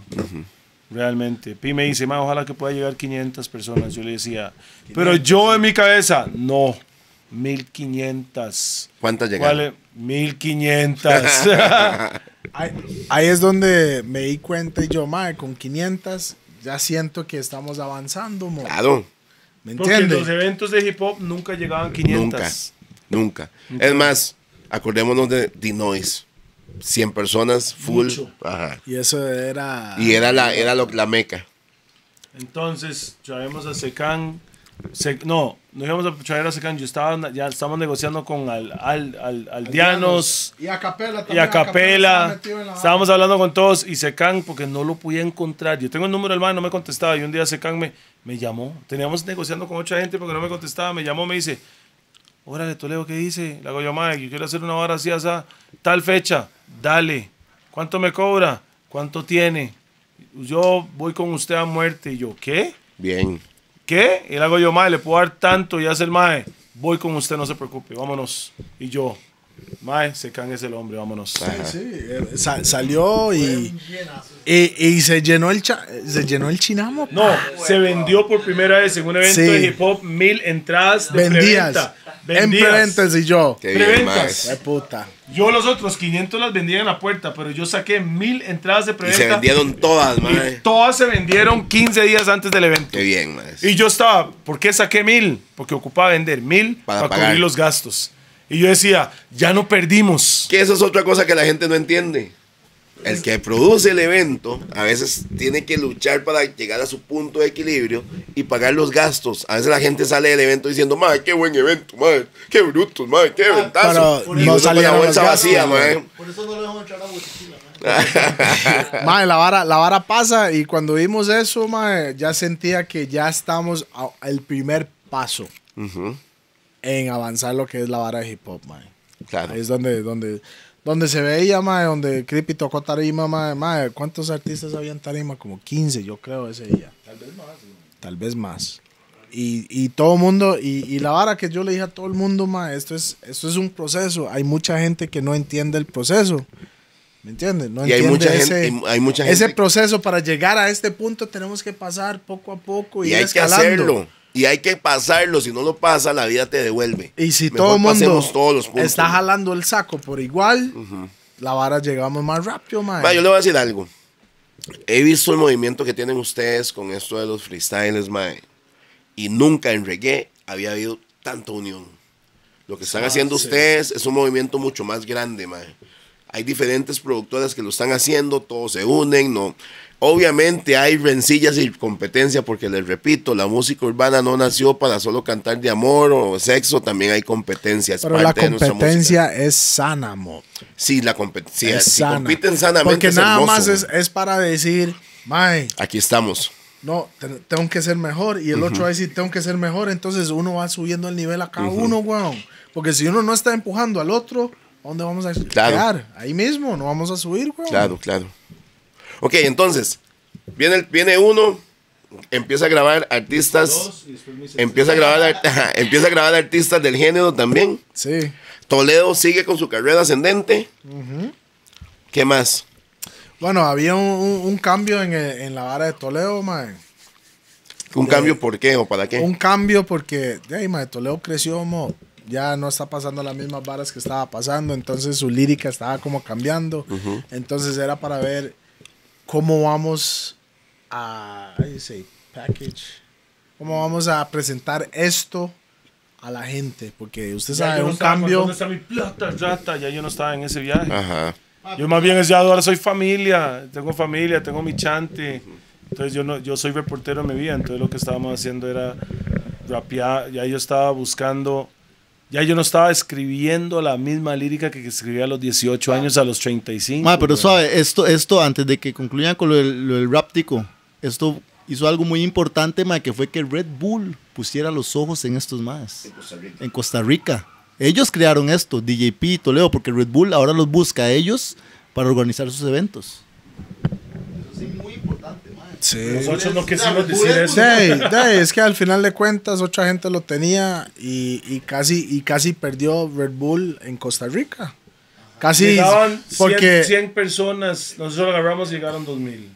Realmente. Pi me dice, "Ma, ojalá que pueda llegar quinientas personas." Yo le decía, pero yo en mi cabeza, no, mil quinientas.
¿Cuántas llegaron?
¿Cuál es? mil quinientas.
Ahí, ahí es donde me di cuenta y yo, mae, con quinientas ya siento que estamos avanzando, mo.
Claro,
¿Me
Porque los
entiendes?
eventos de hip hop nunca llegaban quinientas.
nunca, nunca. Es más, acordémonos de The Noise. cien personas, full.
Mucho.
Ajá.
Y eso era...
Y era la, era lo, la meca.
Entonces, traemos a Secan. Se- no, no íbamos a traer a Secan. Yo estaba, ya estamos negociando con al, al, al, Aldeanos
Y a Capela
y
también.
a
estaba
Capela.
metido en la
Estábamos hablando con todos y Secan, porque no lo podía encontrar. Yo tengo el número del man, no me contestaba. Y un día Secan me, me llamó. Teníamos negociando con otra gente porque no me contestaba. Me llamó, me dice, órale, Toledo, ¿qué dice? Le hago yo, "Mae, yo quiero hacer una hora así, así, tal fecha. Dale. ¿Cuánto me cobra? ¿Cuánto tiene? Yo voy con usted a muerte." Y yo, ¿qué?
Bien.
¿Qué? Y le hago yo, "Mae, le puedo dar tanto." Y hace el mae, "Voy con usted, no se preocupe, vámonos." Y yo, "Mae, Secan es el hombre, vámonos."
Sí, sí, eh, sa- salió y,
Llenazo.
y, y se llenó el cha- se llenó el chinamo.
No, se vendió por primera vez en un evento
Sí.
de hip hop mil entradas de
Vendías.
preventa.
En
Vendías.
paréntesis y yo.
Qué bien,
Preventas.
mae.
De puta.
Yo los otros quinientos las vendía en la puerta, pero yo saqué mil entradas de
Y
preventa.
se vendieron todas,
y
mae.
todas se vendieron quince días antes del evento.
Qué bien, mae.
Y yo estaba, ¿por qué saqué mil? Porque ocupaba vender mil
Para
para,
pagar.
cubrir los gastos. Y yo decía, ya no perdimos.
Que eso es otra cosa que la gente no entiende. El que produce el evento a veces tiene que luchar para llegar a su punto de equilibrio y pagar los gastos. A veces la gente sale del evento diciendo, "Madre, qué buen evento, madre, qué brutos, madre, qué ventazo."
pero
Y
no
uno con la
salieron
bolsa
los gastos,
vacía,
mae.
madre.
Por eso no le dejamos entrar a Bochichila, man.
Mae, la vara, la vara pasa y cuando vimos eso, mae, ya sentía que ya estamos al primer paso en avanzar lo que es la vara de hip hop, mae.
Claro.
Ahí es donde, donde, donde se veía, mae, donde Creepy tocó tarima, mae, mae. ¿Cuántos artistas habían tarima? Como quince, yo creo, ese día. Tal vez más. Tal vez más. Y, y todo el mundo, y, y la vara que yo le dije a todo el mundo, mae, esto es, esto es un proceso. Hay mucha gente que no entiende el proceso. ¿Me entiendes? No
Y hay
entiende
mucha
ese,
gente- y hay mucha
ese
gente-
proceso para llegar a este punto tenemos que pasar poco a poco y,
Y
ir
hay que
escalando.
hacerlo. Y hay que pasarlo. Si no lo pasa, la vida te devuelve.
Y si
Mejor
todo el mundo
pasemos todos los puntos.
está jalando el saco por igual, la vara llegamos más rápido, man.
Ma, yo le voy a decir algo. He visto el movimiento que tienen ustedes con esto de los freestyles, mae. Y nunca en reggae había habido tanta unión. Lo que están haciendo ustedes es un movimiento mucho más grande, mae. Hay diferentes productoras que lo están haciendo, todos se unen, no. Obviamente hay rencillas y competencia porque les repito, la música urbana no nació para solo cantar de amor o sexo, también hay competencia. Es
Pero la
parte de nuestra
competencia
música.
es sana, mo.
Sí, la competencia.
Es
Si
sana.
compiten sanamente
Porque
es
nada
hermoso,
más
mae.
es, es para decir, mae,
Aquí estamos.
no, te- tengo que ser mejor. Y el otro va a decir, tengo que ser mejor. Entonces uno va subiendo el nivel a cada uno, weón. Porque si uno no está empujando al otro, ¿a dónde vamos a
Claro.
quedar? Ahí mismo, no vamos a subir, weón.
Claro, claro. Ok, entonces, viene, el- viene uno, empieza a grabar artistas, empieza a grabar, ar- ajá, empieza a grabar artistas del género también.
Sí.
Toledo sigue con su carrera ascendente. ¿Qué más?
Bueno, había un, un- un cambio en, el- en la vara de Toledo, mae.
¿Un cambio por qué o para qué?
Un cambio porque, de ahí, mae, Toledo creció, mo. Ya no está pasando las mismas varas que estaba pasando, entonces su lírica estaba como cambiando. Entonces era para ver cómo vamos a, how do you say, package, cómo vamos a presentar esto a la gente, porque usted
Ya
sabe,
yo no
un
estaba,
cambio.
¿dónde está mi plata, rata? Ya yo no estaba en ese viaje.
Ajá.
Yo más bien es ya ahora soy familia, tengo familia, tengo mi chante. Entonces yo no, yo soy reportero en mi vida, entonces lo que estábamos haciendo era rapear, ya yo estaba buscando, ya yo no estaba escribiendo la misma lírica que escribía a los dieciocho años a los treinta y cinco.
Ma, pero
güey.
suave, esto, esto antes de que concluyan con lo del, lo del rap tico, esto hizo algo muy importante, ma, que fue que Red Bull pusiera los ojos en estos más. En Costa Rica. Ellos crearon esto, D J P y Toledo, porque Red Bull ahora los busca a ellos para organizar sus eventos. Eso es muy importante, ma.
Sí.
Nosotros no quisimos decir eso.
De, de, es que al final de cuentas otra gente lo tenía y, y casi y casi perdió Red Bull en Costa Rica. Casi
Llegaban
porque
cien, cien personas, nosotros lo agarramos y llegaron dos mil.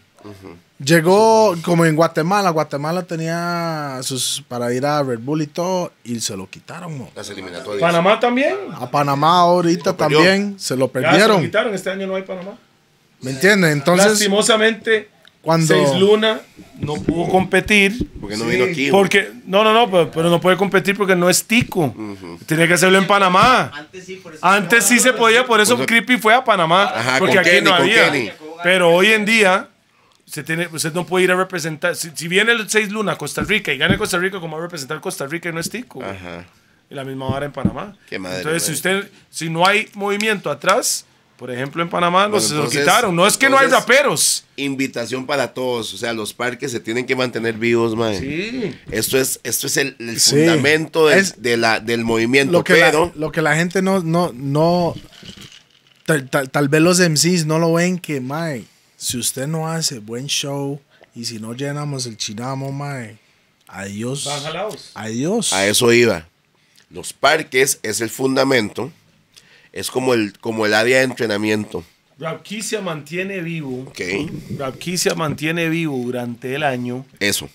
llegó como en Guatemala. Guatemala tenía sus para ir a Red Bull y todo y se lo quitaron, mo.
Las eliminatorias.
Panamá también.
A Panamá ahorita
Lo perdió.
también se lo
Ya se lo
perdieron.
quitaron, este año no hay Panamá.
¿Me entiendes? Entonces
Lastimosamente,
cuando
Seis Luna no pudo competir.
Porque no vino aquí.
Porque, no, no, no, pero, pero no puede competir porque no es tico. Tiene que hacerlo en Panamá.
Antes sí, por eso.
Antes sí se podía, por eso
Por eso-
Creepy fue a Panamá.
Ajá,
porque
con
aquí
Kenny,
no
con
había.
Kenny.
Pero hoy en día, se tiene, usted no puede ir a representar. Si, si viene el Seis Luna a Costa Rica y gana Costa Rica, como va a representar Costa Rica y no es tico.
Ajá.
Y la misma vara en Panamá.
Qué madre,
Entonces, si
madre.
usted, si no hay movimiento atrás, por ejemplo en Panamá, no
Bueno,
se lo
entonces-
quitaron. No es que no hay
entonces-
raperos.
Invitación para todos. O sea, los parques se tienen que mantener vivos, mae.
Sí.
Esto es, esto es el, el
Sí.
fundamento del,
Es-
de la, del movimiento.
lo que,
Pero,
la, lo que la gente no, no, no tal, tal, tal vez los M Cs no lo ven que, mae, si usted no hace buen show y si no llenamos el chinamo, mae, adiós,
Van jalados.
adiós.
a eso iba. Los parques es el fundamento. Es como el, como el área de entrenamiento.
Rapquicia mantiene vivo.
Ok.
Rapquicia mantiene vivo durante el año
Eso.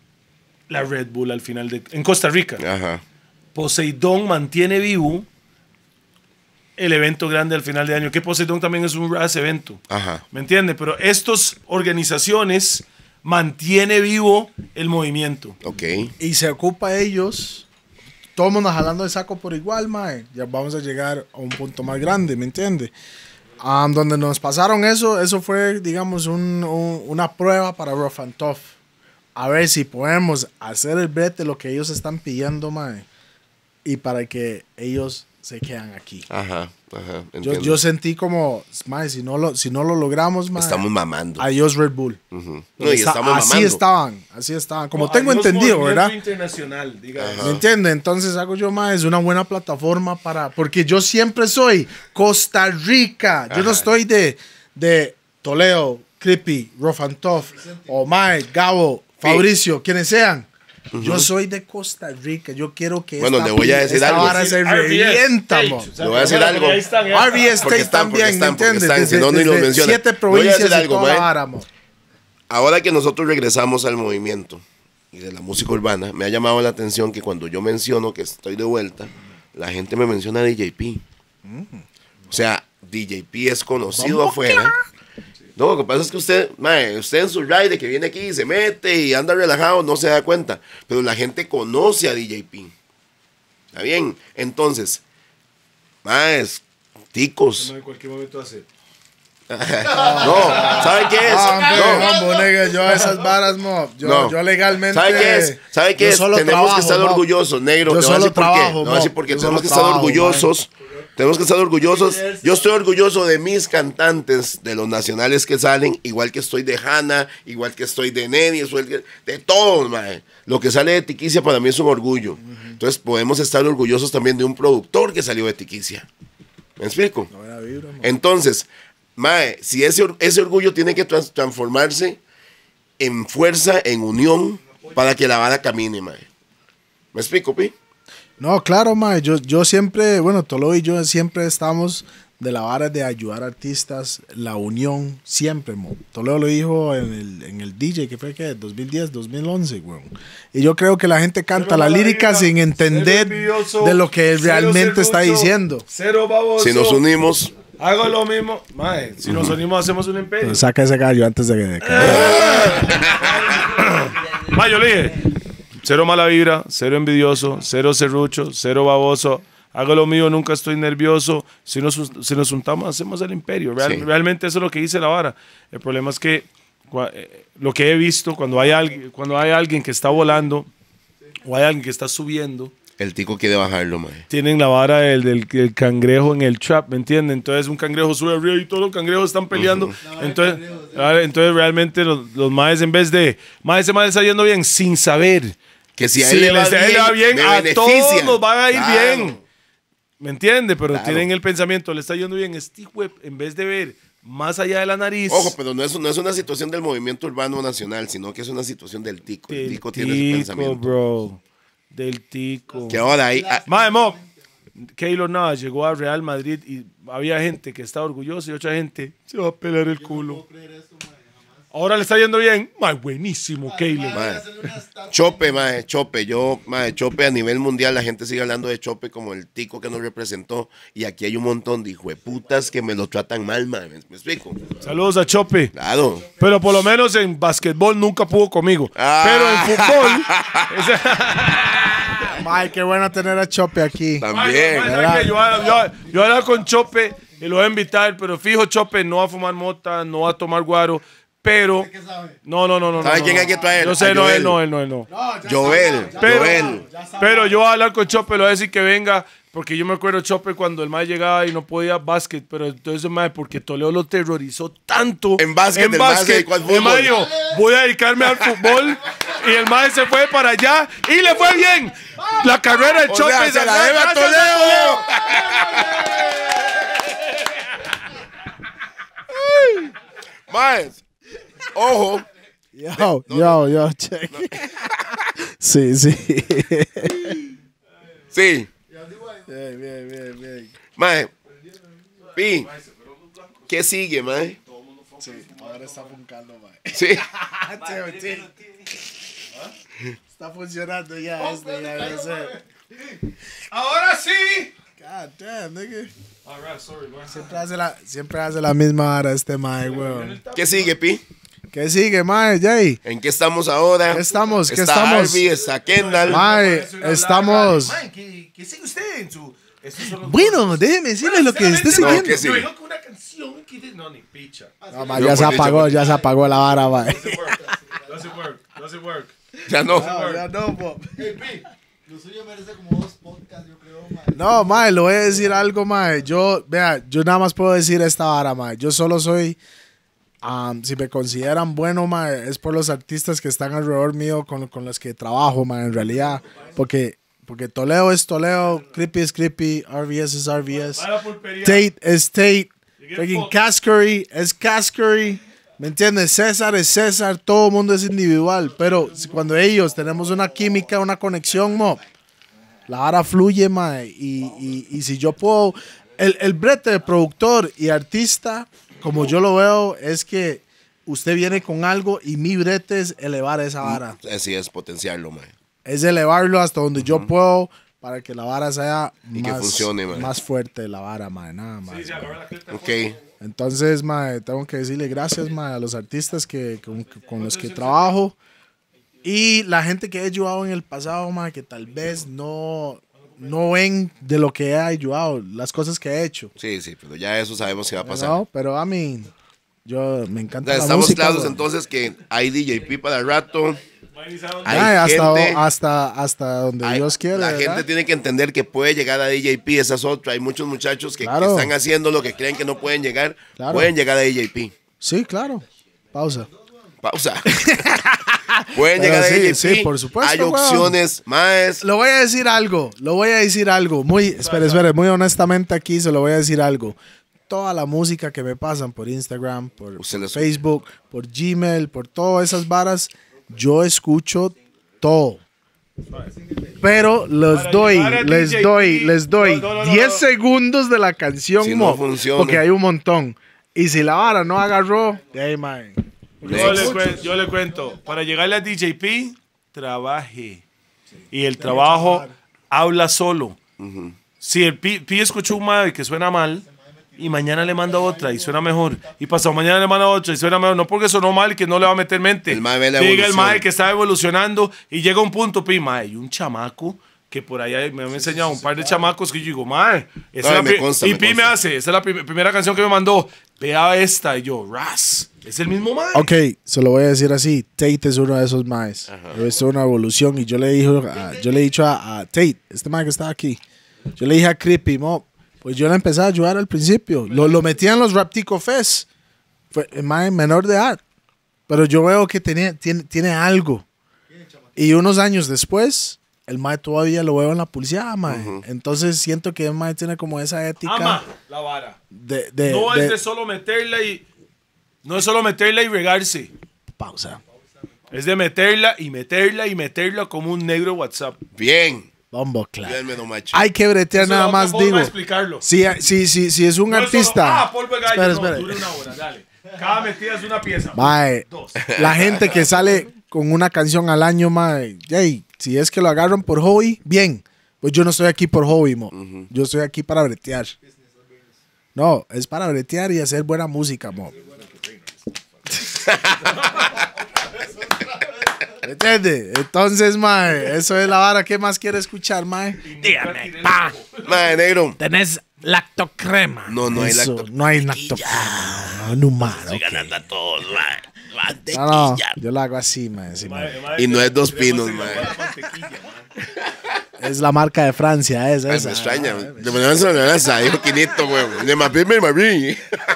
la Red Bull al final de. En Costa Rica.
Ajá.
Poseidón mantiene vivo el evento grande al final de año. Que Poseidón también es un RAS evento.
Ajá.
¿Me entiende? Pero estas organizaciones mantiene vivo el movimiento.
Ok.
Y se ocupa ellos, todo el mundo jalando el saco por igual, mae. Ya vamos a llegar a un punto más grande, ¿me entiende? Um, donde nos pasaron eso, eso fue, digamos, un- un- una prueba para Rough and Tough. A ver si podemos hacer el brete lo que ellos están pidiendo, mae. Y para que ellos se quedan aquí.
Ajá. Ajá.
Yo,
Entiendo.
yo sentí como, mae, si no lo, si no lo logramos, mae,
Estamos mamando.
adiós Red Bull.
Ujú. No, y
Está-
estamos
así
mamando.
estaban, así estaban. Como
No,
tengo
adiós,
entendido,
movimiento
¿verdad?
internacional, diga eso.
¿Me entiende? Entonces hago yo más, es una buena plataforma para, porque yo siempre soy Costa Rica, yo no
Ajá.
estoy de, de Toledo, Creepy, Rough and Tough, o Mae, Gabo, Fabricio, quienes sean. Yo soy de Costa Rica, yo quiero que
Bueno,
esta,
le voy a decir
esta
algo.
vara se
R B S
revienta,
State,
mo.
o sea,
Le voy a decir
pero
algo.
ahí están, ya
R B S
está.
Porque
State
están, porque
también, ¿me
están, porque
entiendes?
están, si
Desde-
no, ni lo
desde
menciona.
siete
Le voy a decir
provincias y
algo,
toda la
mae.
vara, mo.
Ahora que nosotros regresamos al movimiento, y de la música urbana, me ha llamado la atención que cuando yo menciono que estoy de vuelta, la gente me menciona a D J P. O sea, D J P es conocido afuera. No, lo que pasa es que usted, mae, usted en su ride que viene aquí y se mete y anda relajado, no se da cuenta. Pero la gente conoce a D J P. ¿Está bien? Entonces, maes, ticos.
En cualquier momento hace.
No, ¿sabe qué es?
Ah,
No.
no, nigga, yo esas varas, mo. Yo,
No.
yo legalmente.
¿Sabe qué es? ¿Sabe qué
yo
es?
solo
Tenemos
trabajo,
que estar
mo.
orgullosos, negro.
Yo
Le voy a
solo
decir por qué.
trabajo,
Le voy a decir
mo.
por qué.
Yo
Tenemos
solo
que estar
trabajo,
orgullosos. Tenemos que estar orgullosos. Yo estoy orgulloso de mis cantantes, de los nacionales que salen, igual que estoy de Hanna, igual que estoy de Neni, igual que- de todos, mae. Lo que sale de Tiquicia para mí es un orgullo. Entonces podemos estar orgullosos también de un productor que salió de Tiquicia. ¿Me explico?
Buena vibra, mo.
Entonces, mae, si ese, or- ese orgullo tiene que trans- transformarse en fuerza, en unión, para que la vara camine, mae. ¿Me explico, Pi?
No, claro, mae. Yo, yo siempre, bueno, Tolo y yo siempre estamos de la vara de ayudar a artistas, la unión, siempre, mo. Toledo lo dijo en el, en el D J, que fue que dos mil diez, dos mil once, weón. Y yo creo que la gente canta
Cero
la
mala
lírica
vibra,
sin entender
cero envidioso,
de lo que
cero
realmente está
serrucho,
diciendo.
Cero baboso.
Si nos unimos,
Hago lo mismo. Mae, si nos unimos hacemos un imperio.
Pero saca ese gallo antes de que... de que-
Mae, yo le dije, cero mala vibra, cero envidioso, cero serrucho, cero baboso. Hago lo mío, nunca estoy nervioso. Si nos, si nos juntamos, hacemos el imperio. Real-
Sí.
Realmente eso es lo que dice la vara. El problema es que cua- eh, lo que he visto, cuando hay, alguien, cuando hay alguien que está volando o hay alguien que está subiendo,
el tico quiere bajarlo, mae.
tienen la vara del, del- del cangrejo en el trap, ¿me entienden? Entonces un cangrejo sube arriba y todos los cangrejos están peleando. Entonces, ah, entonces realmente los, los maes, en vez de, maes, ese mae está yendo bien sin saber.
Que si a
Si
él le va
les-
bien,
él le va bien,
me
a
beneficia.
todos nos van a ir
Claro.
bien. ¿Me entiende? Pero
Claro.
tienen el pensamiento, le está yendo bien. Este web, en vez de ver más allá de la nariz.
Ojo, pero no es, no es una situación del movimiento urbano nacional, sino que es una situación del tico. El
del
tico tiene ese
tico,
pensamiento.
bro. Del tico.
Que ahora hay... ah,
Mae, mo, Keylor Navas llegó a Real Madrid y había gente que estaba orgullosa y otra gente se va a pelar el culo. Ahora le está yendo bien. Mae, buenísimo, Keylor.
mae. Chope, mae, Chope. Yo, mae, Chope a nivel mundial, la gente sigue hablando de Chope como el tico que nos representó. Y aquí hay un montón de hijueputas que me lo tratan mal, mae. ¿Me, me explico?
Saludos a Chope.
Claro.
Pero por lo menos en basquetbol nunca pudo conmigo.
Ah.
Pero en fútbol. ese-
Mae, qué bueno tener a Chope aquí.
También.
Mae, ¿sabe qué? Yo, yo, yo hablo con Chope y lo voy a invitar, pero fijo, Chope no va a fumar mota, no va a tomar guaro. Pero. No, no, no, no.
¿Sabe
no,
quién
no.
hay que traer?
Yo sé,
A
no,
Joel.
él no, él no, él no.
Joel,
Pero,
Joel.
pero yo voy a hablar con Chope, le voy a decir que venga, porque yo me acuerdo Chope cuando el mae llegaba y no podía básquet, pero entonces el mae, porque Toledo lo terrorizó tanto
En básquet, el mae se dedicó al
el mae
fútbol.
dijo, voy a dedicarme al fútbol, y el mae se fue para allá y le fue bien. La carrera de
O
Chope
sea, se la
gracias
debe a Toledo. Maes, ojo.
Yo, yo, yo, check. Sí, sí.
Sí.
Bien, bien, bien, bien.
Mae. Pi. ¿Qué sigue, mae?
Sí, ahora está funcando, mae.
Sí.
Está funcionando ya este, ya no sé.
Ahora sí.
God damn, nigga.
All right, sorry, man.
Siempre hace la, siempre hace la misma hora este mae, weón.
¿Qué sigue, Pi?
¿Qué sigue, mae, Jay?
¿En qué estamos ahora?
¿Qué estamos? ¿Qué
está
estamos?
Harvey, está Kendall.
Mae, estamos...
¿Qué, qué sigue usted en su...? Esos son los
Bueno, déjeme decirle lo que esté
No,
siguiendo.
¿qué sigue?
Yo digo que una canción que dice- no, ni picha.
No, mae, ya se apagó, ya se apagó la vara, mae.
Does it work? Does it work? Does it work?
Ya no.
Ya no, po.
Lo suyo merece como dos podcasts, yo creo, man.
No, mae, le voy a decir algo, mae. Yo, vea, yo nada más puedo decir esta vara, mae. Yo solo soy, um, si me consideran bueno, mae, es por los artistas que están alrededor mío con, con los que trabajo, mae, en realidad. Porque, porque Toledo es Toledo, Creepy es Creepy, R V S es R V S,
Vaya pulpería.
Tate es Tate,
get
freaking
fucked.
Cascary es Cascary. ¿Me entiendes? César es César, todo el mundo es individual. Pero si- cuando ellos tenemos una química, una conexión, mo, la vara fluye, mae. Y, y, y si yo puedo. El, el brete de productor y artista, como yo lo veo, es que usted viene con algo y mi brete es elevar esa vara.
Así es, potenciarlo, mae.
Es elevarlo hasta donde yo puedo para que la vara sea
Y que
más,
funcione, mae.
más fuerte, la vara, mae, nada más.
Sí, sí, agarra la clieta.
Ok.
Entonces, mae, tengo que decirle gracias, mae, a los artistas que, con, con los que trabajo y la gente que he ayudado en el pasado, mae, que tal vez no, no ven de lo que he ayudado, las cosas que he hecho.
Sí, sí, pero ya eso sabemos si va a pasar.
No, pero a mí, yo me
O
encanta
sea,
la
estamos
música.
claros
güey.
entonces que hay D J P para el rato. Hay
Ay, hasta,
gente-
hasta, hasta donde
Hay-
Dios quiere.
la
¿verdad?
gente tiene que entender que puede llegar a D J P, esa es otra. Hay muchos muchachos que, que
Claro.
están haciendo lo que creen que no pueden llegar.
Claro.
Pueden llegar a D J P.
Sí, claro. Pausa.
Pausa. Pueden
Pero
llegar a
sí,
D J P.
sí, por supuesto,
Hay
weón.
opciones más.
Lo voy a decir algo, lo voy a decir algo. Muy, espere, espere, muy honestamente aquí se lo voy a decir algo. Toda la música que me pasan por Instagram, por,
Usted
por
lo-
Facebook, por Gmail, por todas esas varas, yo escucho todo. Pero les
Para
doy,
llegar a
les
D J P,
doy, les doy
no, no, no,
diez
no.
segundos de la canción,
Si no
mo,
funciona.
porque hay un montón. Y si la vara no agarró, de ahí, man.
Yo le, cuen- yo le cuento, para llegarle a D J P, trabaje. Y el trabajo habla solo. Si el Pi, Pi escuchó un mae que suena mal, y mañana le manda otra y suena mejor, y pasado mañana le manda otra y suena mejor, no porque sonó mal y que no le va a meter mente.
El mae ve la
Diga el
evolución.
mae que está evolucionando y llega un punto, Pi, mae, y un chamaco que por ahí me han enseñado un par de chamacos que yo digo, mae, esa
No,
es la
me
pri-
consta,
y
me
Pi me
consta.
hace, esa es la prim- primera canción que me mandó, vea esta, y yo, ras, es el mismo mae.
Ok, se lo voy a decir así. Tate es uno de esos maes. Yo he visto una evolución y yo le, dijo, a- yo le he dicho a, a Tate, este mae que está aquí, yo le dije a Creepy, mo, pues yo le empecé a ayudar al principio. Lo, lo metía en los Raptico Fest. Fue el mae menor de edad. Pero yo veo que tenía, tiene, tiene algo. Y unos años después, el mae todavía lo veo en la publicidad, mae. Entonces siento que el mae tiene como esa ética
Ama la vara.
de, de,
No
de-
es de solo meterla y. No es solo meterla y regarse.
pausa.
Es de meterla y meterla y meterla como un negro WhatsApp.
Bien.
Bombo claro.
Bien, menos macho.
Hay que bretear
Esa es
nada
otra
más,
forma
digo.
de explicarlo.
Si, si, si, si es un
No es solo,
artista.
ah, polvo de gallo.
Espera,
no,
espera.
dure una hora, dale. Cada metida es una pieza.
Mae,
Dos.
la gente que sale con una canción al año, mae, hey, si es que lo agarran por hobby, bien. Pues yo no estoy aquí por hobby, mo. Yo estoy aquí para bretear. No, es para bretear y hacer buena música, mo. ¿Entiendes? Entonces, mae, eso es la vara. ¿Qué más quiere escuchar, mae?
Dígame, pa.
Mae, negro.
Tenés lactocrema.
No, no hay
Eso,
lacto-
No hay lactocrema. No, no, humano.
Estoy ganando a todos, mae.
No, no, yo lo hago así, mae. sí, mae.
Y no es dos pinos, mae.
Es la marca de Francia, es
Ay,
esa.
me extraña. De manera sonorosa, dijo Quinito, güey. De Mapi, me Mapi.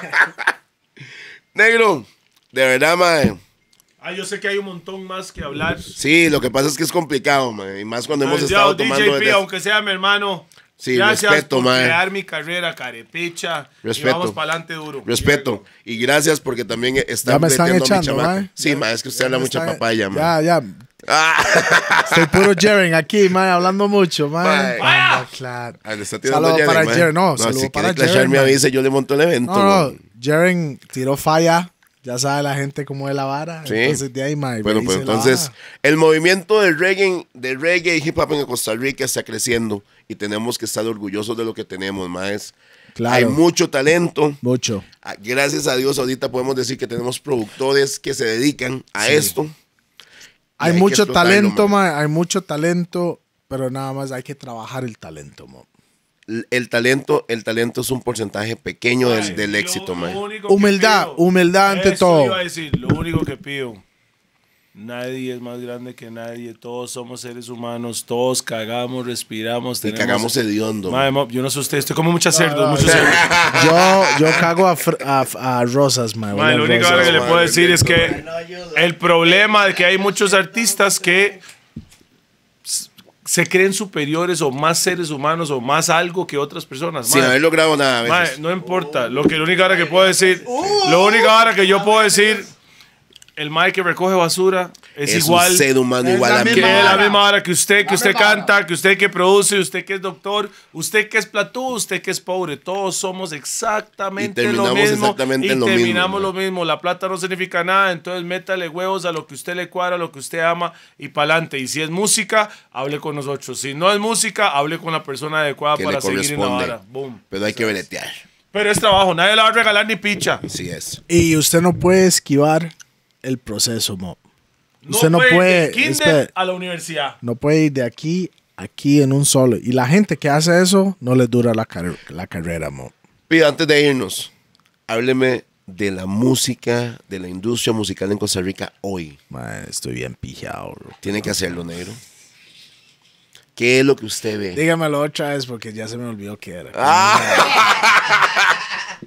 Negro, de verdad, mae.
Ah, yo sé que hay un montón más que hablar.
Sí, lo que pasa es que es complicado, mae. Y más cuando hemos
Pues ya,
estado
D
tomando.
J P,
desde-
aunque sea mi hermano.
Sí,
gracias
respeto,
por
mae.
crear mi carrera, carepicha.
Respeto.
Y vamos para adelante duro.
Respeto. Y gracias porque también
Ya
están
me están
metiendo a mi
echando,
chamaco.
mae.
Sí, mae, es que usted habla mucha
Está-
papaya, mae.
Ya, ya.
Ah.
Estoy puro Jeren aquí, mae, hablando mucho, mae.
Mae.
Anda, claro.
Ah, le está tirando
Saludo
Jeren,
para
mae.
Jeren, no, saludo
si
para
quiere clashar,
Jeren,
me
mae.
avisa, yo le monto el evento.
No, no,
mae.
Jeren tiró falla. Ya sabe la gente cómo es la vara.
Sí.
Entonces, de ahí, mae.
Bueno,
me
pues
dice la
entonces
vara.
el movimiento del reggae, del reggae y hip hop en Costa Rica está creciendo y tenemos que estar orgullosos de lo que tenemos, más.
Claro.
Hay mucho talento.
Mucho.
Ah, Gracias a Dios ahorita podemos decir que tenemos productores que se dedican a esto. Y
Hay,
que
mucho
explotarlo,
talento,
mae.
mae. Hay mucho talento, pero nada más hay que trabajar el talento, mo.
El, el talento, el talento es un porcentaje pequeño del, del
Lo-
éxito,
lo
man.
único que
Humildad,
pido-
humildad ante
Eso
todo.
iba a decir, lo único que pido. Nadie es más grande que nadie. Todos somos seres humanos. Todos cagamos, respiramos.
Y
tenemos-
cagamos hediondo.
Mae, mo- yo no sé usted, estoy como mucha cerdo, mucho cerdo.
Yo, yo cago a, fr- a, a rosas, mae.
Mae,
huele
lo
a
único
rosas.
ahora que le
mae,
puedo decir es que
No ayuda.
el problema de que hay muchos artistas que s- se creen superiores o más seres humanos o más algo que otras personas.
Sin
Mae,
haber logrado nada a
mae,
veces.
no importa. Lo que lo único ahora que puedo decir, lo único ahora que yo puedo decir, el mae que recoge basura es,
Es
igual.
un ser humano
Es
igual
la
a mí.
Que
misma
es la
vara.
misma hora que usted, que
La
usted
misma
canta,
vara.
que usted que produce, usted que es doctor, usted que es platú, usted que es pobre. Todos somos exactamente
Y
lo
terminamos
mismo.
exactamente
y
en lo mismo,
terminamos
¿no?
lo mismo. La plata no significa nada, entonces métale huevos a lo que usted le cuadra, a lo que usted ama y pa'lante. Y si es música, hable con nosotros. Si no es música, hable con la persona adecuada
Que
para
le
seguir en la
corresponde.
vara. Boom.
Pero hay que bretear.
Pero es trabajo, nadie le va a regalar ni picha.
Así es.
Y usted no puede esquivar el proceso, mo. Usted no
ir
puede.
del kinder
espere,
a la universidad.
no puede ir de aquí a aquí en un solo. Y la gente que hace eso no le dura la, car- la carrera, mo.
Pido, antes de irnos, hábleme de la música, de la industria musical en Costa Rica hoy.
Man, estoy bien pijado, bro.
Tiene que hacerlo, negro. ¿Qué es lo que usted ve?
Dígamelo otra vez porque ya se me olvidó qué era.
Ah.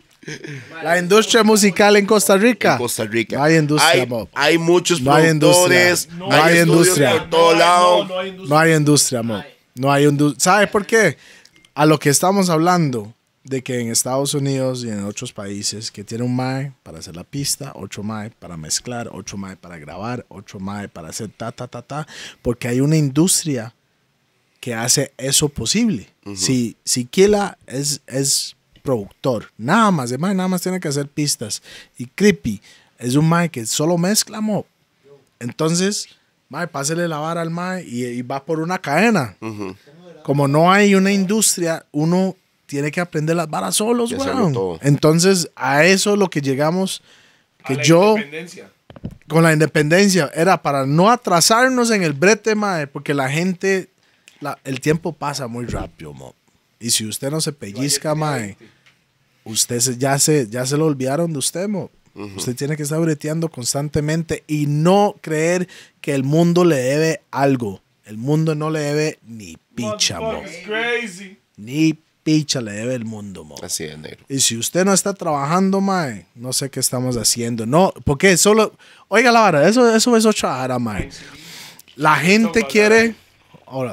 La industria musical en Costa Rica.
En Costa Rica.
No hay industria,
hay,
mo.
hay muchos
No hay
productores,
industria.
no
No hay
estudios
industria.
por todo
No,
lado.
no, no hay industria.
No hay industria, mo. No hay industria. ¿Sabe por qué? A lo que estamos hablando de que en Estados Unidos y en otros países que tiene un mae para hacer la pista, otro mae para mezclar, otro mae para grabar, otro mae para hacer ta, ta, ta, ta, porque hay una industria que hace eso posible. Si, si Killa es, es productor, nada más, el mae nada más tiene que hacer pistas. Y Creepy es un mae que solo mezcla, mo. Entonces, mae, pásele la vara al mae y, y va por una cadena. Como no hay una industria, uno tiene que aprender las varas solos,
Y hacerlo
weón.
todo.
Entonces, a eso es lo que llegamos, que
A la
yo
independencia.
con la independencia era para no atrasarnos en el brete, mae, porque la gente, la- el tiempo pasa muy rápido, mo. Y si usted no se pellizca, mae, usted se- ya, se, ya se lo olvidaron de usted, mo. Usted tiene que estar breteando constantemente y no creer que el mundo le debe algo. El mundo no le debe ni picha, mo.
Motherfuckers crazy.
Ni picha le debe el mundo, mo.
Así es, negro.
Y si usted no está trabajando, mae, no sé qué estamos haciendo. No, porque solo... Oiga la vara, eso, eso es otra vara, mae. La gente quiere... Ahora,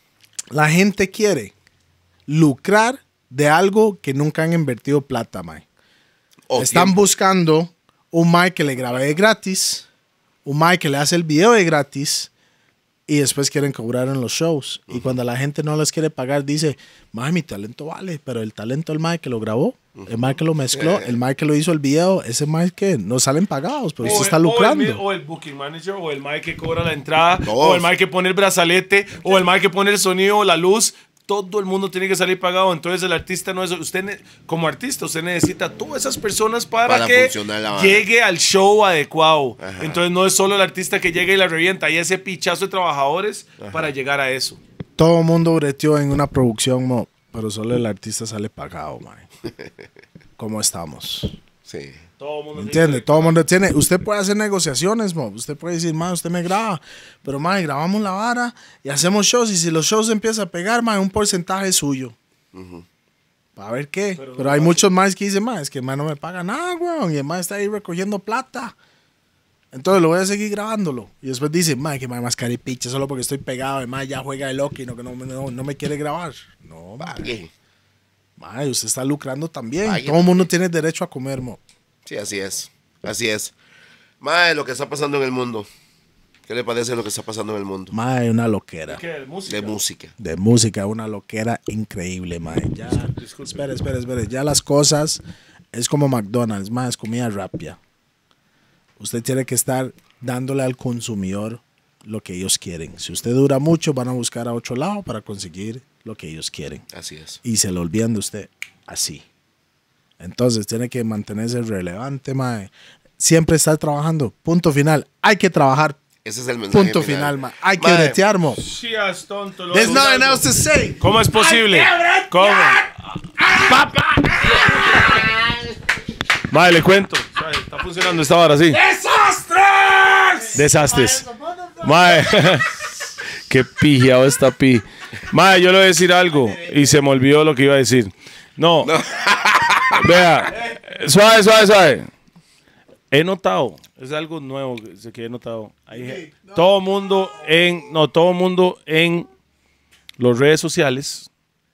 la gente quiere lucrar de algo que nunca han invertido plata, mae.
O
Están
tiempo.
buscando un mae que le grabe de gratis, un mae que le hace el video de gratis y después quieren cobrar en los shows. Y cuando la gente no les quiere pagar, dice, mae, mi talento vale, pero el talento del mae que lo grabó, el mae que lo mezcló, el mae que lo hizo el video, ese mae que no salen pagados, pero usted
O
está
el-
lucrando.
O el, o el booking manager, o el Mike que cobra la entrada,
Todos.
o el Mike que pone el brazalete, o el Mike que pone el sonido, la luz. Todo el mundo tiene que salir pagado. Entonces el artista no es... Usted, ne- como artista, usted necesita todas esas personas para,
Para
que
funcionar la vara.
llegue al show adecuado.
Ajá.
Entonces no es solo el artista que llega y la revienta. Hay ese pichazo de trabajadores para llegar a eso.
Todo el mundo breteó en una producción, mo, pero solo el artista sale pagado, mae. ¿Cómo estamos?
Sí.
Todo el mundo
¿Me
tiene
entiende?
que-
Todo el mundo tiene. Usted puede hacer negociaciones, mo. Usted puede decir, ma, usted me graba. Pero, ma, grabamos la vara y hacemos shows. Y si los shows empiezan a pegar, ma, un porcentaje es suyo. Para ver qué. Pero, hay muchos más que dicen, ma, es que el ma no me paga nada, weón. Y el ma está ahí recogiendo plata. Entonces lo voy a seguir grabándolo. Y después dice, ma, que ma, más caripicha solo porque estoy pegado. El ma ya juega de loco y no, no, no, no me quiere grabar. No, ma.
Pague.
Ma, usted está lucrando también.
Pague
Todo el mundo tiene derecho a comer, mo.
Sí, así es. Así es. Mae, lo que está pasando en el mundo. ¿Qué le parece lo que está pasando en el mundo?
Ma, es una loquera.
¿Qué? ¿De música?
De música.
De música, una loquera increíble, mae. Ya, espera, espera, espera. Ya las cosas es como McDonald's, más es comida rápida. Usted tiene que estar dándole al consumidor lo que ellos quieren. Si usted dura mucho, van a buscar a otro lado para conseguir lo que ellos quieren.
Así es.
Y se lo olvidan de usted así. Entonces tiene que mantenerse relevante, mae. Siempre estar trabajando. Punto final. Hay que trabajar.
Ese es el mensaje
Punto final, mae. Hay que
Mae,
bretear, mo.
Chías, tonto. lo
There's
hago
nothing
algo.
else to say.
¿Cómo es posible? ¿Cómo? Vale, le cuento. Suave, está funcionando esta hora, sí. ¡Desastres! Desastres. Mae, qué pijiao está pi. Mae, yo le voy a decir algo y se me olvidó lo que iba a decir. No. Vea, suave, suave, suave. He notado, es algo nuevo que que he notado. Hay, todo mundo en, no, todo mundo en las redes sociales.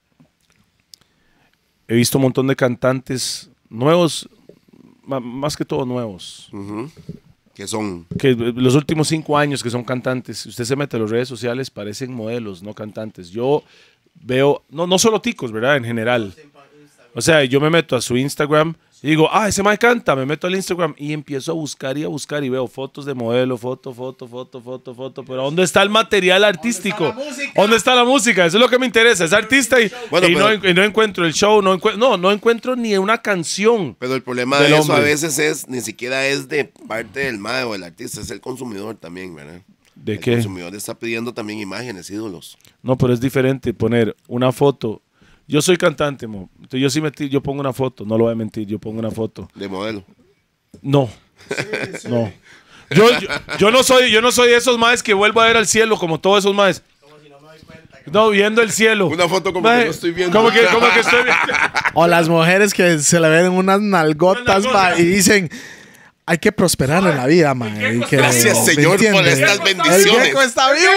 He visto un montón de cantantes nuevos, ma- más que todo nuevos.
Que son...
que los últimos cinco años que son cantantes, usted se mete a las redes sociales, parecen modelos, no cantantes. Yo veo, no, no solo ticos, ¿verdad? En general. O sea, yo me meto a su Instagram y digo, ah, ese mae canta, me meto al Instagram y empiezo a buscar y a buscar y veo fotos de modelo, foto, foto, foto, foto, foto, pero ¿dónde está el material artístico? ¿Dónde está la música? Eso es lo que me interesa, es artista y,
Bueno,
y
pero-
no, y no encuentro el show, no, encuentro, no, no encuentro ni una canción.
Pero el problema
Del
de eso a
hombre.
veces es, ni siquiera es de parte del mae o del artista, es el consumidor también, ¿verdad?
¿De
el
qué?
consumidor está pidiendo también imágenes, ídolos.
No, pero es diferente poner una foto. Yo soy cantante, mo. Entonces yo sí metí, yo pongo una foto, no lo voy a mentir, yo pongo una foto.
De modelo.
No. No. Yo, yo, yo no soy, yo no soy de esos maes que vuelvo a ver al cielo como todos esos maes. No, viendo el cielo.
Una foto como
Mae,
que no estoy viendo.
Como que, como que estoy viendo.
O las mujeres que se le ven unas nalgotas,
Unas nalgotas.
ma, y dicen, hay que prosperar en la vida, man. Y que-
Gracias,
¿me
Señor, por
entiendes?
estas
El
bendiciones.
viejo está vivo.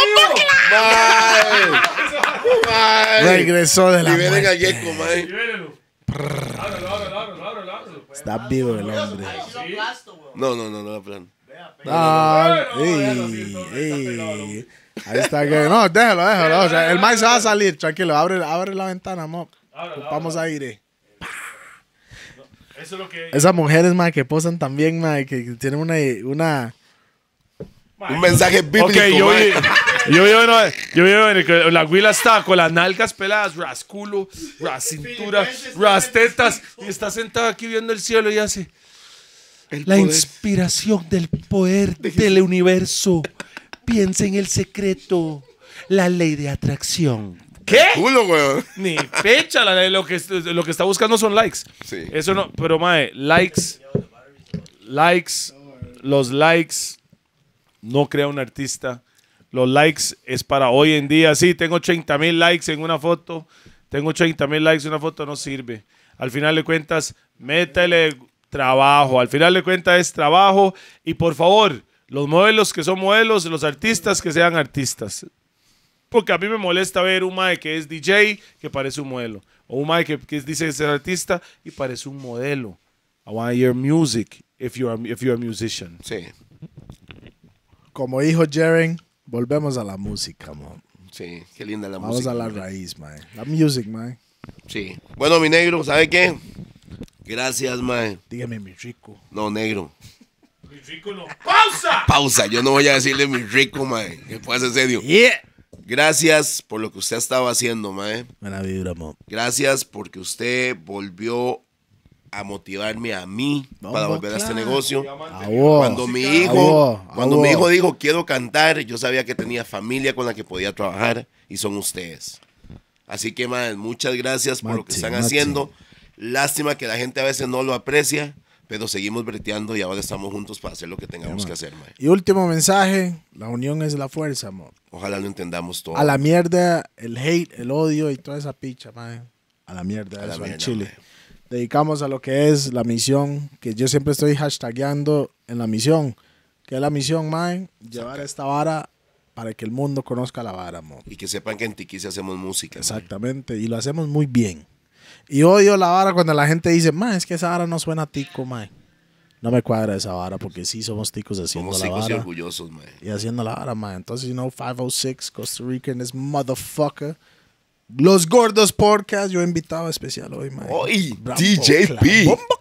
Mae, mae.
Regresó de la
Liberen a
muerte.
Gecko, mae.
Ábrelo, ábrelo, ábrelo, ábrelo, ábrelo.
Está vivo el hombre.
No, no, no, no, plan.
Ah, ey, ey. Ahí está que no, déjalo, déjalo. O sea, el maíz se va a salir, tranquilo. Abre, abre la ventana, amor. Vamos a aire.
Eso es lo que.
Esas mujeres, ma, que posan también, ma, que tienen una, una
Un mensaje bíblico,
Ok, yo
mae.
vi, yo vi, uno- yo vi uno en el que la güila está con las nalgas peladas, ras culo, ras cintura, ras tetas, y está sentada aquí viendo el cielo y hace la
poder.
inspiración del poder del universo. Piensa en el secreto, la ley de atracción. ¿Qué?
Culo, weón.
Ni fecha, la ley, lo que, lo que está buscando son likes.
Sí.
Eso no, pero mae, likes, likes, los likes no crea un artista. Los likes es para hoy en día. Sí, tengo treinta mil likes en una foto. Tengo treinta mil likes en una foto, no sirve. Al final de cuentas, métele trabajo. Al final de cuentas es trabajo. Y por favor, los modelos que son modelos, los artistas que sean artistas. Porque a mí me molesta ver un mae que es D J que parece un modelo. O un mae que, que dice ser artista y parece un modelo. I want your music if you're a, if you're a musician.
Sí,
como dijo Jaren, volvemos a la música, man.
sí, qué linda la
Vamos
música.
a la raíz, man. La music, man.
Sí. Bueno, mi negro, ¿sabe qué? Gracias, mae.
Dígame, mi rico.
No, negro.
¡Pausa!
Pausa, yo no voy a decirle mi rico, mae. Que puede ser serio.
Yeah.
Gracias por lo que usted estaba haciendo, mae.
Buena vibra, man.
Gracias porque usted volvió a motivarme a mí
Vamos,
para volver a este
claro.
negocio.
Aguó.
Cuando mi hijo,
Aguó,
cuando
aguó.
mi hijo dijo quiero cantar, yo sabía que tenía familia con la que podía trabajar y son ustedes. Así que, man, muchas gracias por lo que
Mati,
están
Mati.
haciendo. Lástima que la gente a veces no lo aprecia, pero seguimos breteando y ahora estamos juntos para hacer lo que tengamos que hacer, man.
Y último mensaje, la unión es la fuerza, man.
Ojalá lo entendamos todo.
A la mierda, el hate, el odio y toda esa picha, man. A la mierda,
A la
eso, al
mierda,
Chile.
man.
Dedicamos a lo que es la misión, que yo siempre estoy hashtagueando en la misión. Que es la misión, man, llevar esta vara para que el mundo conozca la vara, man.
Y que sepan que en Tiquicia hacemos música. man.
Exactamente, y lo hacemos muy bien. Y odio la vara cuando la gente dice, man, es que esa vara no suena tico, man. No me cuadra esa vara porque sí somos ticos haciendo
Somos
la
hijos y
vara.
orgullosos, man.
Y haciendo la vara, man. Entonces, you know, five oh six, Costa Rica, en this motherfucker. Los Gordos Podcast, yo he invitado especial hoy, man.
¡Oy!
Brambo
D J
Clan,
P.
Bombo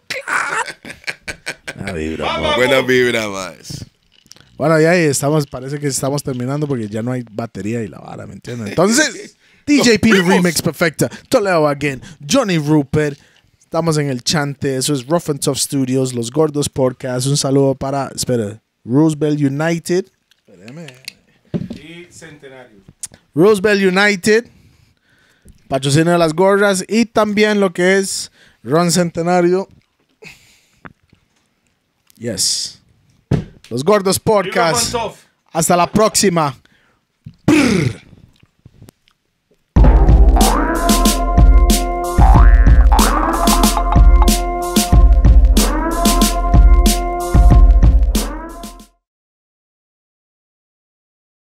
Clan. Una vibra, man.
Buena vibra, más.
Bueno, ya ahí estamos, parece que estamos terminando porque ya no hay batería y la vara, ¿me entiendes? Entonces, D J P
primos.
Remix Perfecta, Toledo Again, Johnny Rupert, estamos en el chante, eso es Rough and Tough Studios, Los Gordos Podcast, un saludo para, espera, Roosevelt United, espérame,
Y centenario.
Roosevelt United, patrocinio de las gorras y también lo que es Ron Centenario. Yes. Los Gordos Podcast. Hasta la próxima.